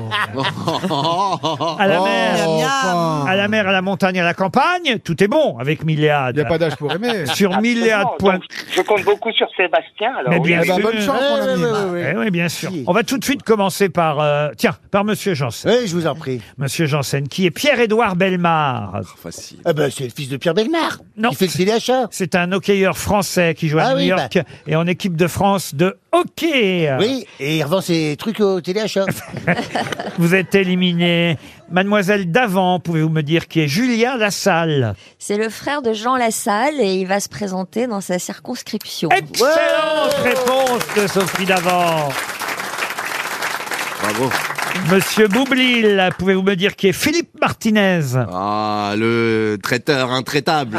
B: À la mer,
G: Miam, miam.
B: à la mer, à la montagne, à la campagne, tout est bon avec Milléade.
E: Il n'y a pas d'âge pour aimer.
B: Sur milléade.
N: Absolument. Donc, je compte beaucoup sur Sébastien. Alors,
B: Mais
N: oui.
B: bien
E: Eh ben,
B: sûr.
E: bonne chance, mon ami.
B: Eh oui, bien sûr. On va tout de suite commencer par, euh, tiens, par Monsieur Janssen.
F: Oui, je vous en prie.
B: Monsieur Janssen, qui est Pierre-Édouard Bellemare.
L: Facile.
F: Ah ben, c'est le fils de Pierre Bellemare.
B: Non.
F: Il fait le téléachat.
B: C'est un hockeyeur français qui joue à
F: Ah
B: New
F: oui,
B: York et en équipe de France de hockey.
F: Oui, et il revend ses trucs au téléachat.
B: Vous êtes éliminé. Mademoiselle Davant, pouvez-vous me dire qui est Julien Lassalle?
C: C'est le frère de Jean Lassalle et il va se présenter dans sa circonscription.
B: Excellente réponse de Sophie Davant.
L: Bravo.
B: Monsieur Boublil, pouvez-vous me dire qui est Philippe Martinez?
L: Ah, le traiteur intraitable.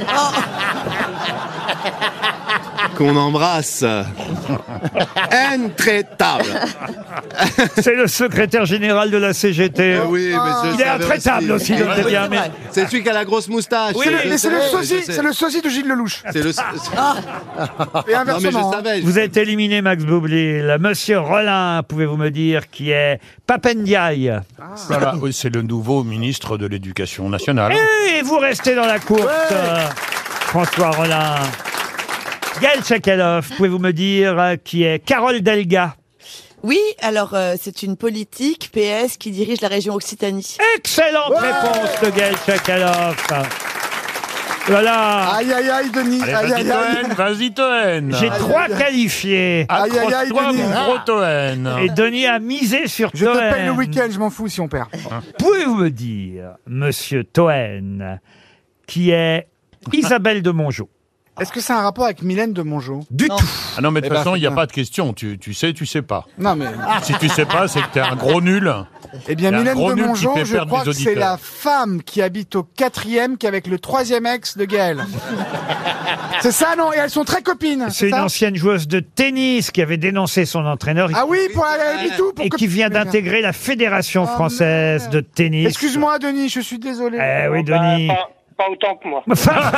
L: Qu'on embrasse. Intraitable.
B: C'est le secrétaire général de la C G T.
L: Eh oui, mais je
B: Il est
L: savais
B: intraitable aussi,
L: aussi.
B: notez bien. Mais...
L: C'est celui qui a la grosse moustache.
B: Oui,
L: Je
E: Mais c'est le
L: sais,
E: sosie,
L: je sais.
E: c'est le sosie de Gilles Lelouch.
L: C'est le.
E: Et
L: Non, mais je
E: inversement. hein.
L: savais.
B: Vous êtes éliminé, Max Boublil. Monsieur Rollin, pouvez-vous me dire qui est Papendiaï?
D: Voilà, oui, c'est le nouveau ministre de l'Éducation nationale.
B: Et vous restez dans la course, euh, François Rollin. Gaël Tchakaloff, pouvez-vous me dire euh, qui est Carole Delga?
G: Oui, alors euh, c'est une politique P S qui dirige la région Occitanie.
B: Excellente réponse de Gaël Tchakaloff. Voilà.
E: Aïe, aïe, aïe, Denis.
D: Allez,
E: Aïe,
D: vas-y,
E: aïe, aïe.
D: Toen, vas-y, Toen.
B: J'ai trois qualifiés.
E: Aïe, aïe, aïe,
D: Accroche-toi,
E: Denis.
D: mon gros Toen.
B: Et Denis a misé sur
E: Je te
B: Toen.
E: paye le week-end, je m'en fous si on perd.
B: Pouvez-vous me dire, monsieur Toen, qui est Isabelle de Mongeau?
E: Est-ce que c'est un rapport avec Mylène de Mongeau?
B: Du tout.
D: Ah non, mais de
E: Eh
D: toute
E: ben,
D: façon, il n'y a
E: c'est
D: pas de question. Tu, tu sais, tu sais pas.
E: Non, mais.
D: Si tu sais pas, c'est que t'es un gros nul.
E: Eh bien,
D: Il y a un
E: Mylène
D: gros
E: de
D: nul qui
E: Mongeau,
D: fait
E: je
D: perdre
E: crois
D: les
E: que c'est
D: auditeurs.
E: la femme qui habite au quatrième qui est avec le troisième ex de Gaël. C'est ça, non? Et elles sont très copines.
B: C'est une
E: ça
B: ancienne joueuse de tennis qui avait dénoncé son entraîneur
E: Ah oui, pour la MeToo, pour
B: et
E: que-
B: qui vient d'intégrer la Fédération
E: Oh,
B: française de tennis.
E: Excuse-moi, Denis, je suis désolé.
B: Eh oui,
N: Bah,
B: Denis.
N: pas, pas autant que moi.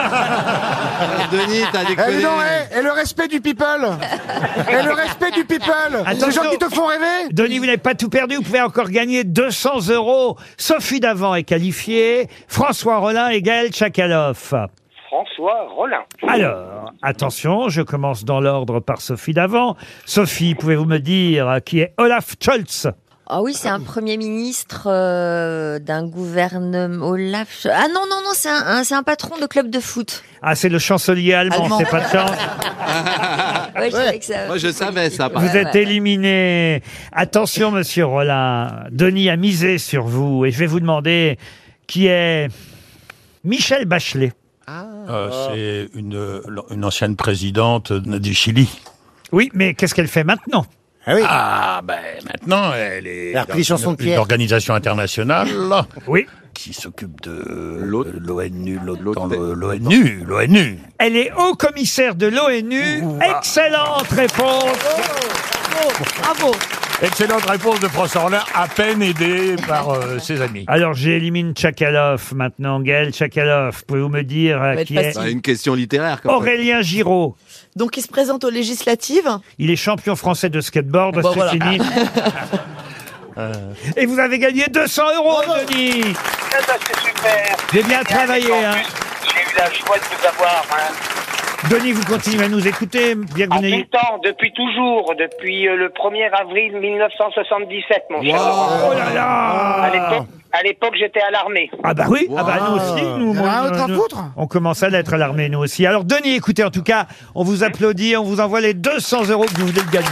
L: Denis, t'as
E: Eh, dis
L: déconné.
E: donc, eh, et le respect du people. Et le respect du people. Ces
B: Attention.
E: gens qui te font rêver.
B: Denis, vous n'avez pas tout perdu, vous pouvez encore gagner deux cents euros. Sophie Davant est qualifiée, François Rollin et Gaël Tchakaloff.
N: François Rollin.
B: Alors, attention, je commence dans l'ordre par Sophie Davant. Sophie, pouvez-vous me dire qui est Olaf Scholz?
C: Ah oui, c'est un premier ministre euh, d'un gouvernement. Olaf. Ah non, non, non, c'est un, un- c'est un patron de club de foot.
B: Ah, c'est le chancelier allemand,
G: Allemand.
B: c'est pas de chance.
C: Ouais, je savais que ça.
L: Moi, je savais ça. par
B: Vous
C: Ouais,
B: êtes
C: ouais.
B: éliminé. Attention, monsieur Rollin. Denis a misé sur vous et je vais vous demander qui est Michel Bachelet.
D: Euh, c'est une, une ancienne présidente du Chili.
B: Oui, mais qu'est-ce qu'elle fait maintenant?
F: Ah oui.
D: Ah, ben maintenant, elle est
F: Elle a repris
D: dans
F: les chansons
D: une,
F: de Pierre.
D: une organisation internationale
B: Oui.
D: qui s'occupe de l'ONU, l'ONU, l'ONU.
B: Elle est haut commissaire de l'ONU. Excellente réponse.
G: Bravo.
D: Excellente réponse de François Rollin, à peine aidé par euh, ses amis.
B: Alors j'élimine Tchakalov maintenant. Gaël Tchakalov, pouvez-vous me dire euh,
G: va être
B: qui est
G: facile.
H: Bah, une question littéraire. Comme ça.
B: Aurélien Giraud.
G: Donc, il se présente aux législatives.
B: Il est champion français de skateboard,
G: Bon,
B: c'est
G: voilà.
B: fini. Euh. Et vous avez gagné deux cents euros, Denis.
N: Ah bah, c'est super.
B: J'ai bien travaillé, hein.
N: J'ai eu la joie de vous avoir. Hein.
B: Denis, vous continuez à nous écouter, bien que
N: En
B: vous
N: tout
B: n'ayez...
N: le temps, depuis toujours, depuis euh, le premier avril mille neuf cent soixante-dix-sept, mon cher.
H: Wow.
N: Laurent.
B: Oh là
N: À
B: là.
N: l'époque, à l'époque, j'étais à l'armée.
B: Ah bah oui, ah bah nous aussi, nous,
E: Il y en a un autre à
B: nous-
E: foutre.
B: on commence à l'être à l'armée, nous aussi. Alors Denis, écoutez, en tout cas, on vous applaudit, on vous envoie les deux cents euros que vous voulez gagner.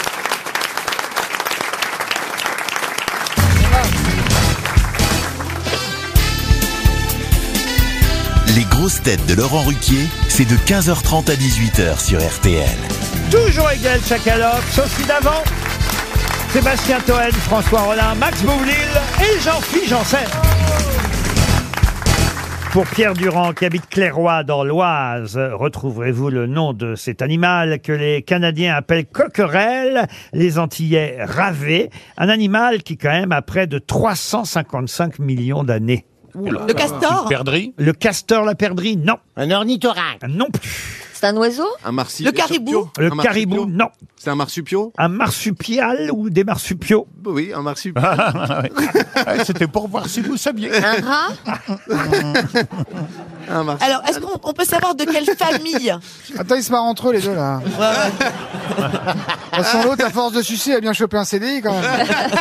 A: Les grosses têtes de Laurent Ruquier, c'est de quinze heures trente à dix-huit heures sur R T L.
B: Toujours égal Tchakalov, Sophie Davant, Sébastien Toen, François Rollin, Max Boublil et Jean-Philippe Janssen. Pour Pierre Durand, qui habite Clairoy dans l'Oise, retrouverez-vous le nom de cet animal que les Canadiens appellent coquerelle, les Antillais ravet, un animal qui quand même a près de trois cent cinquante-cinq millions d'années.
G: Le castor.
D: Une perdrix.
B: Le castor, la perdrix, non.
F: Un ornithorynque.
B: Non plus.
C: C'est un oiseau?
H: Un marsi-
G: Le caribou.
B: Le
H: Un marsupio.
B: caribou, non.
H: C'est un marsupio.
B: Un marsupial ou des marsupiaux?
H: Oui, un marsupio.
D: Ah, ouais, c'était pour voir si vous saviez.
C: Un rat?
H: Un mars-
G: Alors, est-ce qu'on on peut savoir de quelle famille?
E: Attends, ils se marrent entre eux, les deux, là. Sans l'autre, à force de sucer, a bien chopé un C D I, quand même.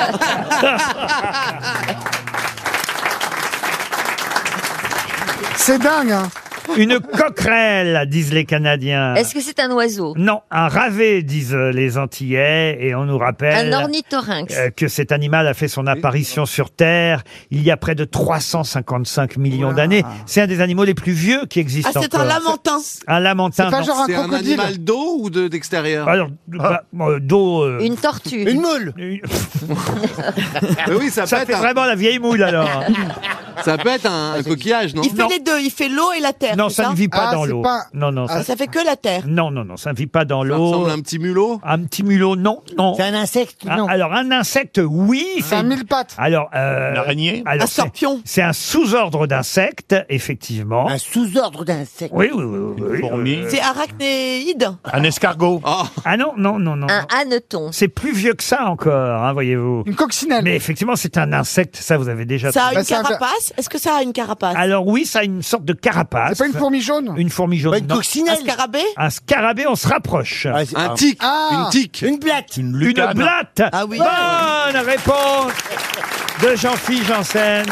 E: C'est dingue, hein.
B: Une coquerelle, disent les Canadiens.
C: Est-ce que c'est un oiseau?
B: Non, un ravet, disent euh, les Antillais, et on nous rappelle
C: Un ornithorynque.
B: euh, que cet animal a fait son apparition sur Terre il y a près de trois cent cinquante-cinq millions d'années. C'est un des animaux les plus vieux qui
G: Ah,
B: existent
G: c'est un
B: encore.
G: lamentin.
B: Un lamentin.
E: C'est pas
B: non.
E: genre un
H: C'est un
E: crocodile.
H: animal d'eau ou de- d'extérieur
B: Alors, bah, euh, d'eau... euh,
C: Une tortue.
F: Une moule.
B: une-
H: Mais oui, ça,
B: Ça
H: peut
B: fait
H: être un,
B: vraiment la vieille moule, alors.
H: ça peut être un, un coquillage, non
G: Il fait
B: Non.
G: les deux. Il fait l'eau et la terre.
B: Non,
G: c'est
B: ça ne vit pas
E: Ah,
B: dans
E: c'est
B: l'eau.
E: pas-
B: Non, non,
G: Ah,
B: ça...
G: ça fait que la terre.
B: Non, non, non, ça ne vit pas dans
H: Ça
B: l'eau.
H: ressemble à un petit mulot.
B: Un petit mulot, non, non.
F: C'est un insecte?
B: Ah,
F: Non.
B: alors, un insecte, oui.
E: C'est un mille pattes.
B: Alors, euh,
D: Une araignée.
B: alors,
G: Un
B: c'est-
G: scorpion.
B: C'est un sous-ordre d'insectes, effectivement.
F: Un sous-ordre d'insecte.
B: Oui, oui, oui. oui, oui.
D: Fourmi.
G: C'est arachnéide.
D: Un escargot.
H: Oh,
B: Ah non, non, non, non.
C: Un
B: non.
C: hanneton.
B: C'est plus vieux que ça encore, hein, voyez-vous.
E: Une coccinelle.
B: Mais effectivement, c'est un insecte, ça vous avez déjà...
G: Ça a
E: Bah,
G: une
E: c'est un-
G: carapace. Est-ce que ça a une carapace?
B: Alors oui, ça a une sorte de carapace.
E: C'est pas une fourmi jaune.
B: Une fourmi jaune,
F: Pas une
B: non.
G: Un
F: coccinelle.
G: scarabée?
B: Un scarabée, on se rapproche.
F: Ah, c'est-
H: un
F: ah.
H: tic.
E: Ah.
H: Une tique.
F: Une blatte.
D: Une
B: Une
D: lucane.
B: blatte.
G: Ah oui.
B: Bonne réponse de Jean-Philippe Janssen.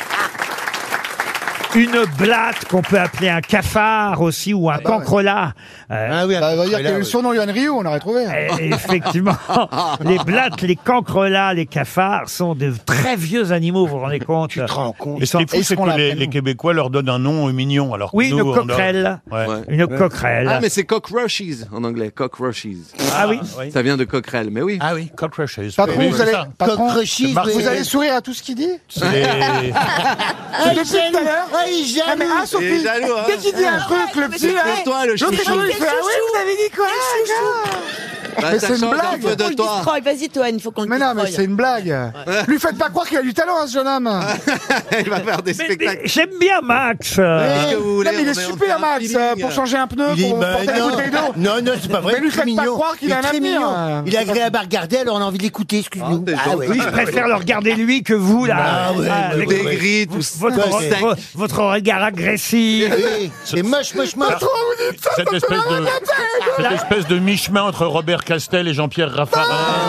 B: Une blatte qu'on peut appeler un cafard aussi ou un cancrelat. Euh,
F: Ah oui, un
E: Ça veut dire
F: cancrelat,
E: qu'il y avait le
F: oui.
E: surnom Yohan Ryu, on aurait trouvé.
B: Et effectivement, les blattes, les cancrelats, les cafards sont de très vieux animaux, vous vous rendez compte?
F: Tu te rends compte?
D: Et ce qui est fou,
E: Est-ce
D: c'est
E: qu'on
D: que les,
E: l'appelle,
D: les
E: nous
D: Québécois leur donnent un nom mignon. Alors que
B: Oui,
D: nous,
B: une
D: on a-
B: coquerelle.
D: Ouais.
H: Ouais.
B: Une coquerelle.
H: Ah, mais c'est cockroaches en anglais. Cockroaches.
B: Ah oui.
D: oui.
H: Ça vient de coquerelle, mais oui.
D: Ah oui, cockroaches.
E: Patron,
D: Oui,
E: vous
D: c'est
E: allez,
D: ça.
E: patron,
F: Cockroaches,
D: Marc-
F: oui.
E: vous allez sourire à tout ce qu'il dit?
D: C'est les-
F: Ah, il
E: Depuis tout à
F: gêne.
E: l'heure.
F: Ah, il gêne.
E: Ah, mais ah,
H: Il
E: Sophie,
H: est jaloux, hein.
E: dès qu'il dit un truc, le
G: mais
E: petit,
G: c'est
E: là,
H: Pour toi, le
E: l'autre
H: chouchou.
E: échange, il fait, ah oui, vous avez dit quoi, gars?
H: Bah,
E: Mais
H: ça
E: c'est une
H: change un
E: blague.
H: peu
G: Faut
H: de
G: qu'on le
H: toi.
G: destroy. Vas-y, Toen, il faut qu'on le
E: Mais non, mais
G: destroy.
E: c'est une blague. Lui faites pas croire qu'il a du talent, hein, ce jeune homme.
H: Il va faire des
B: Mais-
H: spectacles.
B: mais J'aime bien Max. euh,
H: Qu'est-ce que vous voulez,
E: Non, mais il
H: on
E: est
H: est en
E: super,
H: plein
E: Max,
H: feeling.
E: euh, pour changer un pneu,
F: Il est
E: pour
F: bah,
E: porter une
F: non.
E: bouteille d'eau.
F: non, non, c'est pas vrai.
E: Mais lui,
F: il est
E: faites pas
F: mignon.
E: croire qu'il
F: Il
E: a
F: est
E: un
F: très
E: avenir.
F: mignon. Il est agréable à regarder, alors on a envie de l'écouter, excuse-nous.
H: Ah, t'es
F: Ah, ouais.
B: Oui, je préfère le regarder lui que vous, là.
F: Ah ouais,
B: Ah,
F: ouais,
B: avec
F: ouais,
H: Des
F: ouais.
H: gris, tout
B: votre,
F: Ouais, c'est-
B: vo- votre regard agressif.
F: Oui, c'est moche, moche, moche.
D: cette espèce de cette espèce de mi-chemin entre Robert Castel et Jean-Pierre Raffarin.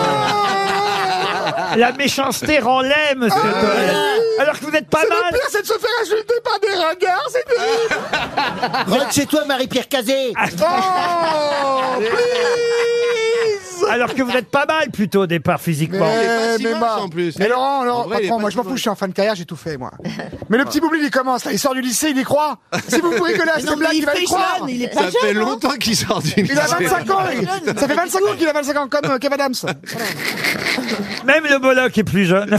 B: La méchanceté rend laid, monsieur Toen. Alors que vous n'êtes pas
E: Le
B: mal.
E: pire, c'est de se faire insulter par des ringards, c'est terrible.
F: Rentre chez toi, Marie-Pierre Cazé.
E: Oh, please.
B: Alors que vous êtes pas mal plutôt au départ physiquement.
E: Mais,
H: si
E: mais,
H: moche,
E: bah,
H: en plus.
E: mais Laurent, Laurent,
H: En vrai, il est
E: patron,
H: pas
E: moi
H: si
E: je m'en fous,
H: moche.
E: je suis en fin de carrière, j'ai tout fait, moi. Mais le petit Boublil, il commence, là, il sort du lycée, il y croit. Si vous pouvez que là,
G: Mais non,
E: ces
G: mais
E: blagues,
G: il
E: il va y
G: fait
E: croire.
G: jeune, il est
H: Ça
G: pas
H: fait
G: jeune, hein.
H: longtemps qu'il sort d'une
E: Il a vingt-cinq ans, il- ça fait vingt-cinq ans qu'il a vingt-cinq ans, comme euh, Kev Adams.
B: Même le Bollock est plus jeune.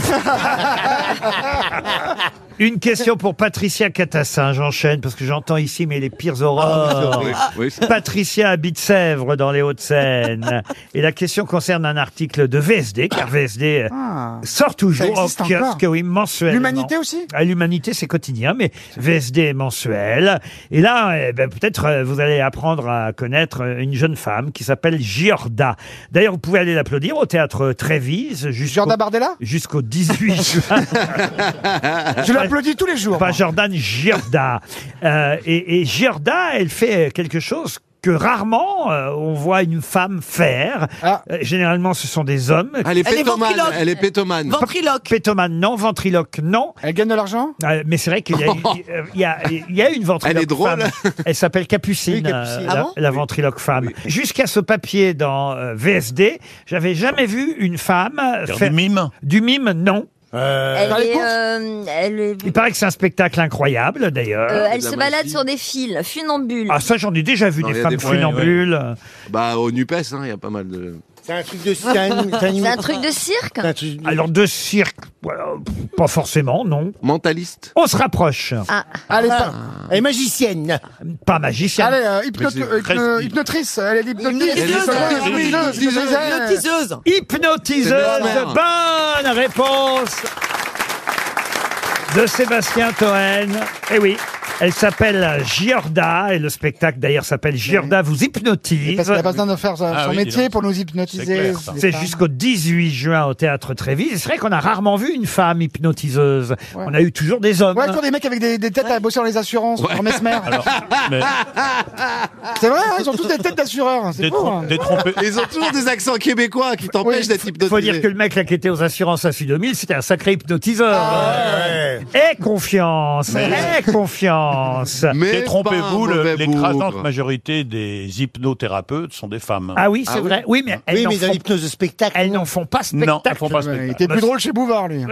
B: Une question pour Patricia Catassin, j'enchaîne parce que j'entends ici mais les pires horreurs.
H: Oui, c'est-
B: Patricia habite Sèvres dans les Hauts-de-Seine. Et la question concerne un article de V S D, car V S D euh,
E: Ah.
B: sort
E: Ça
B: toujours au
E: existe
B: kiosque,
E: encore.
B: oui, mensuellement.
E: L'Humanité aussi
B: À l'Humanité, c'est quotidien, mais V S D est mensuel. Et là, eh ben, peut-être euh, vous allez apprendre à connaître euh, une jeune femme qui s'appelle Giorda. D'ailleurs, vous pouvez aller l'applaudir au théâtre Trévise jusqu'au
E: Giorda Bardella
B: jusqu'au dix-huit juin.
E: Je l'applaudis tous les jours.
B: Pas
E: moi.
B: Jordan, Giorda. Euh, et, et Giorda, elle fait quelque chose que rarement euh, on voit une femme faire.
E: Ah.
B: Euh, généralement, ce sont des hommes.
H: Elle est
G: Elle est
H: pétomane.
G: ventriloque.
H: Elle est pétomane.
G: Ventriloque.
B: Pétomane, non. Ventriloque, non.
E: Elle gagne de l'argent
B: Euh, mais c'est vrai qu'il y a, il y a, il y a une ventriloque
H: Elle est drôle.
B: femme. Elle s'appelle Capucine,
E: Oui, Capucine.
B: euh,
G: Ah
B: la,
G: bon
B: la ventriloque femme. Jusqu'à ce papier dans euh, V S D, j'avais jamais vu une femme
D: Faire
B: faire
D: du mime.
B: du mime, non.
C: Elle,
E: Dans les
C: est,
E: courses
C: euh, elle, est-
B: Il paraît que c'est un spectacle incroyable, d'ailleurs.
C: euh, elle
H: de la
C: se balade
H: magie.
C: sur des fils, funambule.
B: Ah, ça, j'en ai déjà vu
H: Non,
B: des
H: il y a
B: femmes
H: des-
B: funambules.
H: Bah, au NUPES, hein, il y a pas mal de.
F: C'est un truc de... C'est un, c'est un-
C: C'est un truc de cirque.
F: c'est un truc de-
B: Alors, de cirque, voilà, pas forcément, non.
H: Mentaliste.
B: On se rapproche.
C: Ah,
E: Allez, pas-
F: Elle est magicienne.
B: Pas magicien.
E: Allez, euh, hypnote-
D: Mais c'est
E: euh,
D: très
E: hypno-
D: stylé.
E: hypnotrice, elle est hypnotrice.
G: Hypnotiseuse.
E: Hypnotiseuse, hypnotiseuse.
G: Hypnotiseuse.
B: Hypnotiseuse.
H: C'est ma mère.
B: Bonne réponse de Sébastien Toen. Eh oui. Elle s'appelle Giorda et le spectacle d'ailleurs s'appelle Giorda vous hypnotise.
E: Parce qu'elle a pas besoin de faire son
D: Ah
E: son
D: oui,
E: métier
D: dis donc.
E: pour nous
D: C'est
E: hypnotiser.
D: clair, ça.
B: C'est jusqu'au dix-huit juin au théâtre Trévise. C'est vrai qu'on a rarement vu une femme hypnotiseuse.
E: Ouais.
B: On a eu toujours des hommes.
E: Ouais, toujours des mecs avec des, des têtes à bosser dans les assurances, en mesmer.
D: Alors, mais
E: C'est vrai, hein, ils ont tous des têtes d'assureurs. C'est fou. hein.
D: détrom- détromper.
H: Ils ont toujours des accents québécois qui t'empêchent
E: Oui,
H: d'être hypnotisé.
B: Faut dire que le mec là qui était aux assurances A S U deux mille, c'était un sacré hypnotiseur. Aie confiance, aie confiance.
H: Mais
D: Détrompez-vous,
H: pas un
D: le-
H: mauvais
D: l'écrasante
H: bougre.
D: majorité des hypnothérapeutes sont des femmes.
B: Ah oui, c'est
H: Ah oui.
B: vrai. Oui, mais elles
F: Oui,
B: n'en
F: mais dans
B: font,
F: l'hypnose de spectacle.
B: elles n'en font pas spectacle.
D: Non, elles font pas
E: Ouais,
D: spectacle.
E: il était plus drôle chez Bouvard, lui.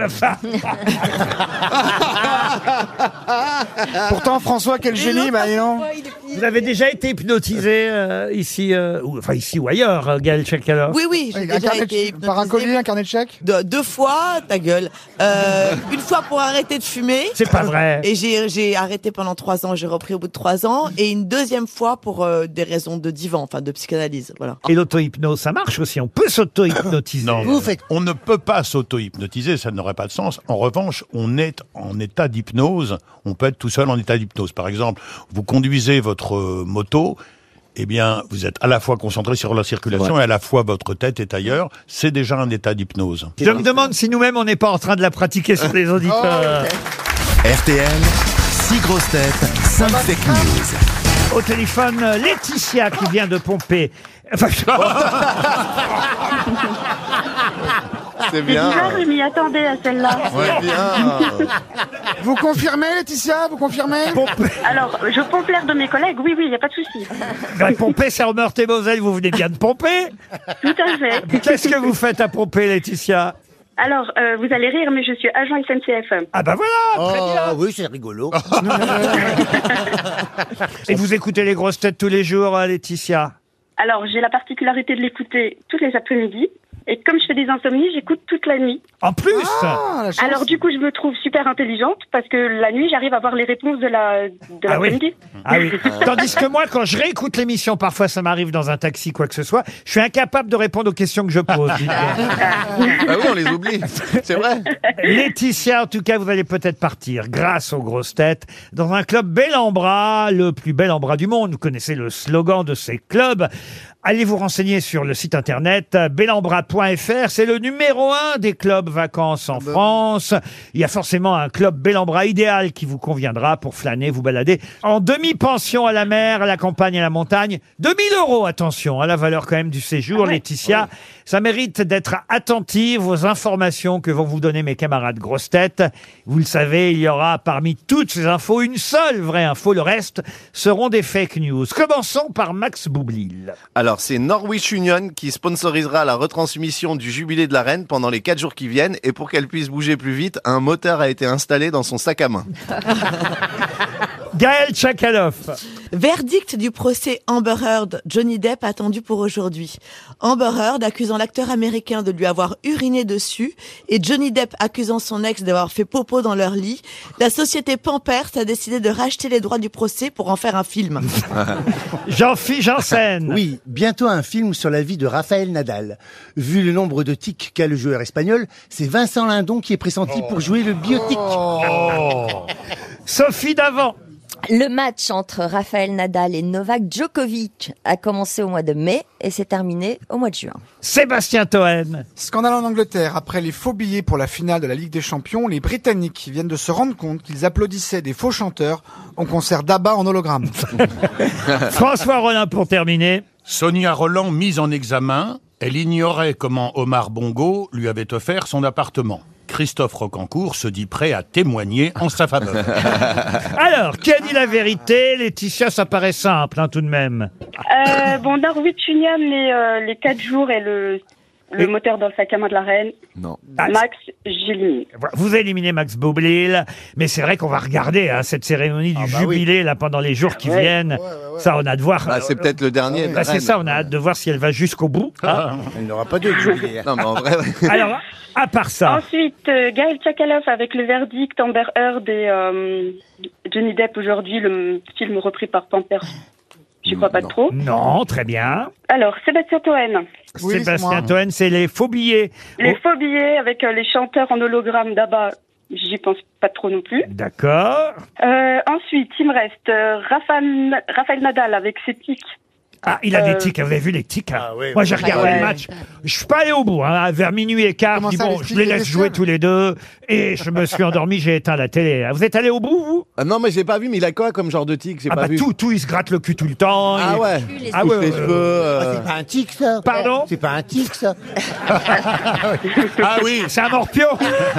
E: Pourtant, François, quel génie, bah non.
B: Vous avez déjà été hypnotisé euh, ici, euh, ou, enfin ici ou ailleurs, euh, Gaël Chakaloff?
G: Oui, oui, j'ai
E: Un
G: déjà
E: carnet
G: été
E: de- Par un
G: hypnotisée.
E: collier, un carnet de chèques
G: De- deux fois, ta gueule. Euh, une fois pour arrêter de fumer.
B: C'est pas vrai.
G: Et j'ai j'ai arrêté pendant trois ans, j'ai repris au bout de trois ans. Et une deuxième fois pour euh, des raisons de divan, enfin de psychanalyse. Voilà.
B: Et l'auto-hypnose, ça marche aussi. On peut s'auto-hypnotiser.
D: Non,
F: Vous faites-
D: on ne peut pas s'auto-hypnotiser, ça n'aurait pas de sens. En revanche, on est en état d'hypnose, on peut être tout seul en état d'hypnose. Par exemple, vous conduisez votre euh, moto, eh bien, vous êtes à la fois concentré sur la circulation et à la fois votre tête est ailleurs. C'est déjà un état d'hypnose.
B: Je me demande si nous-mêmes on n'est pas en train de la pratiquer sur les auditeurs.
A: R T L, six grosses têtes, cinq fake news.
B: Au téléphone, Laetitia qui vient de pomper. Enfin,
H: C'est bien.
O: je m'y attendais à celle-là.
H: Ouais, bien.
E: Vous confirmez, Laetitia? Vous confirmez?
B: pomper,
O: Alors, je pompe l'air de mes collègues, oui, oui, il n'y a pas de souci.
B: bah, pomper, c'est en Meurthe-et-Moselle, vous venez bien de pomper.
O: Tout à fait.
B: Qu'est-ce que vous faites à pomper, Laetitia?
O: Alors, euh, vous allez rire, mais je suis agent S N C F.
B: Ah bah voilà, très bien.
F: Oh, oui, c'est rigolo.
B: Et vous écoutez les grosses têtes tous les jours, euh, Laetitia?
O: Alors, j'ai la particularité de l'écouter tous les après-midi. Et comme je fais des insomnies, j'écoute toute la nuit.
B: En plus
E: Ah, la chance.
O: Alors, du coup, je me trouve super intelligente parce que la nuit, j'arrive à avoir les réponses de la de
B: Ah oui.
O: l'après-midi.
B: Ah oui. Tandis que moi, quand je réécoute l'émission, parfois ça m'arrive dans un taxi, quoi que ce soit, je suis incapable de répondre aux questions que je pose. dites donc.
H: Ah oui, on les oublie. C'est vrai.
B: Laetitia, en tout cas, vous allez peut-être partir, grâce aux grosses têtes, dans un club bel en bras, le plus bel en bras du monde. Vous connaissez le slogan de ces clubs. Allez vous renseigner sur le site internet bel en bras point point F R, c'est le numéro un des clubs vacances en France. Il y a forcément un club bel en bras idéal qui vous conviendra pour flâner, vous balader en demi-pension à la mer, à la campagne et à la montagne. deux mille euros, attention, à la valeur quand même du séjour,
P: Ah ouais.
B: Laetitia.
P: Ouais.
B: Ça mérite d'être attentive aux informations que vont vous donner mes camarades grosses têtes. Vous le savez, il y aura parmi toutes ces infos une seule vraie info. Le reste seront des fake news. Commençons par Max Boublil.
H: Alors, c'est Norwich Union qui sponsorisera la retransmission du jubilé de la reine pendant les quatre jours qui viennent. Et pour qu'elle puisse bouger plus vite, un moteur a été installé dans son sac à main.
B: Gaël Tchakaloff.
G: Verdict du procès Amber Heard, Johnny Depp attendu pour aujourd'hui. Amber Heard accusant l'acteur américain de lui avoir uriné dessus et Johnny Depp accusant son ex d'avoir fait popo dans leur lit. La société Pampers a décidé de racheter les droits du procès pour en faire un film.
B: Jean-Philippe Janssen.
F: Oui, bientôt un film sur la vie de Rafael Nadal. Vu le nombre de tics qu'a le joueur espagnol, c'est Vincent Lindon qui est pressenti pour jouer le biotique.
B: Sophie Davant.
C: Le match entre Rafael Nadal et Novak Djokovic a commencé au mois de mai et s'est terminé au mois de juin.
B: Sébastien Toen.
E: Scandale en Angleterre. Après les faux billets pour la finale de la Ligue des Champions, les Britanniques viennent de se rendre compte qu'ils applaudissaient des faux chanteurs au concert d'Abba en hologramme.
B: François Rollin pour terminer.
D: Sonia Rolland mise en examen. Elle ignorait comment Omar Bongo lui avait offert son appartement. Christophe Rocancourt se dit prêt à témoigner en sa faveur.
B: Alors, qui a dit la vérité? Laetitia, ça paraît simple, hein, tout de même.
O: Euh, bon, Norwich Union, les, euh, les quatre jours et le, le
B: Et-
O: moteur dans le sac à main de la reine.
H: Non.
O: Max, j'élimine.
B: Vous éliminez Max Boublil, mais c'est vrai qu'on va regarder hein, cette cérémonie du
H: bah
B: jubilé là pendant les jours qui
H: Ouais.
B: viennent. Ça, on a de voir.
H: Bah, c'est peut-être le dernier. de
B: Bah,
H: la
B: c'est
H: reine.
B: ça, on a hâte de voir si elle va jusqu'au bout. hein.
F: Il n'aura pas de jubilé.
H: Non, mais en vrai, ouais.
B: Alors, à part ça,
O: Ensuite, euh, Gaël Tchakaloff avec le verdict Amber Heard et euh, Johnny Depp aujourd'hui, le film repris par Pampers. Je crois pas trop.
B: non, très bien.
O: Alors, Sébastien Toen.
B: Sébastien Toen, c'est les faux billets.
O: Les
B: Oh,
O: faux billets avec euh, les chanteurs en hologramme d'Abba, j'y pense pas trop non plus.
B: D'accord.
O: Euh, ensuite, il me reste euh, Rafael, Rafael Nadal avec ses tics.
B: Ah, il a
O: Euh,
B: des tics, vous avez vu les tics hein.
F: oui,
B: Moi,
F: oui.
B: j'ai regardé
O: Ouais.
B: le match. Je suis pas allé au bout. Hein. Vers minuit et quart,
E: Comment
B: je dis,
E: ça,
B: bon,
E: les
B: je
E: tics
B: les
E: et
B: laisse
E: les
B: jouer
E: seuls
B: tous les deux. Et je me suis endormi, j'ai éteint la télé. Vous êtes allé au bout, vous?
H: Ah non, mais j'ai pas vu, mais il a quoi comme genre de tic? J'ai
B: Ah
H: pas
B: bah
H: vu.
B: tout, tout, il se gratte le cul tout le temps.
H: Ah
B: il-
H: ouais.
B: Ah
H: Touche
B: ouais,
H: les
B: ouais,
H: cheveux.
B: ouais.
H: euh,
F: Ah, c'est pas un tic, ça.
B: Pardon?
F: C'est pas un tic, ça.
B: Ah oui, c'est un morpion.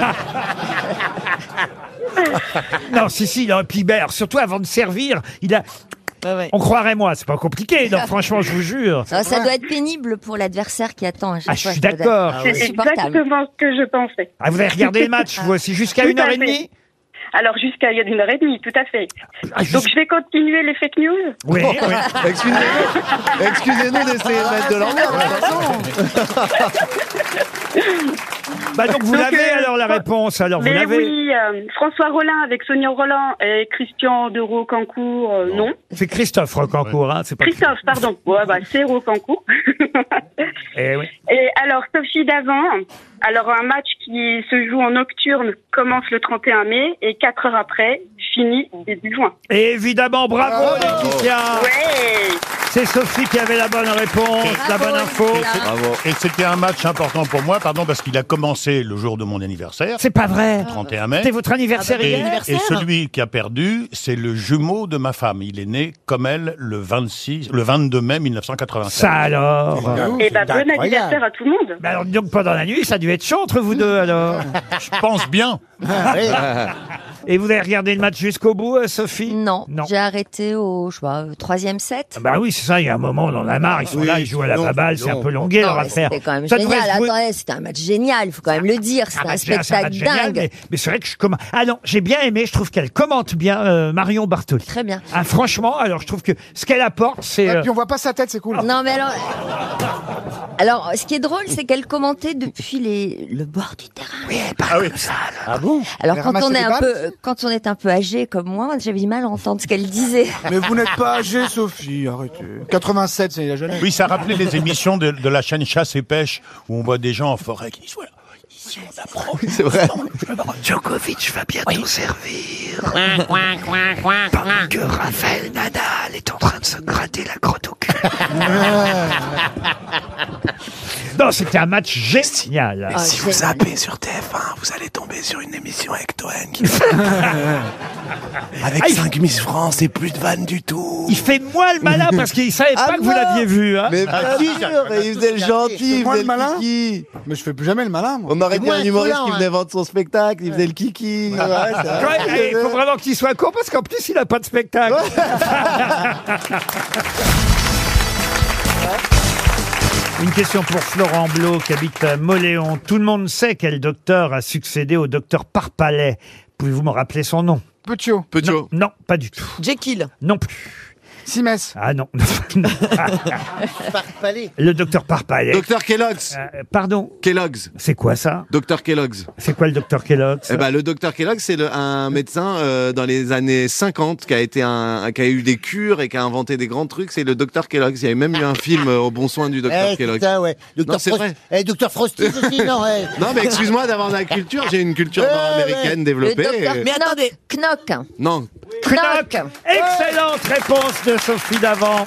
B: Non, si, si, non, puis ben, alors, surtout avant de servir, il a...
G: Ouais, ouais.
B: On croirait moi, c'est pas compliqué. Non, franchement, je vous jure.
C: Ça, ça doit être pénible pour l'adversaire qui attend à chaque
B: Ah, je
C: fois.
B: suis
C: Ça doit être
B: d'accord.
O: C'est
C: insupportable.
O: exactement ce que je pensais.
B: Ah, vous avez regardé le match, vous aussi, jusqu'à
O: Tout
B: une
O: à
B: heure et
O: fait.
B: demie?
O: Alors, jusqu'à il y a une heure et demie, tout à fait.
B: Ah, juste-
O: Donc, je vais continuer les fake news.
B: Oui, oui.
H: Excusez-nous, excusez-nous d'essayer de mettre de l'ambiance.
B: Bah donc vous
O: Donc,
B: l'avez
O: euh,
B: alors la réponse, alors vous
O: Mais
B: l'avez.
O: oui, euh, François Rollin avec Sonia Roland et Christian de Rocancourt, euh, non.
B: C'est Christophe Rocancourt, hein, c'est pas.
O: Christophe, pardon. Ouais, bah, c'est Rocancourt.
B: Eh oui.
O: Et alors, Sophie Davant, alors un match qui se joue en nocturne commence le trente et un mai et quatre heures après, finit début juin.
B: Et évidemment, bravo Laetitia.
O: Ouais.
B: C'est Sophie qui avait la bonne réponse, la bonne info.
D: Bravo. Et c'était un match important pour moi, pardon, parce qu'il a commencé le jour de mon anniversaire.
B: C'est pas vrai.
D: trente et un mai.
B: C'était votre anniversaire
D: Et,
B: hier.
D: et celui qui a perdu, c'est le jumeau de ma femme. Il est né comme elle le vingt-six, le vingt-deux mai mille neuf cent quatre-vingt-sept.
B: Ça alors.
O: Et bah, bon anniversaire à tout le monde.
B: Bah alors dis donc pendant la nuit, ça a dû être chaud entre vous deux alors.
D: Je pense bien.
B: Et vous avez regardé le match jusqu'au bout, euh, Sophie?
C: Non,
B: Non.
C: j'ai arrêté au, je sais pas, au troisième set.
B: Bah oui, c'est ça, il y a un moment, on en a marre, ils sont
F: Oui,
B: là, ils jouent à la
F: non,
B: baballe, c'est un
F: non.
B: peu longué
C: Non,
B: leur
C: mais
B: affaire.
C: C'était quand même
B: Ça devrait
C: génial.
B: se jouer-
C: Attendez, c'était un match génial, il faut quand même le dire. C'était
B: Ah bah,
C: un
B: c'est un- c'est un match
C: spectacle
B: génial,
C: dingue.
B: mais, mais c'est vrai que je commente. Ah non, j'ai bien aimé, je trouve qu'elle commente bien euh, Marion Bartoli.
C: Très bien.
B: Ah, franchement, alors je trouve que ce qu'elle apporte, c'est.
E: Et
B: euh,
E: puis on voit pas sa tête, c'est cool.
C: Non, mais alors. Alors, ce qui est drôle, c'est qu'elle commentait depuis les... le bord du terrain. Oui, elle parle
D: Ah oui.
C: comme ça. alors.
F: Ah bon?
C: Alors,
E: Elle
C: quand on
E: ramassait
C: est
E: les
C: un
E: balles
C: peu, quand on est un peu âgé comme moi, j'avais du mal à entendre ce qu'elle disait.
E: Mais vous n'êtes pas âgée, Sophie, arrêtez. quatre-vingt-sept, c'est la jeunesse.
D: Oui, ça rappelait les émissions de, de la chaîne Chasse et Pêche, où on voit des gens en forêt qui disent voilà, ici on apprend.
H: C'est vrai.
B: Djokovic va bientôt servir. Pendant que Rafael Nadal est en train de se gratter la crotte au cul. Non, c'était un match génial.
P: Et si vous zappez sur T F un, vous allez tomber sur une émission avec Toen qui avec
B: Ah, il-
P: cinq Miss France et plus de vannes du tout.
B: Il fait moins le malin parce qu'il savait pas
H: Ah
B: que vous
H: non
B: l'aviez vu. Hein.
H: Mais
F: Ah,
H: bien
F: si,
H: sûr,
F: ça-
H: et il faisait le gentil, il
E: Moi,
H: faisait
E: le
H: le
E: malin
H: kiki.
E: Mais je fais plus jamais le malin, moi.
H: On aurait
F: C'est
H: dit
F: moins
H: un humoriste
F: insolent,
H: qui
F: hein.
H: venait vendre son spectacle, il faisait le kiki. Ouais, c'est vrai.
B: Quand même, eh, il faut vraiment qu'il soit court parce qu'en plus il n'a pas de spectacle. Une question pour Florent Blot qui habite à Moléon. Tout le monde sait quel docteur a succédé au docteur Parpalais. Pouvez-vous me rappeler son nom?
E: Petiot.
H: Petiot.
B: Non, non, pas du tout.
G: Jekyll.
B: Non plus.
E: Simès.
B: Ah non. Non.
F: Parpalais.
B: Le docteur Parpalais.
H: Docteur Kellogg's.
B: Euh, pardon,
H: Kellogg's.
B: c'est quoi ça?
H: Docteur Kellogg's.
B: C'est quoi le docteur Kellogg's?
H: Eh ben, le docteur Kellogg, c'est le- un médecin euh, dans les années cinquante qui a été un, qui a eu des cures et qui a inventé des grands trucs. C'est le docteur Kellogg. Il y avait même eu un film euh, au bon soin du docteur
F: Eh,
H: Kellogg.
F: c'est ça, ouais. Docteur
H: Non, c'est
F: Frost-
H: vrai.
F: Eh, Docteur Frosty aussi, non, ouais.
H: Non, mais excuse-moi d'avoir de la culture. J'ai une culture
F: Ouais,
H: nord-américaine
C: Le
H: développée.
C: docteur
H: et-
G: Mais attendez.
C: Knock.
H: Non.
B: Knock.
C: Knock.
B: Excellente réponse de Sophie Davant.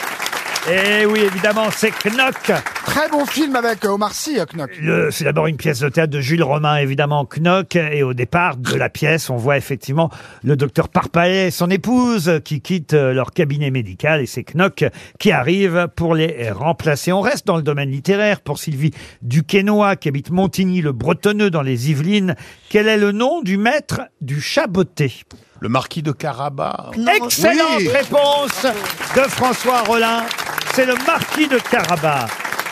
B: Et oui, évidemment, c'est Knock.
E: Très bon film avec euh, Omar Sy, euh, Knock.
B: Le- C'est d'abord une pièce de théâtre de Jules Romain, évidemment, Knock. Et au départ de la pièce, on voit effectivement le docteur Parpalais et son épouse qui quittent euh, leur cabinet médical. Et c'est Knock qui arrive pour les remplacer. On reste dans le domaine littéraire pour Sylvie Duquesnoy, qui habite Montigny-le-Bretonneux dans les Yvelines. Quel est le nom du maître du chaboté?
D: Le marquis de Carabas.
B: Excellente
H: Oui.
B: réponse de François Rollin. C'est le marquis de Carabas.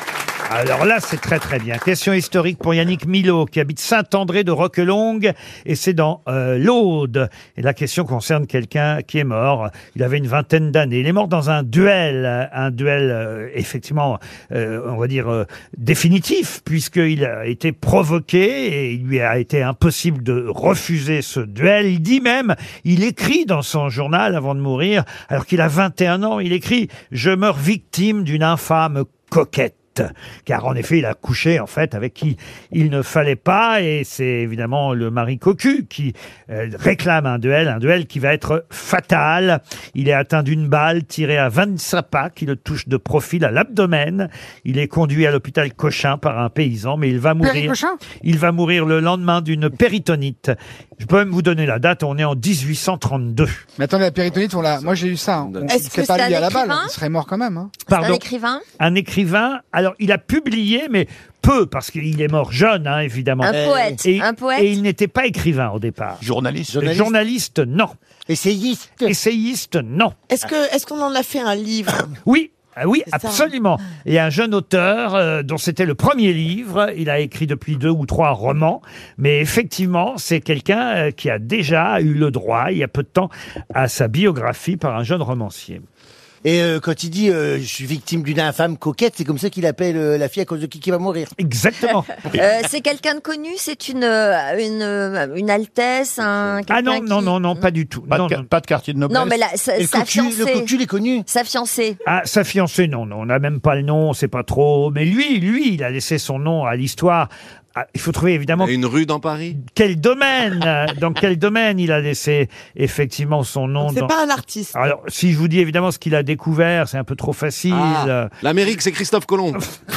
B: Alors là, c'est très très bien. Question historique pour Yannick Milot, qui habite Saint-André de Roquelongue, et c'est dans euh, l'Aude. Et la question concerne quelqu'un qui est mort. Il avait une vingtaine d'années. Il est mort dans un duel, un duel euh, effectivement, euh, on va dire euh, définitif, puisqu'il a été provoqué et il lui a été impossible de refuser ce duel. Il dit même, il écrit dans son journal avant de mourir, alors qu'il a vingt et un ans, il écrit « Je meurs victime d'une infâme coquette ». Car en effet, il a couché en fait avec qui il ne fallait pas, et c'est évidemment le mari cocu qui euh, réclame un duel, un duel qui va être fatal. Il est atteint d'une balle tirée à vingt-cinq pas qui le touche de profil à l'abdomen. Il est conduit à l'hôpital Cochin par un paysan, mais il va mourir.
E: Péricochin
B: Il va mourir le lendemain d'une péritonite. Je peux même vous donner la date. On est en dix-huit cent trente-deux.
E: Mais attendez, la péritonite, on l'a. Moi, j'ai eu ça. hein. On-
C: Est-ce
E: C'est
C: que
E: pas
C: c'est
E: lié
C: un
E: à la balle.
C: écrivain
E: Il serait mort quand même. hein.
C: C'est un
B: Pardon.
C: écrivain.
B: Un écrivain. Alors, il a publié, mais peu, parce qu'il est mort jeune, hein, évidemment.
C: Un poète.
B: Et,
C: Un poète.
B: et il n'était pas écrivain au départ.
D: Journaliste.
F: Journaliste.
B: Journaliste, non.
F: Essayiste.
B: Essayiste, non.
G: Est-ce que est-ce qu'on en a fait un livre?
B: Oui. Ah oui,
G: C'est ça.
B: absolument. Il y a un jeune auteur euh, dont c'était le premier livre. Il a écrit depuis deux ou trois romans. Mais effectivement, c'est quelqu'un euh, qui a déjà eu le droit, il y a peu de temps, à sa biographie par un jeune romancier.
F: Et euh, quand il dit euh, je suis victime d'une infâme coquette, c'est comme ça qu'il appelle euh, la fille à cause de qui qui va mourir.
B: Exactement.
C: Euh, c'est quelqu'un de connu. C'est une euh, une euh, une altesse, un.
B: Ah non,
C: quelqu'un
B: non,
C: qui-
B: non, non, pas du tout.
D: Pas,
B: Non,
D: de,
B: non.
D: pas de quartier de noblesse.
C: Non, mais là, sa,
F: Et le
C: sa
F: cocu, le
C: fiancée.
F: cocu, il est connu.
C: Sa fiancée.
B: Ah, sa fiancée, non, non, on n'a même pas le nom, on sait pas trop. Mais lui, lui, il a laissé son nom à l'histoire. Ah, il faut trouver évidemment
H: Une rue dans Paris.
B: quel domaine, euh, dans quel domaine il a laissé effectivement son nom.
G: C'est
B: dans-
G: pas un artiste.
B: Alors, si je vous dis évidemment ce qu'il a découvert, c'est un peu trop facile.
H: Ah, L'Amérique, c'est Christophe Colomb.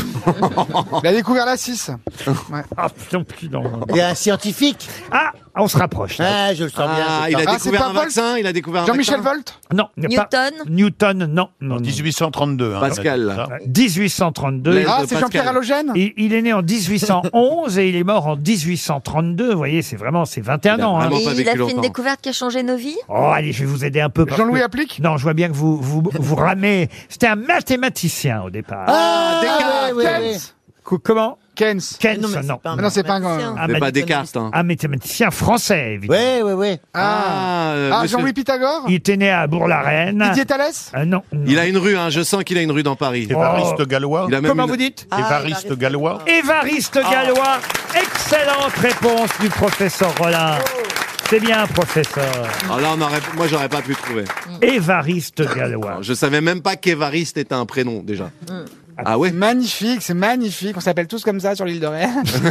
E: Il a découvert la six. Ouais.
B: Ah, putain, putain.
F: Il est un scientifique.
B: Ah, on se rapproche. là.
F: Ah, je le sens bien.
H: Ah,
F: je
H: il a
F: le sens.
E: Ah, c'est
H: découvert
E: pas
H: un
E: Volt
H: vaccin. Il a découvert un
E: Jean-Michel
H: vaccin.
E: Volt.
B: Non, il n'y a pas-
C: Newton.
B: Newton, non. non,
D: En
B: non.
D: dix-huit cent trente-deux. hein.
H: Pascal.
B: Euh, dix-huit cent trente-deux.
H: Blaise
E: Ah,
H: de
E: c'est
H: Pascal.
E: Jean-Pierre Halogène.
B: Il, il est né en dix-huit cent onze et il est mort en dix-huit cent trente-deux. Vous voyez, c'est vraiment, c'est vingt et un
H: Il a
B: ans. hein.
H: vraiment
C: Et
H: pas
C: il
H: vécu
C: a fait une
H: longtemps.
C: découverte qui a changé nos vies.
B: Oh, allez, je vais vous aider un peu. parce
E: Jean-Louis
B: que-
E: Applique.
B: Non, je vois bien que vous, vous, vous ramez. C'était un mathématicien au départ.
F: Ah,
E: Descartes,
F: ouais, ouais, ouais.
E: Keynes.
B: Co- Comment
E: Keynes.
B: Keynes,
G: Non, mais c'est
B: non.
G: pas un
E: Mais non, c'est pas un-
G: mathématicien.
B: Un
H: C'est pas
B: math-
H: Descartes. Hein.
B: Un mathématicien français, évidemment.
F: Ouais, ouais, ouais.
E: Ah,
H: euh,
E: ah
H: monsieur-
E: Jean-Louis Pythagore.
B: Il était né à Bourg-la-Reine.
E: Didier Thalès.
B: Ah, non, non.
H: Il a une rue, hein. Je sens qu'il a une rue dans Paris.
D: Évariste
B: Oh.
D: Gallois.
H: Il a même
B: Comment
H: une-
B: vous dites
G: Ah,
D: Évariste
G: Évariste
D: Gallois.
B: Évariste Gallois. Excellente réponse du professeur Rollin. C'est bien, professeur.
H: Alors là, on aurait... moi, j'aurais pas pu trouver.
B: Évariste Gallois.
H: Je savais même pas qu'Évariste était un prénom, déjà.
L: Ah ouais.
E: Magnifique, c'est magnifique. On s'appelle tous comme ça sur l'île de Ré.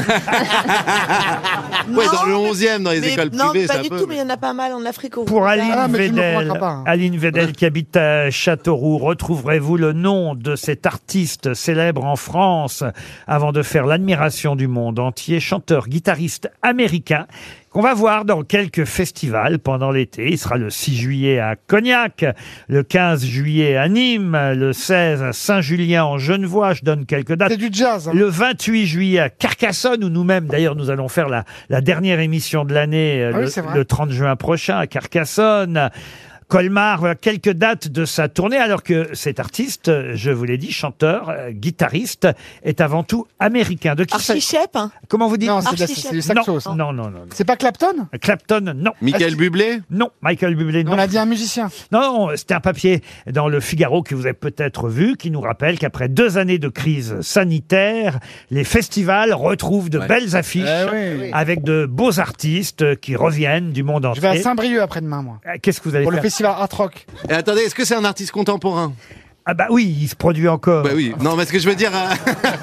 L: Ouais, dans le onzième, dans les
G: Mais-
L: écoles
G: non,
L: privées,
G: pas
L: ça
G: du
L: peut.
G: tout, mais il y en a pas mal en Afrique. Au
B: Pour Aline
E: Ah, mais tu me
B: Vedel,
E: convaincras pas, hein.
B: Aline Vedel qui habite à Châteauroux, retrouverez-vous le nom de cet artiste célèbre en France avant de faire l'admiration du monde entier, chanteur, guitariste américain qu'on va voir dans quelques festivals pendant l'été. Il sera le six juillet à Cognac, le quinze juillet à Nîmes, le seize à Saint-Julien en Genevois. Je donne quelques dates.
E: C'est du jazz. Hein.
B: Le vingt-huit juillet à Carcassonne, où nous-mêmes, d'ailleurs, nous allons faire la, la dernière émission de l'année, euh,
E: Ah oui,
B: le,
E: c'est vrai.
B: le trente juin prochain à Carcassonne. Colmar, voilà, quelques dates de sa tournée, alors que cet artiste, euh, je vous l'ai dit, chanteur, euh, guitariste, est avant tout américain. De qui
G: Archie
B: s'agit-
G: Shepp, hein.
B: Comment vous dites?
E: Non, c'est de la-
G: Archie
E: c'est du saxo.
B: non,
E: ça.
B: non, non, non.
E: C'est pas Clapton?
B: Clapton, non.
L: Michael Bublé?
B: Non, Michael Bublé, non.
E: On a dit un musicien.
B: Non, non, c'était un papier dans le Figaro que vous avez peut-être vu, qui nous rappelle qu'après deux années de crise sanitaire, les festivals retrouvent de
L: Ouais.
B: belles affiches
E: Eh oui.
B: avec de beaux artistes qui reviennent du monde
E: Je vais à
B: entier.
E: Saint-Brieuc après-demain, moi.
B: Euh, Qu'est-ce que vous allez
E: Pour le
B: faire?
E: festival Art Rock.
L: Et attendez, est-ce que c'est un artiste contemporain?
B: Ah bah oui, il se produit encore.
L: Bah oui. Non, mais ce que je veux dire. euh,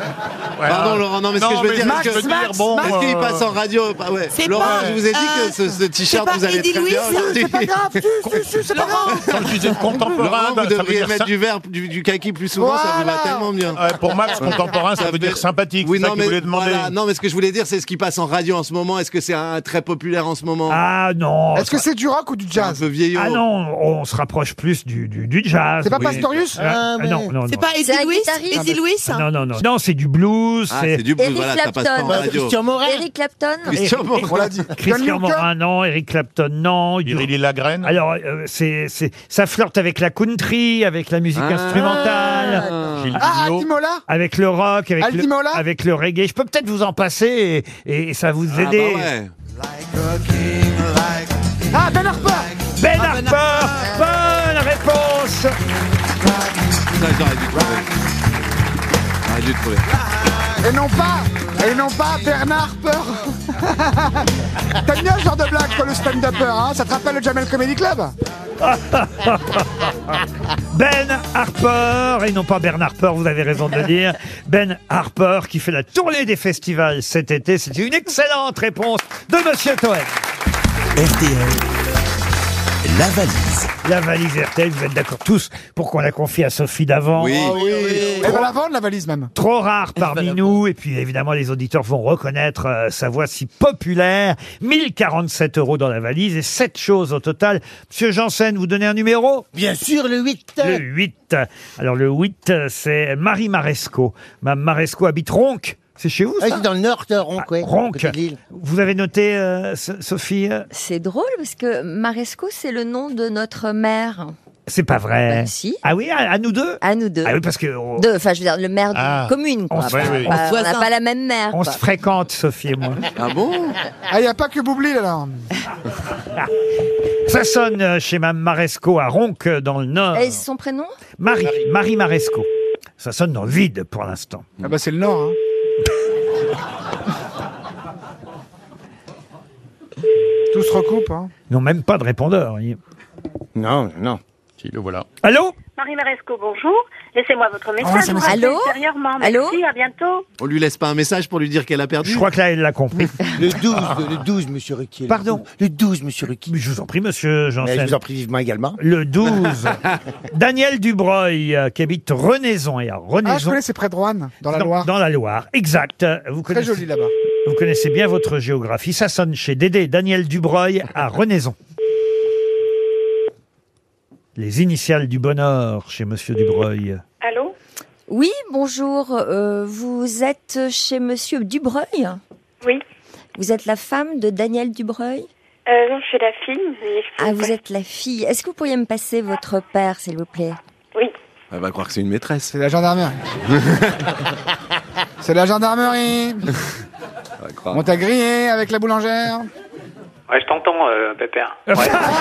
L: Pardon, Laurent. Non, mais ce
D: Non,
L: que je veux
D: mais
L: dire,
D: Max,
L: est-ce que-
D: Max, bon,
L: est-ce qu'il
D: euh,
L: passe en radio? Bah ouais.
G: C'est
L: Laurent,
G: pas-
L: je vous ai dit
G: euh,
L: que ce, ce t-shirt
G: c'est pas
L: vous allez
G: Eddie
L: très
G: Louis,
L: bien
G: ça,
L: aujourd'hui.
E: C'est pas grave, si, si, si, c'est pas grave.
D: Quand je disais contemporain,
L: Laurent, vous
D: ça veut
L: devriez
D: dire
L: mettre
D: ça-
L: du verre, du, du kaki plus souvent, ça vous va
E: Voilà.
L: tellement bien.
D: Ouais, pour Max, contemporain, ça,
L: Ça
D: veut dire
L: fait-
D: sympathique.
L: Oui,
D: c'est ça
L: non,
D: qu'il
L: mais
D: voulait demander.
L: voilà. Non, mais ce que je voulais dire, c'est ce qui passe en radio en ce moment. Est-ce que c'est un très populaire en ce moment?
B: Ah non.
E: Est-ce que c'est du rock ou du
L: Un
E: jazz?
L: peu vieillot.
B: Ah non, on se rapproche plus du, du, du jazz.
E: C'est pas
B: Oui.
E: Pastorius?
B: Ah,
F: Ah, ouais.
B: non, non,
G: C'est
B: non.
G: pas
C: C'est
G: Eddie
C: un
G: Louis?
C: guitariste.
G: Eddie Louis, hein.
B: Non, non, non. Non, c'est du blues.
L: Ah,
B: c'est
L: c'est du blues,
C: Eric
L: voilà, ça passe pas en
C: Clapton.
L: radio.
F: Christian Morin.
C: Eric Clapton.
L: Christian Morin.
E: On l'a dit. John
B: Christian
E: Newcomb.
B: Morin, non. Eric Clapton, non. Du-
D: Irili Lagrène.
B: Alors, euh, c'est, c'est, ça flirte avec la country, avec la musique
L: Ah.
B: instrumentale,
D: Gilles
E: Ah,
D: Vigneault.
E: Adimola?
B: avec le rock, avec
E: Aldi
B: le,
E: Mola
B: avec le reggae. Je peux peut-être vous en passer et, et ça vous
L: Ah,
B: aider.
L: bah ouais.
E: Ah, Ben Harper!
B: Ben Harper, bonne réponse.
L: Ça, j'aurais dû trouver. J'aurais dû trouver.
E: Et non pas, et non pas Bernard Harper. T'aimes bien ce genre de blague, toi, le stand-upper, hein? Ça te rappelle le Jamel Comedy Club?
B: Ben Harper, et non pas Bernard Harper, vous avez raison de le dire. Ben Harper qui fait la tournée des festivals cet été. C'était une excellente réponse de Monsieur Toen.
A: R T L, la valise.
B: La valise R T L, vous êtes d'accord tous pour qu'on la confie à Sophie Davant.
L: Oui.
E: Ah oui. Elle va la vendre, la valise, même.
B: Trop rare parmi nous, et puis évidemment les auditeurs vont reconnaître euh, sa voix si populaire. mille quarante-sept euros dans la valise et sept choses au total. Monsieur Janssen, vous donnez un numéro?
F: Bien sûr, le huit.
B: Le huit. Alors le huit, c'est Marie Maresco. Mme Maresco habite Ronc. C'est chez vous,
F: Ah,
B: ça?
F: c'est dans le nord de Ronc, ouais.
B: Ronc.
F: côté de Lille.
B: Vous avez noté, euh, So- Sophie?
C: C'est drôle parce que Maresco, c'est le nom de notre mère.
B: C'est pas vrai.
C: Bah, si.
B: Ah oui, à, à nous deux?
C: À nous deux.
B: Ah oui, parce que on,
C: Deux, enfin, je veux dire, le maire
B: Ah.
C: d'une commune, quoi.
B: On se-
C: Pas-
B: oui, oui.
C: pas- on n'a
G: Voisin.
C: pas la même mère.
B: on
C: quoi.
B: se fréquente, Sophie et moi.
L: Ah bon?
E: Ah, il n'y a pas que Boubli, là.
B: Ça sonne euh, chez Mme Maresco à Ronc, euh, dans le Nord.
C: Et son prénom?
B: Marie, Marie Maresco. Ça sonne dans le vide pour l'instant.
E: Ah bah, c'est le Nord, hein. Tout se recoupe, hein.
B: Ils n'ont même pas de répondeur. voyez.
F: Non, non.
D: Si, le voilà.
B: Allô?
Q: Marie Maresco, bonjour. Laissez-moi votre message.
B: Ah, ça
Q: je vous
B: me-
Q: rappelle
C: Allô
Q: ultérieurement.
C: Allô
Q: Merci, à bientôt.
L: On lui laisse pas un message pour lui dire qu'elle a perdu?
B: Je crois que là, elle l'a compris.
F: Le douze, le douze, monsieur Ruquier. le
B: Pardon?
F: douze. Le douze, monsieur Ruquier.
B: Je vous en prie, monsieur
F: Mais
B: Janssen.
F: je vous en prie vivement également.
B: Le douze. Daniel Dubreuil, euh, qui habite Renaison. Et à
E: Ah, je
B: Renaison,
E: connais, c'est près de Roanne, dans la
B: dans,
E: Loire.
B: dans la Loire. Exact. Vous
E: Très
B: connaissez,
E: joli, là-bas.
B: vous connaissez bien votre géographie. Ça sonne chez Dédé Daniel Dubreuil à Renaison. Les initiales du bonheur chez monsieur Dubreuil.
Q: Allô?
C: Oui, bonjour. Euh, vous êtes chez Monsieur Dubreuil?
Q: Oui.
C: Vous êtes la femme de Daniel Dubreuil?
Q: Euh, non, je suis la fille. mais-
C: Ah, vous êtes la fille. Est-ce que vous pourriez me passer votre père, s'il vous plaît?
Q: Oui.
L: Elle va croire que c'est une maîtresse.
E: C'est la gendarmerie. C'est la gendarmerie.
L: Elle va croire.
E: On t'a grillé avec la boulangère.
R: Ouais, je t'entends, euh, Pépère. Ouais.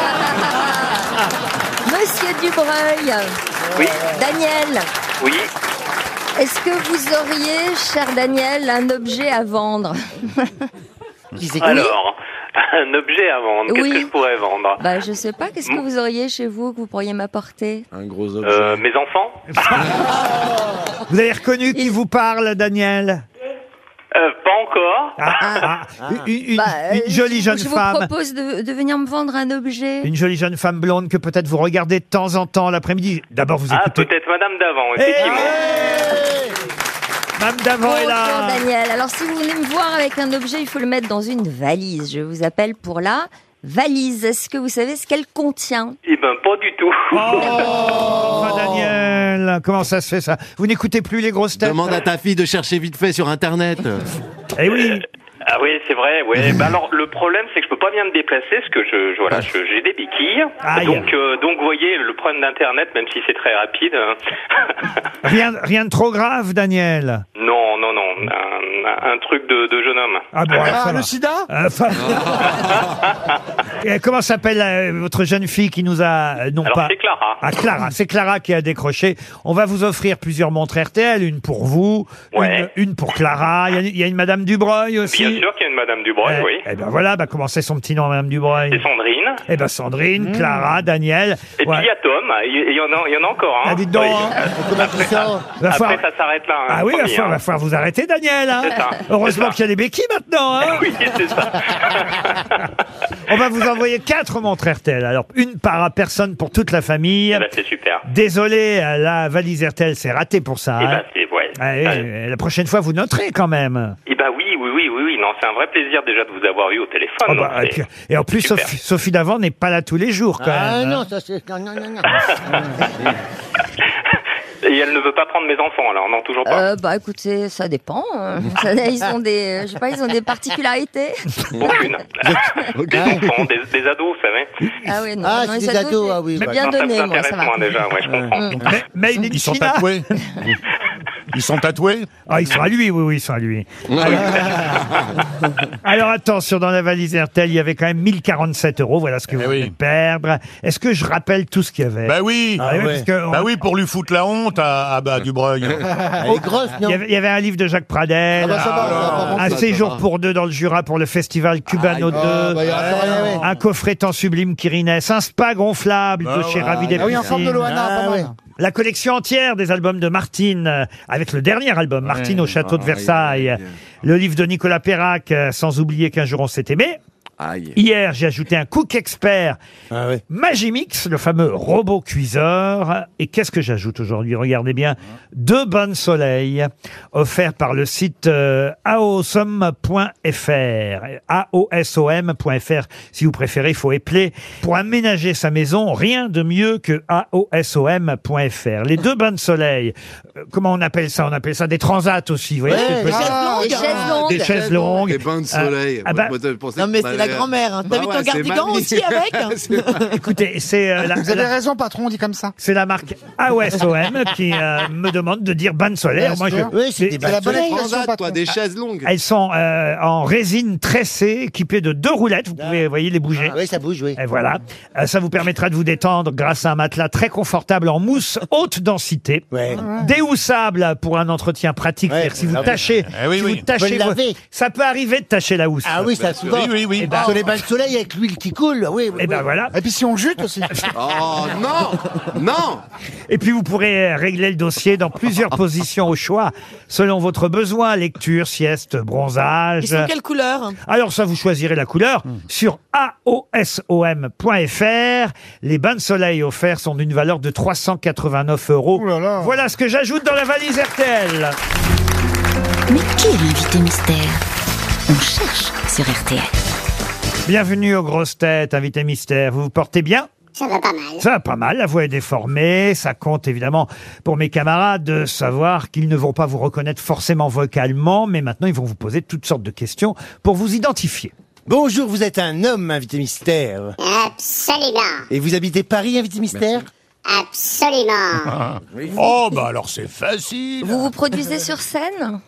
C: Monsieur Dubreuil.
R: Oui.
C: Daniel.
R: Oui.
C: Est-ce que vous auriez, cher Daniel, un objet à vendre?
F: Qui c'est
R: Alors, Un objet à vendre. Qu'est-ce
C: Oui.
R: que je pourrais vendre?
C: Bah, je sais pas, qu'est-ce que vous auriez chez vous que vous pourriez m'apporter?
H: Un gros objet.
R: Euh, mes enfants?
B: Vous avez reconnu qui vous parle, Daniel?
R: Euh, pas encore.
B: Ah, ah, ah. Une, une-
C: Bah,
B: une
C: euh,
B: jolie
C: je-
B: jeune
C: je
B: femme.
C: vous propose de, de venir me vendre un objet.
B: Une jolie jeune femme blonde que peut-être vous regardez de temps en temps l'après-midi. D'abord, vous
R: Ah,
B: écoutez.
R: peut-être Madame d'avant,
B: Eh,
R: effectivement.
B: Madame Davant est
C: Bonjour
B: là.
C: Daniel. Alors si vous venez me voir avec un objet, il faut le mettre dans une valise. Je vous appelle pour la valise. Est-ce que vous savez ce qu'elle contient?
R: Eh ben, pas du tout.
B: Oh, enfin, Daniel, comment ça se fait ça? Vous n'écoutez plus les grosses têtes?
L: Demande à ta fille de chercher vite fait sur Internet.
B: Eh oui.
R: Ah oui, c'est vrai. Ouais. Bah alors le problème c'est que je peux pas bien me déplacer parce que je, je voilà, je- j'ai des béquilles.
B: Aïe.
R: Donc euh, donc vous voyez le problème d'internet, même si c'est très rapide. hein.
B: Rien, rien de trop grave, Daniel.
R: non non non, un, un truc de, de jeune homme.
B: Ah bon, alors, ça va.
E: sida
B: Euh, enfin- Et comment s'appelle euh, votre jeune fille qui nous a euh, non
R: Alors
B: pas
R: c'est Clara.
B: Ah, Clara, c'est Clara qui a décroché. On va vous offrir plusieurs montres R T L, une pour vous,
R: Ouais.
B: une, une pour Clara. Il y a, il y a une Madame Dubreuil aussi.
R: Bien sûr qu'il y a une Madame Dubreuil,
B: Eh,
R: oui.
B: eh ben voilà, bah comment c'est son petit nom, Madame Dubreuil?
R: C'est Sandrine.
B: Eh ben Sandrine, Clara, Daniel.
R: Et
B: Ouais.
R: puis il y a Tom. Il il y en a, il y en a encore. Hein.
B: Ah, dites donc,
R: Oui.
B: hein.
R: Après,
B: Va falloir-
R: après, ça s'arrête là. hein,
B: Ah oui, il va
R: promis,
B: falloir,
R: hein.
B: va falloir vous arrêter, Daniel. Hein.
R: C'est ça,
B: Heureusement
R: c'est ça.
B: qu'il y a des béquilles maintenant. Hein.
R: Oui, c'est ça.
B: On va vous envoyer quatre montres R T L. Alors, une par personne pour toute la famille.
R: Eh ben, c'est super.
B: Désolé, euh, la valise R T L, c'est raté pour ça.
R: Eh
B: hein.
R: ben, c'est ouais.
B: Ah, oui,
R: Ouais.
B: la prochaine fois, vous noterez quand même.
R: Eh ben oui, oui, oui, oui, oui. Non, c'est un vrai plaisir déjà de vous avoir eu au téléphone.
B: Oh,
R: donc
B: bah, et,
R: c'est-
B: puis- et en plus,
R: super.
B: Sophie, Sophie Davant n'est pas là tous les jours quand
F: Ah
B: même. hein.
F: non, ça c'est... Non, non, non, non.
R: Et elle ne veut pas prendre mes enfants, alors non, toujours pas.
C: Euh, bah écoutez, ça dépend. hein. Ça- ils ont des, je sais pas, ils ont des particularités.
R: Aucune. Des enfants, des, des ados, vous savez.
C: Ah oui, non,
F: Ah,
C: non,
F: c'est
C: les
F: des ados,
C: j'ai-
F: ah oui,
C: j'ai
F: bah.
C: bien
R: Non, ça
C: donné,
R: vous
C: moi, ça
R: intéresse
C: va.
R: moins déjà, ouais, je comprends.
B: Mais, mais il
D: Ils sont
B: China.
D: tatoués. Ils sont tatoués.
B: Ah, ils sont à lui, oui, oui, ils sont à lui. Alors attention, dans la valise R T L, il y avait quand même mille quarante-sept euros. Voilà ce que vous
D: Eh oui.
B: venez de perdre. Est-ce que je rappelle tout ce qu'il y avait?
D: Bah oui.
B: Ah oui, parce que on-
D: Bah oui, pour lui foutre la honte à, à bah, Dubreuil.
F: Elle est grosse,
B: il
F: non?
B: y, avait, il y avait un livre de Jacques Pradel,
E: Ah bah ça va, ça va, par contre,
B: un
E: ça, ça
B: séjour
E: va.
B: pour deux dans le Jura pour le festival Cubano
E: Ah,
B: deux,
E: bah, il y a rien.
B: un coffret temps sublime Quirinès, un spa gonflable de
D: Ah,
B: chez
D: ouais.
B: Ravi des
E: Ah oui, en forme de
B: Piscines.
E: Loana,
F: Ah,
E: pas mal.
F: ouais.
B: La collection entière des albums de Martine, euh, avec le dernier album, Martine au château de Versailles. Le livre de Nicolas Perrac, euh, sans oublier qu'un jour on s'est aimé.
L: Aïe.
B: Hier, j'ai ajouté un Cook Expert
F: Ah ouais.
B: Magimix, le fameux robot cuiseur. Et qu'est-ce que j'ajoute aujourd'hui? Regardez bien. Deux bonnes soleils offerts par le site euh, aosom point f r. A O S O M point F R. Si vous préférez, il faut épeler. Pour aménager sa maison, rien de mieux que A O S O M point F R. Les deux bonnes soleils. euh, comment on appelle ça? On appelle ça des transats aussi. Vous voyez ce que je veux dire?
E: Ah,
C: Des chaises longues.
B: Des chaises longues.
L: Des bains de soleil.
B: Ah, ah bah,
L: Moi, je pensais
G: Non,
L: que
G: mais
L: tu
G: c'est la
L: m'avais-
G: grand-mère. hein. T'as
L: Bah
G: vu
L: ouais,
G: ton
L: c'est
G: cardigan
L: mamie.
G: aussi avec hein
B: écoutez, c'est euh, la,
E: Vous avez
B: la-
E: raison, patron, on dit comme ça.
B: c'est la marque A O S O M qui euh, me demande de dire banne solaire.
E: Bien
B: Moi, je,
E: sûr.
F: Oui, c'est des
E: C'est la
F: battes
E: bonne
F: soleil.
E: expression,
L: Transat,
E: patron.
L: toi, des chaises longues.
B: elles sont euh, en résine tressée, équipées de deux roulettes. Vous pouvez, vous voyez, les bouger.
F: Ah, oui, ça bouge, oui.
B: Et voilà. Euh, ça vous permettra de vous détendre grâce à un matelas très confortable en mousse haute densité.
F: Ouais.
B: Déhoussable pour un entretien pratique.
F: Ouais.
B: C'est-à-dire si vous
F: Ah oui.
B: tachez,
D: Eh oui,
B: si
D: oui.
B: vous tachez,
F: Faut le
B: vos-
F: laver.
B: ça peut arriver de tacher la housse.
F: Ah oui, ça souvent.
D: Oui, oui, oui.
B: Eh ben,
F: Sur les bains de soleil avec l'huile qui coule, oui. oui,
B: Et ben
F: oui.
B: voilà.
E: Et puis si on jute aussi.
L: Oh non, non.
B: Et puis vous pourrez régler le dossier dans plusieurs positions au choix, selon votre besoin, lecture, sieste, bronzage.
G: Ils sont quelle couleur?
B: Alors ça, vous choisirez la couleur sur A O S O M point F R. Les bains de soleil offerts sont d'une valeur de trois cent quatre-vingt-neuf euros.
E: Ouh là là.
B: Voilà ce que j'ajoute dans la valise R T L.
I: Mais qui est l'invité mystère? On cherche sur R T L.
B: Bienvenue aux grosses têtes, invité mystère. Vous vous portez bien?
Q: Ça va pas mal.
B: Ça va pas mal, la voix est déformée, ça compte évidemment pour mes camarades de savoir qu'ils ne vont pas vous reconnaître forcément vocalement, mais maintenant ils vont vous poser toutes sortes de questions pour vous identifier.
F: Bonjour, vous êtes un homme, invité mystère.
Q: Absolument.
F: Et vous habitez Paris, invité mystère?
Q: Absolument.
D: Oh, bah alors c'est facile.
C: Vous vous produisez sur scène?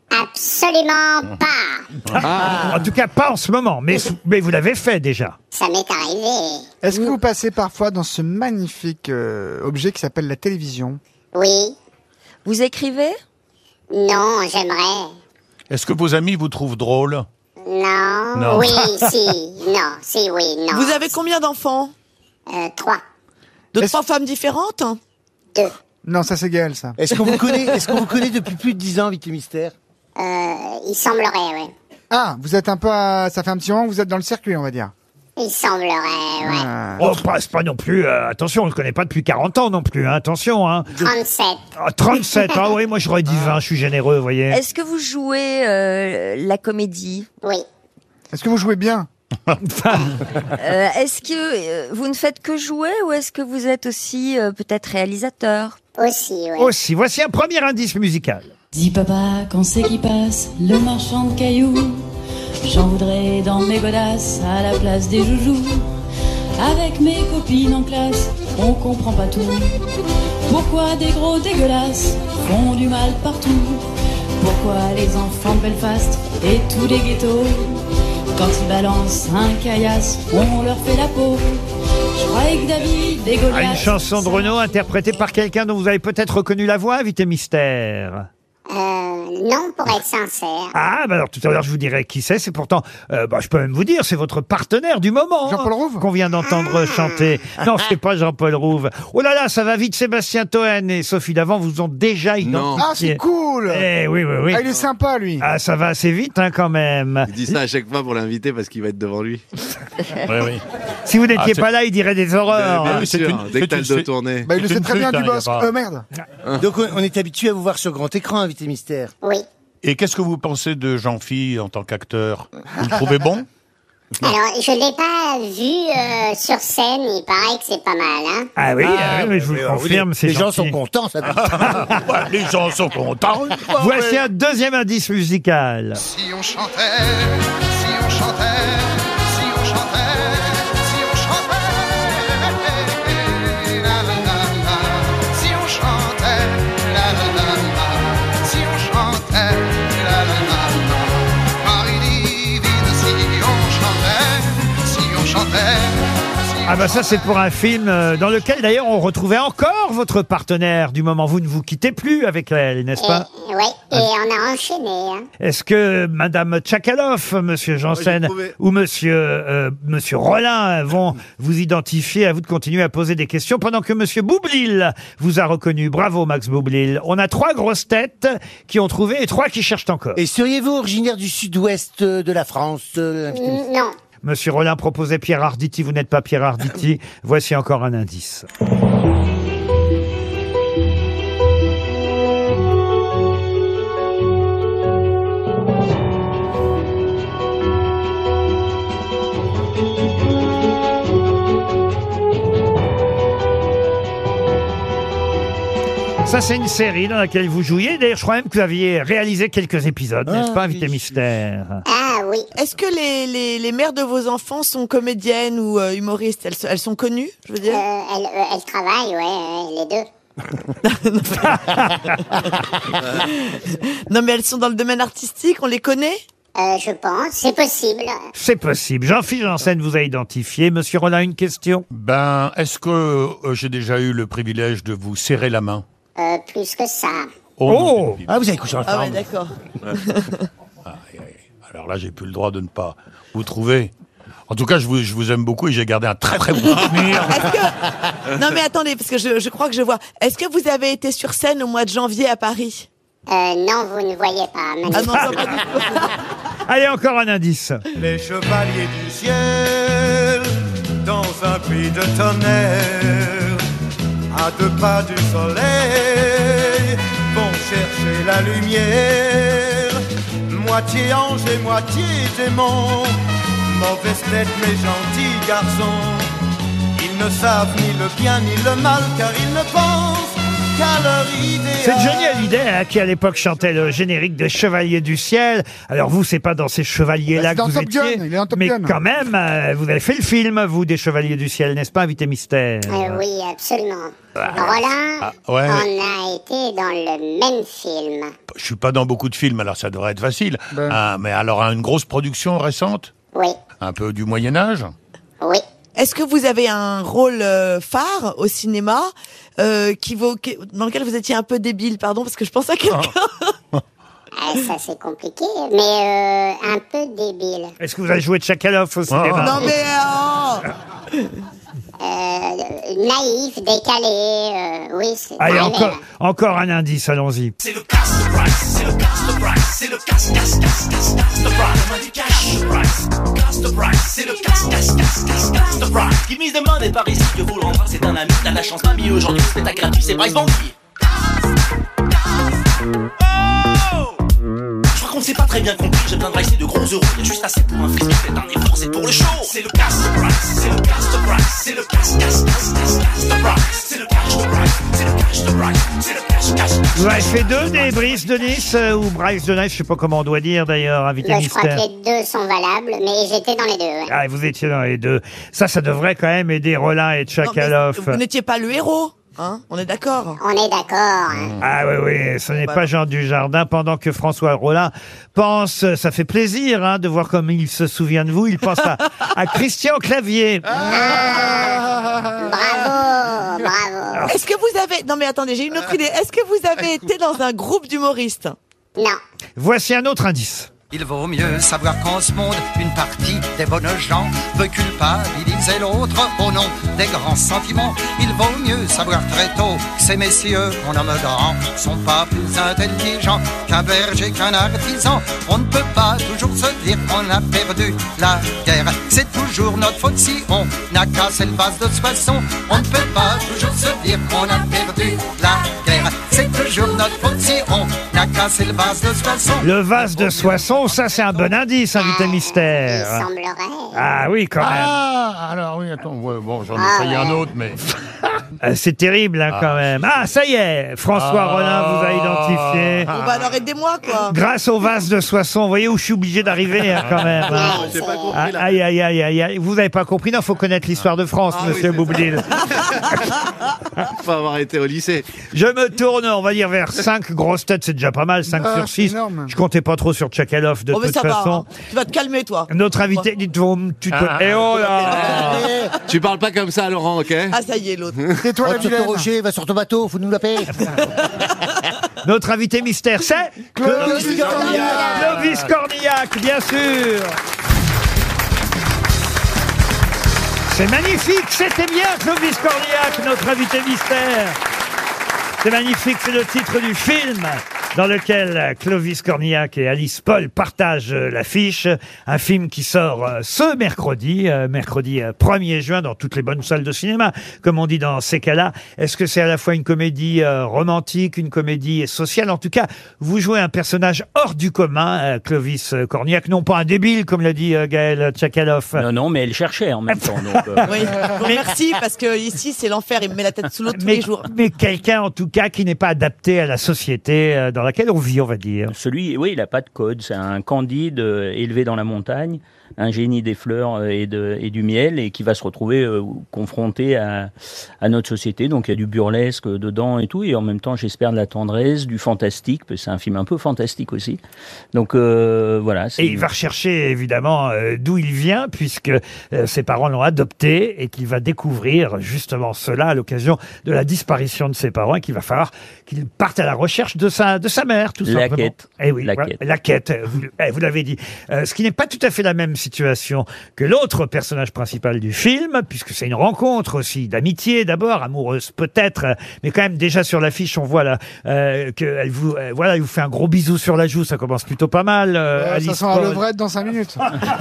Q: Absolument pas.
B: En tout cas, pas en ce moment, mais, mais vous l'avez fait déjà.
Q: Ça m'est arrivé.
E: Est-ce que vous passez parfois dans ce magnifique euh, objet qui s'appelle la télévision?
Q: Oui.
C: Vous écrivez?
Q: Non, j'aimerais.
D: Est-ce que vos amis vous trouvent drôle?
Q: Non.
B: Non.
Q: Oui, si. Non, si, oui, non.
G: Vous avez combien d'enfants?
Q: Euh, trois.
G: De trois femmes différentes?
Q: Deux.
E: Non, ça c'est Gaël, ça.
F: Est-ce qu'on vous connaît, est-ce qu'on vous connaît depuis plus de dix ans, Invité Mystère?
Q: Euh, il semblerait, oui.
E: Ah, vous êtes un peu... à- Ça fait un petit moment que vous êtes dans le circuit, on va dire.
Q: Il semblerait, ouais.
B: Oh, pas, c'est pas non plus. euh, attention, on ne le connaît pas depuis quarante ans non plus. Hein, attention. Hein.
Q: trente-sept.
B: Ah, trente-sept. Ah oui, moi j'aurais dit vingt. Je suis généreux, vous voyez.
C: Est-ce que vous jouez euh, la comédie?
Q: Oui.
E: Est-ce que vous jouez bien?
C: Euh, Est-ce que euh, vous ne faites que jouer ou est-ce que vous êtes aussi euh, peut-être réalisateur?
Q: Aussi, oui.
B: Aussi, voici un premier indice musical.
S: Dis papa, quand c'est qui passe, le marchand de cailloux? J'en voudrais dans mes godasses à la place des joujoux. Avec mes copines en classe, on comprend pas tout. Pourquoi des gros dégueulasses font du mal partout? Pourquoi les enfants de Belfast et tous les ghettos, quand ils balancent un caillasse, on leur fait la peau? Je croyais que David et
B: Ah, une
S: Goliath...
B: chanson de Renaud interprétée par quelqu'un dont vous avez peut-être reconnu la voix, Invité Mystère.
Q: Euh, non, pour être sincère.
B: Ah, bah alors tout à l'heure je vous dirai qui c'est. C'est pourtant, euh, bah, je peux même vous dire, c'est votre partenaire du moment.
E: Jean-Paul
B: hein,
E: Rouve
B: qu'on vient d'entendre chanter. Non, c'est pas Jean-Paul Rouve. Oh là là, ça va vite. Sébastien Toen et Sophie Davant vous ont déjà identifié.
E: Ah, c'est cool.
B: Eh oui, oui, oui.
E: Ah, il est sympa, lui.
B: Ah, ça va assez vite hein, quand même.
L: Il dit ça à chaque fois pour l'inviter parce qu'il va être devant lui.
D: Oui, oui.
B: Si vous n'étiez
D: Ah, c'est-
B: pas là, il dirait des horreurs.
L: Bien
B: hein.
D: c'est
L: sûr,
D: une-
L: dès que
D: c'est
L: t'as
D: une-
L: le dos
D: c'est-
L: tourné.
E: Bah, il le
D: C'est
E: sait
D: une
E: très bien
D: flûte,
E: du
D: hein,
E: boss.
D: y a pas-
E: Euh, merde.
F: Donc on, on est habitué à vous voir sur grand écran, Invité Mystère.
Q: Oui.
D: Et qu'est-ce que vous pensez de Jean-Phi en tant qu'acteur? Vous le trouvez bon?
Q: Alors, je l'ai pas vu euh, sur scène. Il paraît que c'est pas mal, hein.
B: Ah oui, ah oui, je vous
F: oui,
B: le
F: oui,
B: confirme,
F: les-
B: c'est
F: Les gens
B: gentil.
F: sont contents, ça.
D: Ouais, les gens sont contents.
B: Voici un deuxième indice musical.
J: Si on chantait, si on chantait, si on chantait, si on chantait, la la la la, si on chantait, la la la la, si on chantait, la la la la, Marie divine, si on chantait, si on chantait.
B: Ah bah ça c'est pour un film euh, dans lequel d'ailleurs on retrouvait encore votre partenaire du moment. Vous ne vous quittez plus avec elle, n'est-ce pas?
Q: Et, ouais, et on a enchaîné, hein.
B: Est-ce que Madame Tchakaloff, Monsieur Janssen
L: j'ai trouvé.
B: ou Monsieur euh, Monsieur Rollin vont vous identifier? À vous de continuer à poser des questions pendant que Monsieur Boublil vous a reconnu. Bravo Max Boublil. On a trois grosses têtes qui ont trouvé et trois qui cherchent encore.
F: Et seriez-vous originaire du sud-ouest de la France, euh, Invité Mystère?
Q: Non.
B: Monsieur Rollin proposait Pierre Arditi. Vous n'êtes pas Pierre Arditi. Voici encore un indice. Ça, c'est une série dans laquelle vous jouiez. D'ailleurs, je crois même que vous aviez réalisé quelques épisodes, n'est-ce pas, Invité Mystère?
Q: Ah oui.
G: Est-ce que les, les, les mères de vos enfants sont comédiennes ou euh, humoristes? elles, elles sont connues, je veux dire?
Q: Euh, elle, euh, elle travaille, ouais, euh, les deux.
G: Non, mais elles sont dans le domaine artistique, on les connaît?
Q: Euh, je pense, c'est possible.
B: C'est possible. Jean-Philippe Janssen vous a identifié. Monsieur Rollin, une question?
D: Ben, est-ce que euh, j'ai déjà eu le privilège de vous serrer la main?
Q: Euh, plus que ça.
D: Oh, non, c'est-
F: Ah, vous avez couché en
G: Ah ouais,
F: forme.
G: d'accord.
D: Alors là, j'ai plus le droit de ne pas vous trouver. En tout cas, je vous, je vous aime beaucoup et j'ai gardé un très très bon souvenir.
G: Non, mais attendez, parce que je, je crois que je vois. Est-ce que vous avez été sur scène au mois de janvier à Paris?
Q: Euh, non, vous ne voyez pas.
G: Ah non, je vois pas du tout.
B: Allez, encore un indice.
J: Les chevaliers du ciel, dans un puits de tonnerre, à deux pas du soleil, vont chercher la lumière. Moitié ange et moitié démon, mauvaise tête mais gentils garçons. Ils ne savent ni le bien ni le mal car ils ne pensent qu'à leur idée.
B: C'est Johnny Hallyday hein, qui à l'époque chantait le générique des Chevaliers du Ciel. Alors vous, c'est pas dans ces chevaliers-là
E: Bah,
B: que
E: c'est
B: vous
E: dans Top
B: étiez,
E: Gun, il est dans Top
B: mais
E: Gun.
B: quand même, euh, vous avez fait le film, vous, des Chevaliers du Ciel, n'est-ce pas, Invité Mystère?
Q: Euh, oui, absolument. Roland,
D: Ah, ouais.
Q: on a été dans le même film.
D: Je suis pas dans beaucoup de films, alors ça devrait être facile.
E: Ben.
D: Ah, mais alors, une grosse production récente?
Q: Oui,
D: Un peu du Moyen-Âge?
Q: oui.
G: Est-ce que vous avez un rôle euh, phare au cinéma euh, qui vaut, qui- dans lequel vous étiez un peu débile, pardon, parce que je pense à quelqu'un.
Q: Ah, ça c'est compliqué, mais euh, un peu débile.
B: Est-ce que vous avez joué Tchakalov au cinéma?
G: Non mais oh
Q: Euh, naïf, décalé, euh, oui, c'est
B: Allez,
Q: arrivé,
B: encore,
Q: là.
B: encore un indice, allons-y.
J: C'est le casse de Bryce, c'est le casse de Bryce, c'est le casse, casse, casse, casse, casse de Bryce. On m'a dit cash de Bryce, casse de Bryce, c'est le casse, casse, casse, casse, casse de Bryce. Qui mise de main n'est par ici que vous le rendra, c'est un ami, t'as de la chance, mamie, aujourd'hui, c'est ta gratuit, c'est Bryce Banquier. Je crois qu'on s'est pas très bien compris, j'ai besoin de Bryce et de gros euros. Y'a juste assez pour un frisbee, faites un effort, c'est pour le show. C'est le casse de Bryce, c'est le casse de Bryce, c'est le casse, casse, casse, casse, casse de Bryce. C'est le cash de Bryce, c'est le cash de Bryce, c'est le cash, cash, cash.
B: Vous avez fait deux des Brice de Nice, euh, ou Bryce de Nice, je sais pas comment on doit dire d'ailleurs, invité
Q: Bah, je crois
B: mystère.
Q: que les deux sont valables, mais j'étais dans les deux, ouais.
B: Ah, et vous étiez dans les deux. Ça, ça devrait quand même aider Rollin et Tchakalov.
G: Vous n'étiez pas le héros, hein? On est d'accord.
Q: On est d'accord, hein.
B: Ah oui, oui, ce n'est pas Jean Dujardin. Pendant que François Rollin pense, ça fait plaisir hein, de voir comme il se souvient de vous, il pense à, à Christian Clavier.
Q: Bravo, bravo.
G: Est-ce que vous avez... Non mais attendez, j'ai une autre idée. Est-ce que vous avez été dans un groupe d'humoristes?
Q: Non.
B: Voici un autre indice.
T: Il vaut mieux savoir qu'en ce monde, une partie des bonnes gens veut culpabiliser l'autre au nom des grands sentiments. Il vaut mieux savoir très tôt que ces messieurs qu'on nomme grands sont pas plus intelligents qu'un berger, qu'un artisan. On ne peut pas toujours se dire qu'on a perdu la guerre. C'est toujours notre faute si on n'a cassé le vase de Soissons. On ne peut pas toujours se dire qu'on a perdu la guerre. C'est toujours notre faute si on n'a cassé le vase de Soissons.
B: Le vase de Soissons, ça c'est un bon indice, invité
Q: Il
B: mystère.
Q: semblerait.
B: Ah oui, quand même.
D: Ah, alors oui, attends, ouais, bon, j'en ai
Q: Ah,
D: essayé un
Q: ouais.
D: autre, mais...
B: Euh, C'est terrible hein, quand même. Ah, ça y est, François
D: Ah.
B: Rollin vous a identifié.
G: Bon bah alors aidez-moi quoi.
B: Grâce au vase de Soissons, vous voyez où je suis obligé d'arriver hein, quand même. hein.
Q: Ouais,
H: J'ai pas
Q: c'est-
H: compris, là.
B: Aïe, aïe, aïe, aïe, aïe. Vous n'avez pas compris, non, faut connaître l'histoire de France,
H: Ah oui,
B: monsieur
H: c'est
B: Boublil.
H: Faut avoir été au lycée.
B: Je me tourne, on va dire, vers cinq grosses têtes, c'est déjà pas mal, cinq
E: Ah,
B: sur
E: c'est
B: six.
E: énorme.
B: Je comptais pas trop sur Tchakalov de
G: Oh mais
B: toute
G: ça va,
B: façon.
G: hein. Tu vas te calmer toi.
B: Notre invité, dites-vous, tu te...
D: Ah.
B: Eh oh là
H: Tu parles pas comme ça, Laurent, ok?
G: Ah ça y est l'autre.
E: C'est toi la
F: Rentre sur ton
E: vilaine.
F: rocher, va sur ton bateau, faut nous la payer.
B: Notre invité mystère, c'est
E: Clovis Cornillac.
B: Clovis Cornillac, bien sûr. C'est magnifique, c'était bien Clovis Cornillac, notre invité mystère. C'est magnifique, c'est le titre du film dans lequel Clovis Cornillac et Alice Paul partagent euh, l'affiche. Un film qui sort euh, ce mercredi, euh, mercredi euh, premier juin dans toutes les bonnes salles de cinéma, comme on dit dans ces cas-là. Est-ce que c'est à la fois une comédie euh, romantique, une comédie sociale? En tout cas, vous jouez un personnage hors du commun, euh, Clovis Cornillac, non pas un débile, comme l'a dit euh, Gaël Tchakalov.
U: Non, non, mais elle cherchait en même temps. Donc, euh,
G: Oui. Bon, merci parce que ici c'est l'enfer, il me met la tête sous l'eau tous
B: mais,
G: les jours.
B: mais quelqu'un, en tout cas, qui n'est pas adapté à la société euh, dans laquelle on vit, on va dire.
U: Celui, oui, il n'a pas de code. C'est un candide euh, élevé dans la montagne, un génie des fleurs euh, et, de, et du miel, et qui va se retrouver euh, confronté à, à notre société. Donc il y a du burlesque dedans et tout, et en même temps, j'espère de la tendresse, du fantastique, parce que c'est un film un peu fantastique aussi. Donc euh, voilà. c'est-
B: Et il va rechercher évidemment euh, d'où il vient, puisque euh, ses parents l'ont adopté, et qu'il va découvrir justement cela à l'occasion de la disparition de ses parents, et qu'il va falloir qu'il parte à la recherche de sa, de sa mère, tout
U: La
B: simplement.
U: quête.
B: Eh oui,
U: La
B: voilà,
U: quête.
B: la quête, euh, vous, eh, vous l'avez dit. Euh, ce qui n'est pas tout à fait la même situation que l'autre personnage principal du film, puisque c'est une rencontre aussi d'amitié d'abord, amoureuse peut-être, euh, mais quand même déjà sur l'affiche on voit là euh, qu'elle vous, euh, voilà, il vous fait un gros bisou sur la joue, ça commence plutôt pas mal. euh,
E: Euh,
B: Alice
E: ça sent la
B: Paul.
E: levrette dans cinq minutes.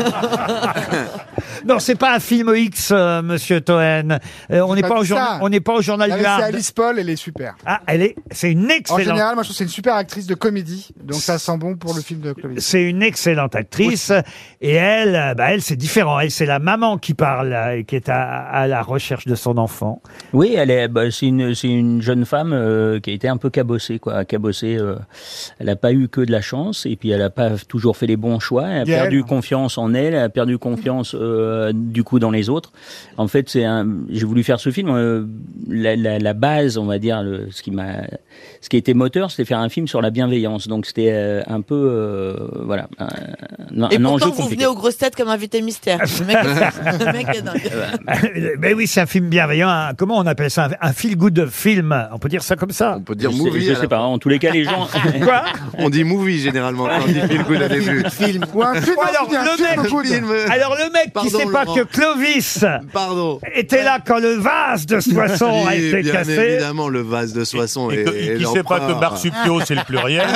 B: Non, c'est pas un film X, euh, Monsieur Toen. Euh, on n'est
E: pas
B: pas, au
E: dit
B: journal,
E: ça.
B: on n'est pas au journal
E: Ah,
B: du
E: mais c'est
B: Hard.
E: Alice Paul, elle est super.
B: Ah, elle est, c'est une
E: En
B: excellente.
E: général, moi je trouve que c'est une super actrice de comédie, donc ça sent bon pour le film de Clovis.
B: C'est une excellente actrice, et elle, euh, bah elle c'est différent. Elle, c'est la maman qui parle euh, et qui est à, à la recherche de son enfant.
U: Oui, elle est, bah, c'est une, c'est une jeune femme euh, qui a été un peu cabossée, quoi. Cabossée, euh, elle n'a pas eu que de la chance, et puis elle n'a pas toujours fait les bons choix. Elle a
E: Gaëlle.
U: perdu confiance en elle, elle a perdu confiance euh, du coup dans les autres. En fait, c'est un, j'ai voulu faire ce film. Euh, la, la, la base, on va dire, le, ce qui m'a, ce qui a été moteur, c'était faire un film film sur la bienveillance. Donc c'était euh, un peu, euh, voilà, un, un,
G: Et
U: un enjeu
G: pourtant, vous
U: compliqué.
G: venez aux grosses têtes comme invité mystère. Le mec, le mec est dingue.
B: Mais oui, c'est un film bienveillant. un- comment on appelle ça? Un, un feel-good film. On peut dire ça comme ça.
L: On peut dire
U: Je sais-
L: movie.
U: je
L: à
U: sais
L: la
U: pas. En tous les cas, les gens.
B: Quoi?
L: On dit movie généralement quand on dit feel good au début.
E: Film. Ou un film,
B: Ou alors,
E: tu dis un
B: le
E: film
B: mec,
E: good.
L: Film.
B: alors le mec
L: Pardon,
B: qui sait pas
L: Laurent.
B: que Clovis
L: Pardon.
B: était là quand le vase de Soissons a
L: Oui,
B: été
L: bien
B: cassé.
L: évidemment, le vase de Soissons
D: Et,
L: est,
D: que-
L: est
D: et qui sait pas que
L: l'empereur.
D: marsupio, c'est le pluriel.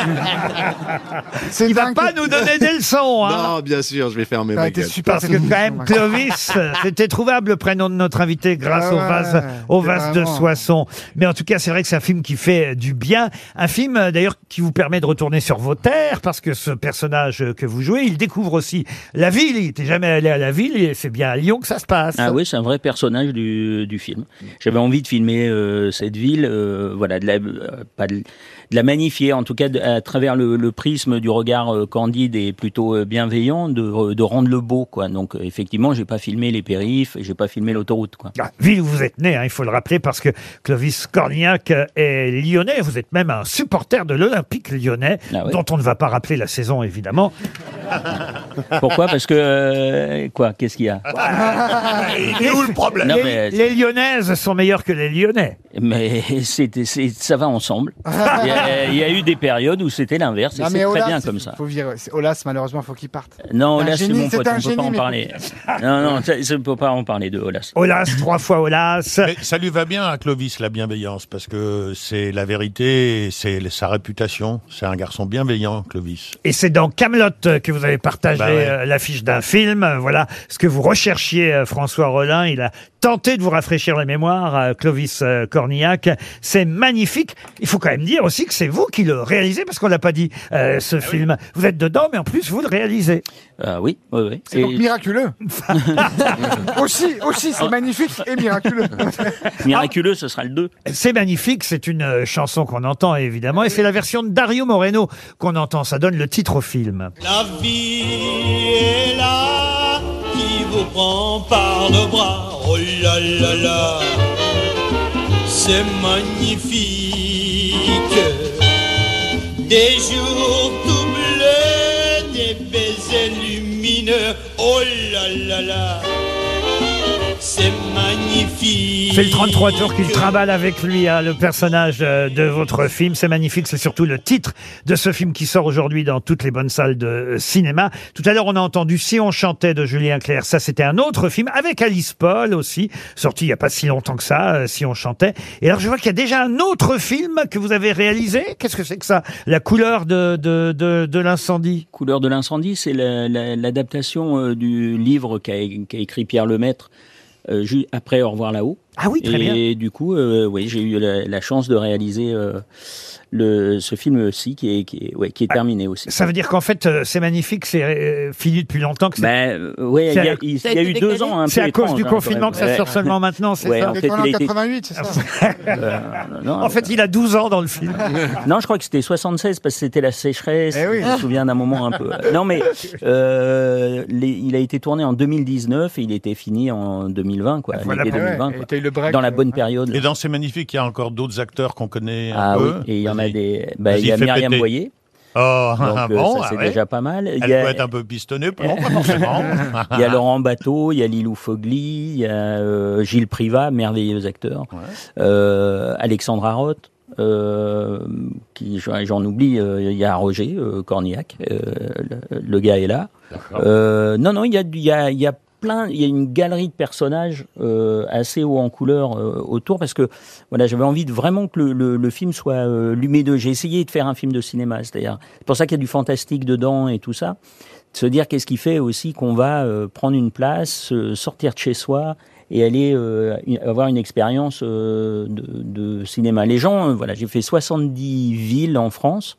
E: C'est
B: Il va
E: dingue
B: pas
E: que-
B: nous donner des leçons, hein.
L: Non, bien sûr, je vais fermer
E: Ça a
L: ma
E: été
L: gueule.
E: super.
B: Parce que
E: cette
B: quand même,
E: émission,
B: Clovis, euh, c'était trouvable le prénom de notre invité grâce
E: Ah
B: au
E: ouais,
B: vase, au
E: c'est
B: vase de
E: vraiment-
B: Soissons. Mais en tout cas, c'est vrai que c'est un film qui fait du bien. Un film, euh, d'ailleurs, qui vous permet de retourner sur vos terres, parce que ce personnage euh, que vous jouez, il découvre aussi la ville. Il n'était jamais allé à la ville, et c'est bien à Lyon que ça se passe.
U: Ah oui, c'est un vrai personnage du, du film. J'avais envie de filmer euh, cette ville, euh, voilà, de la, euh, pas de, de la magnifier, en tout cas de- à travers le, le prisme du regard euh, candide et plutôt euh, bienveillant, de, de rendre le beau, quoi. Donc euh, effectivement, j'ai pas filmé les périphes, et j'ai pas filmé l'autoroute, quoi.
B: Ah, ville où vous êtes né, hein, il faut le rappeler, parce que Clovis Cornillac est lyonnais. Vous êtes même un supporter de l'Olympique lyonnais,
U: Ah ouais.
B: dont on ne va pas rappeler la saison, évidemment.
U: Pourquoi? Parce que euh, quoi? Qu'est-ce qu'il y a?
D: Il est où le problème?
U: Non,
B: les,
U: mais-
B: les Lyonnaises sont meilleures que les Lyonnais.
U: Mais c'était, c'est, ça va ensemble. Il y, a, il y a eu des périodes où c'était l'inverse, et
E: Non,
U: c'est
E: mais
U: très
E: Olas,
U: bien
E: c'est-
U: comme ça.
E: Faut virer. C'est- Olas, malheureusement, faut qu'il parte.
U: Non,
E: Un
U: Olas, c'est
E: génie,
U: mon
E: c'est
U: pote,
E: un
U: on ne peut
E: génie,
U: pas en
E: mais-
U: parler. Non, non, ça- ça, on ne peut pas en parler de Olas.
B: Olas, trois fois Olas.
D: Mais ça lui va bien à Clovis, la bienveillance, parce que c'est la vérité, et c'est sa réputation. C'est un garçon bienveillant, Clovis.
B: Et c'est dans Camelot que vous avez partagé
D: Bah ouais.
B: euh, l'affiche d'un film. Euh, Voilà ce que vous recherchiez, euh, François Rollin. Il a tenté de vous rafraîchir la mémoire, euh, Clovis euh, Cornillac. C'est magnifique. Il faut quand même dire aussi que c'est vous qui le réalisez, parce qu'on l'a pas dit, euh, ce film. Vous êtes dedans, mais en plus, vous le réalisez.
U: Euh, oui, oui, oui.
E: C'est donc
U: Et-
E: miraculeux. aussi, aussi, c'est magnifique et miraculeux.
U: Miraculeux, ce sera le deux.
B: C'est magnifique, c'est une euh, chanson qu'on entend évidemment, et c'est la version de Dario Moreno qu'on entend, ça donne le titre au film.
J: La vie est là qui vous prend par le bras. Oh là là là, c'est magnifique. Des jours tout bleus, des baisers lumineux. Oh là là là, c'est magnifique.
B: C'est le trente-trois tours qu'il trimballe avec lui, hein, le personnage euh, de votre film. C'est magnifique, c'est surtout le titre de ce film qui sort aujourd'hui dans toutes les bonnes salles de euh, cinéma. Tout à l'heure, on a entendu Si on chantait de Julien Clerc. Ça, c'était un autre film avec Alice Paul aussi, sorti il n'y a pas si longtemps que ça, euh, Si on chantait. Et alors, je vois qu'il y a déjà un autre film que vous avez réalisé. Qu'est-ce que c'est que ça? La couleur de, de, de, de l'incendie.
U: Couleur de l'incendie, c'est la- la- l'adaptation euh, du livre qu'a qu'a écrit Pierre Lemaitre euh, ju- après Au revoir là-haut.
B: Ah oui, très
U: et
B: bien.
U: Et du coup, euh, oui, j'ai eu la, la chance de réaliser euh, le, ce film aussi, qui est, qui est, ouais, qui est terminé aussi.
B: Ça veut dire qu'en fait, euh, c'est magnifique, c'est euh, fini depuis longtemps. Que c'est-
U: Ben, euh, ouais, il y a, il y a eu deux ans un peu
B: C'est à cause
U: étranges,
B: du
U: hein,
B: confinement
U: quand
B: que ça
U: même.
B: sort
U: Ouais.
B: seulement maintenant, c'est
U: Ouais,
B: ça
U: en fait, il a été-
E: quatre-vingt-huit, c'est ça.
U: Euh, non,
B: En fait, il a douze ans dans le film.
U: Non, je crois que c'était soixante-seize parce que c'était la sécheresse.
E: Eh oui.
U: Je me souviens d'un moment un peu. Non, mais euh, les- il a été tourné en deux mille dix-neuf et il était fini en deux mille vingt, quoi.
B: Voilà
U: l'été
B: pour-
U: deux mille vingt,
E: Et
U: quoi.
E: t'as eu le break.
U: Dans la bonne période.
D: Et dans C'est magnifique, il y a encore d'autres acteurs qu'on connaît un
U: Ah
D: peu.
U: oui, et il y en a
D: Vas-y.
U: des. Bah, il y a
D: Vas-y, fais
U: Myriam
D: péter.
U: Boyer.
D: Oh,
U: Donc, euh,
D: bon,
U: ça, c'est
D: ah ouais.
U: déjà pas mal. Il
D: Elle
U: y a-
D: peut être un peu pistonnée, non, pas forcément.
U: Il y a Laurent Bateau, il y a Lilou Fogli, il y a euh, Gilles Privat, merveilleux acteur, euh, Alexandra Roth, euh, qui j'en j'en oublie, euh, il y a Roger euh, Cornillac, euh, le, le gars est là. Euh, non, non, il y a, il y a, il y a plein, il y a une galerie de personnages euh, assez haut en couleur euh, autour, parce que voilà, j'avais envie de vraiment que le, le, le film soit euh, lumineux. J'ai essayé de faire un film de cinéma, c'est-à-dire, c'est pour ça qu'il y a du fantastique dedans et tout ça. De se dire qu'est-ce qui fait aussi qu'on va euh, prendre une place, euh, sortir de chez soi et aller euh, une- avoir une expérience euh, de, de cinéma. Les gens, euh, voilà, j'ai fait soixante-dix villes en France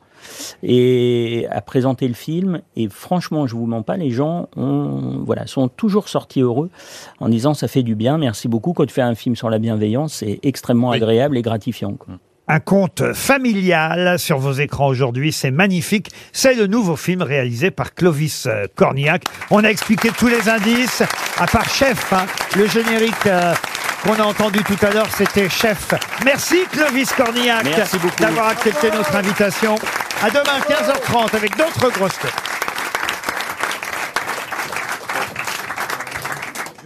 U: et à présenter le film, et franchement, je vous mens pas, les gens ont, voilà, sont toujours sortis heureux en disant ça fait du bien, merci beaucoup. Quand tu fais un film sur la bienveillance, c'est extrêmement agréable et gratifiant, quoi.
B: Un conte familial sur vos écrans aujourd'hui, c'est magnifique. C'est le nouveau film réalisé par Clovis euh, Cornillac. On a expliqué tous les indices, à part Chef, hein, le générique euh, qu'on a entendu tout à l'heure, c'était Chef. Merci Clovis Cornillac
U: Merci beaucoup.
B: d'avoir accepté notre invitation. À demain quinze heures trente avec d'autres grosses têtes.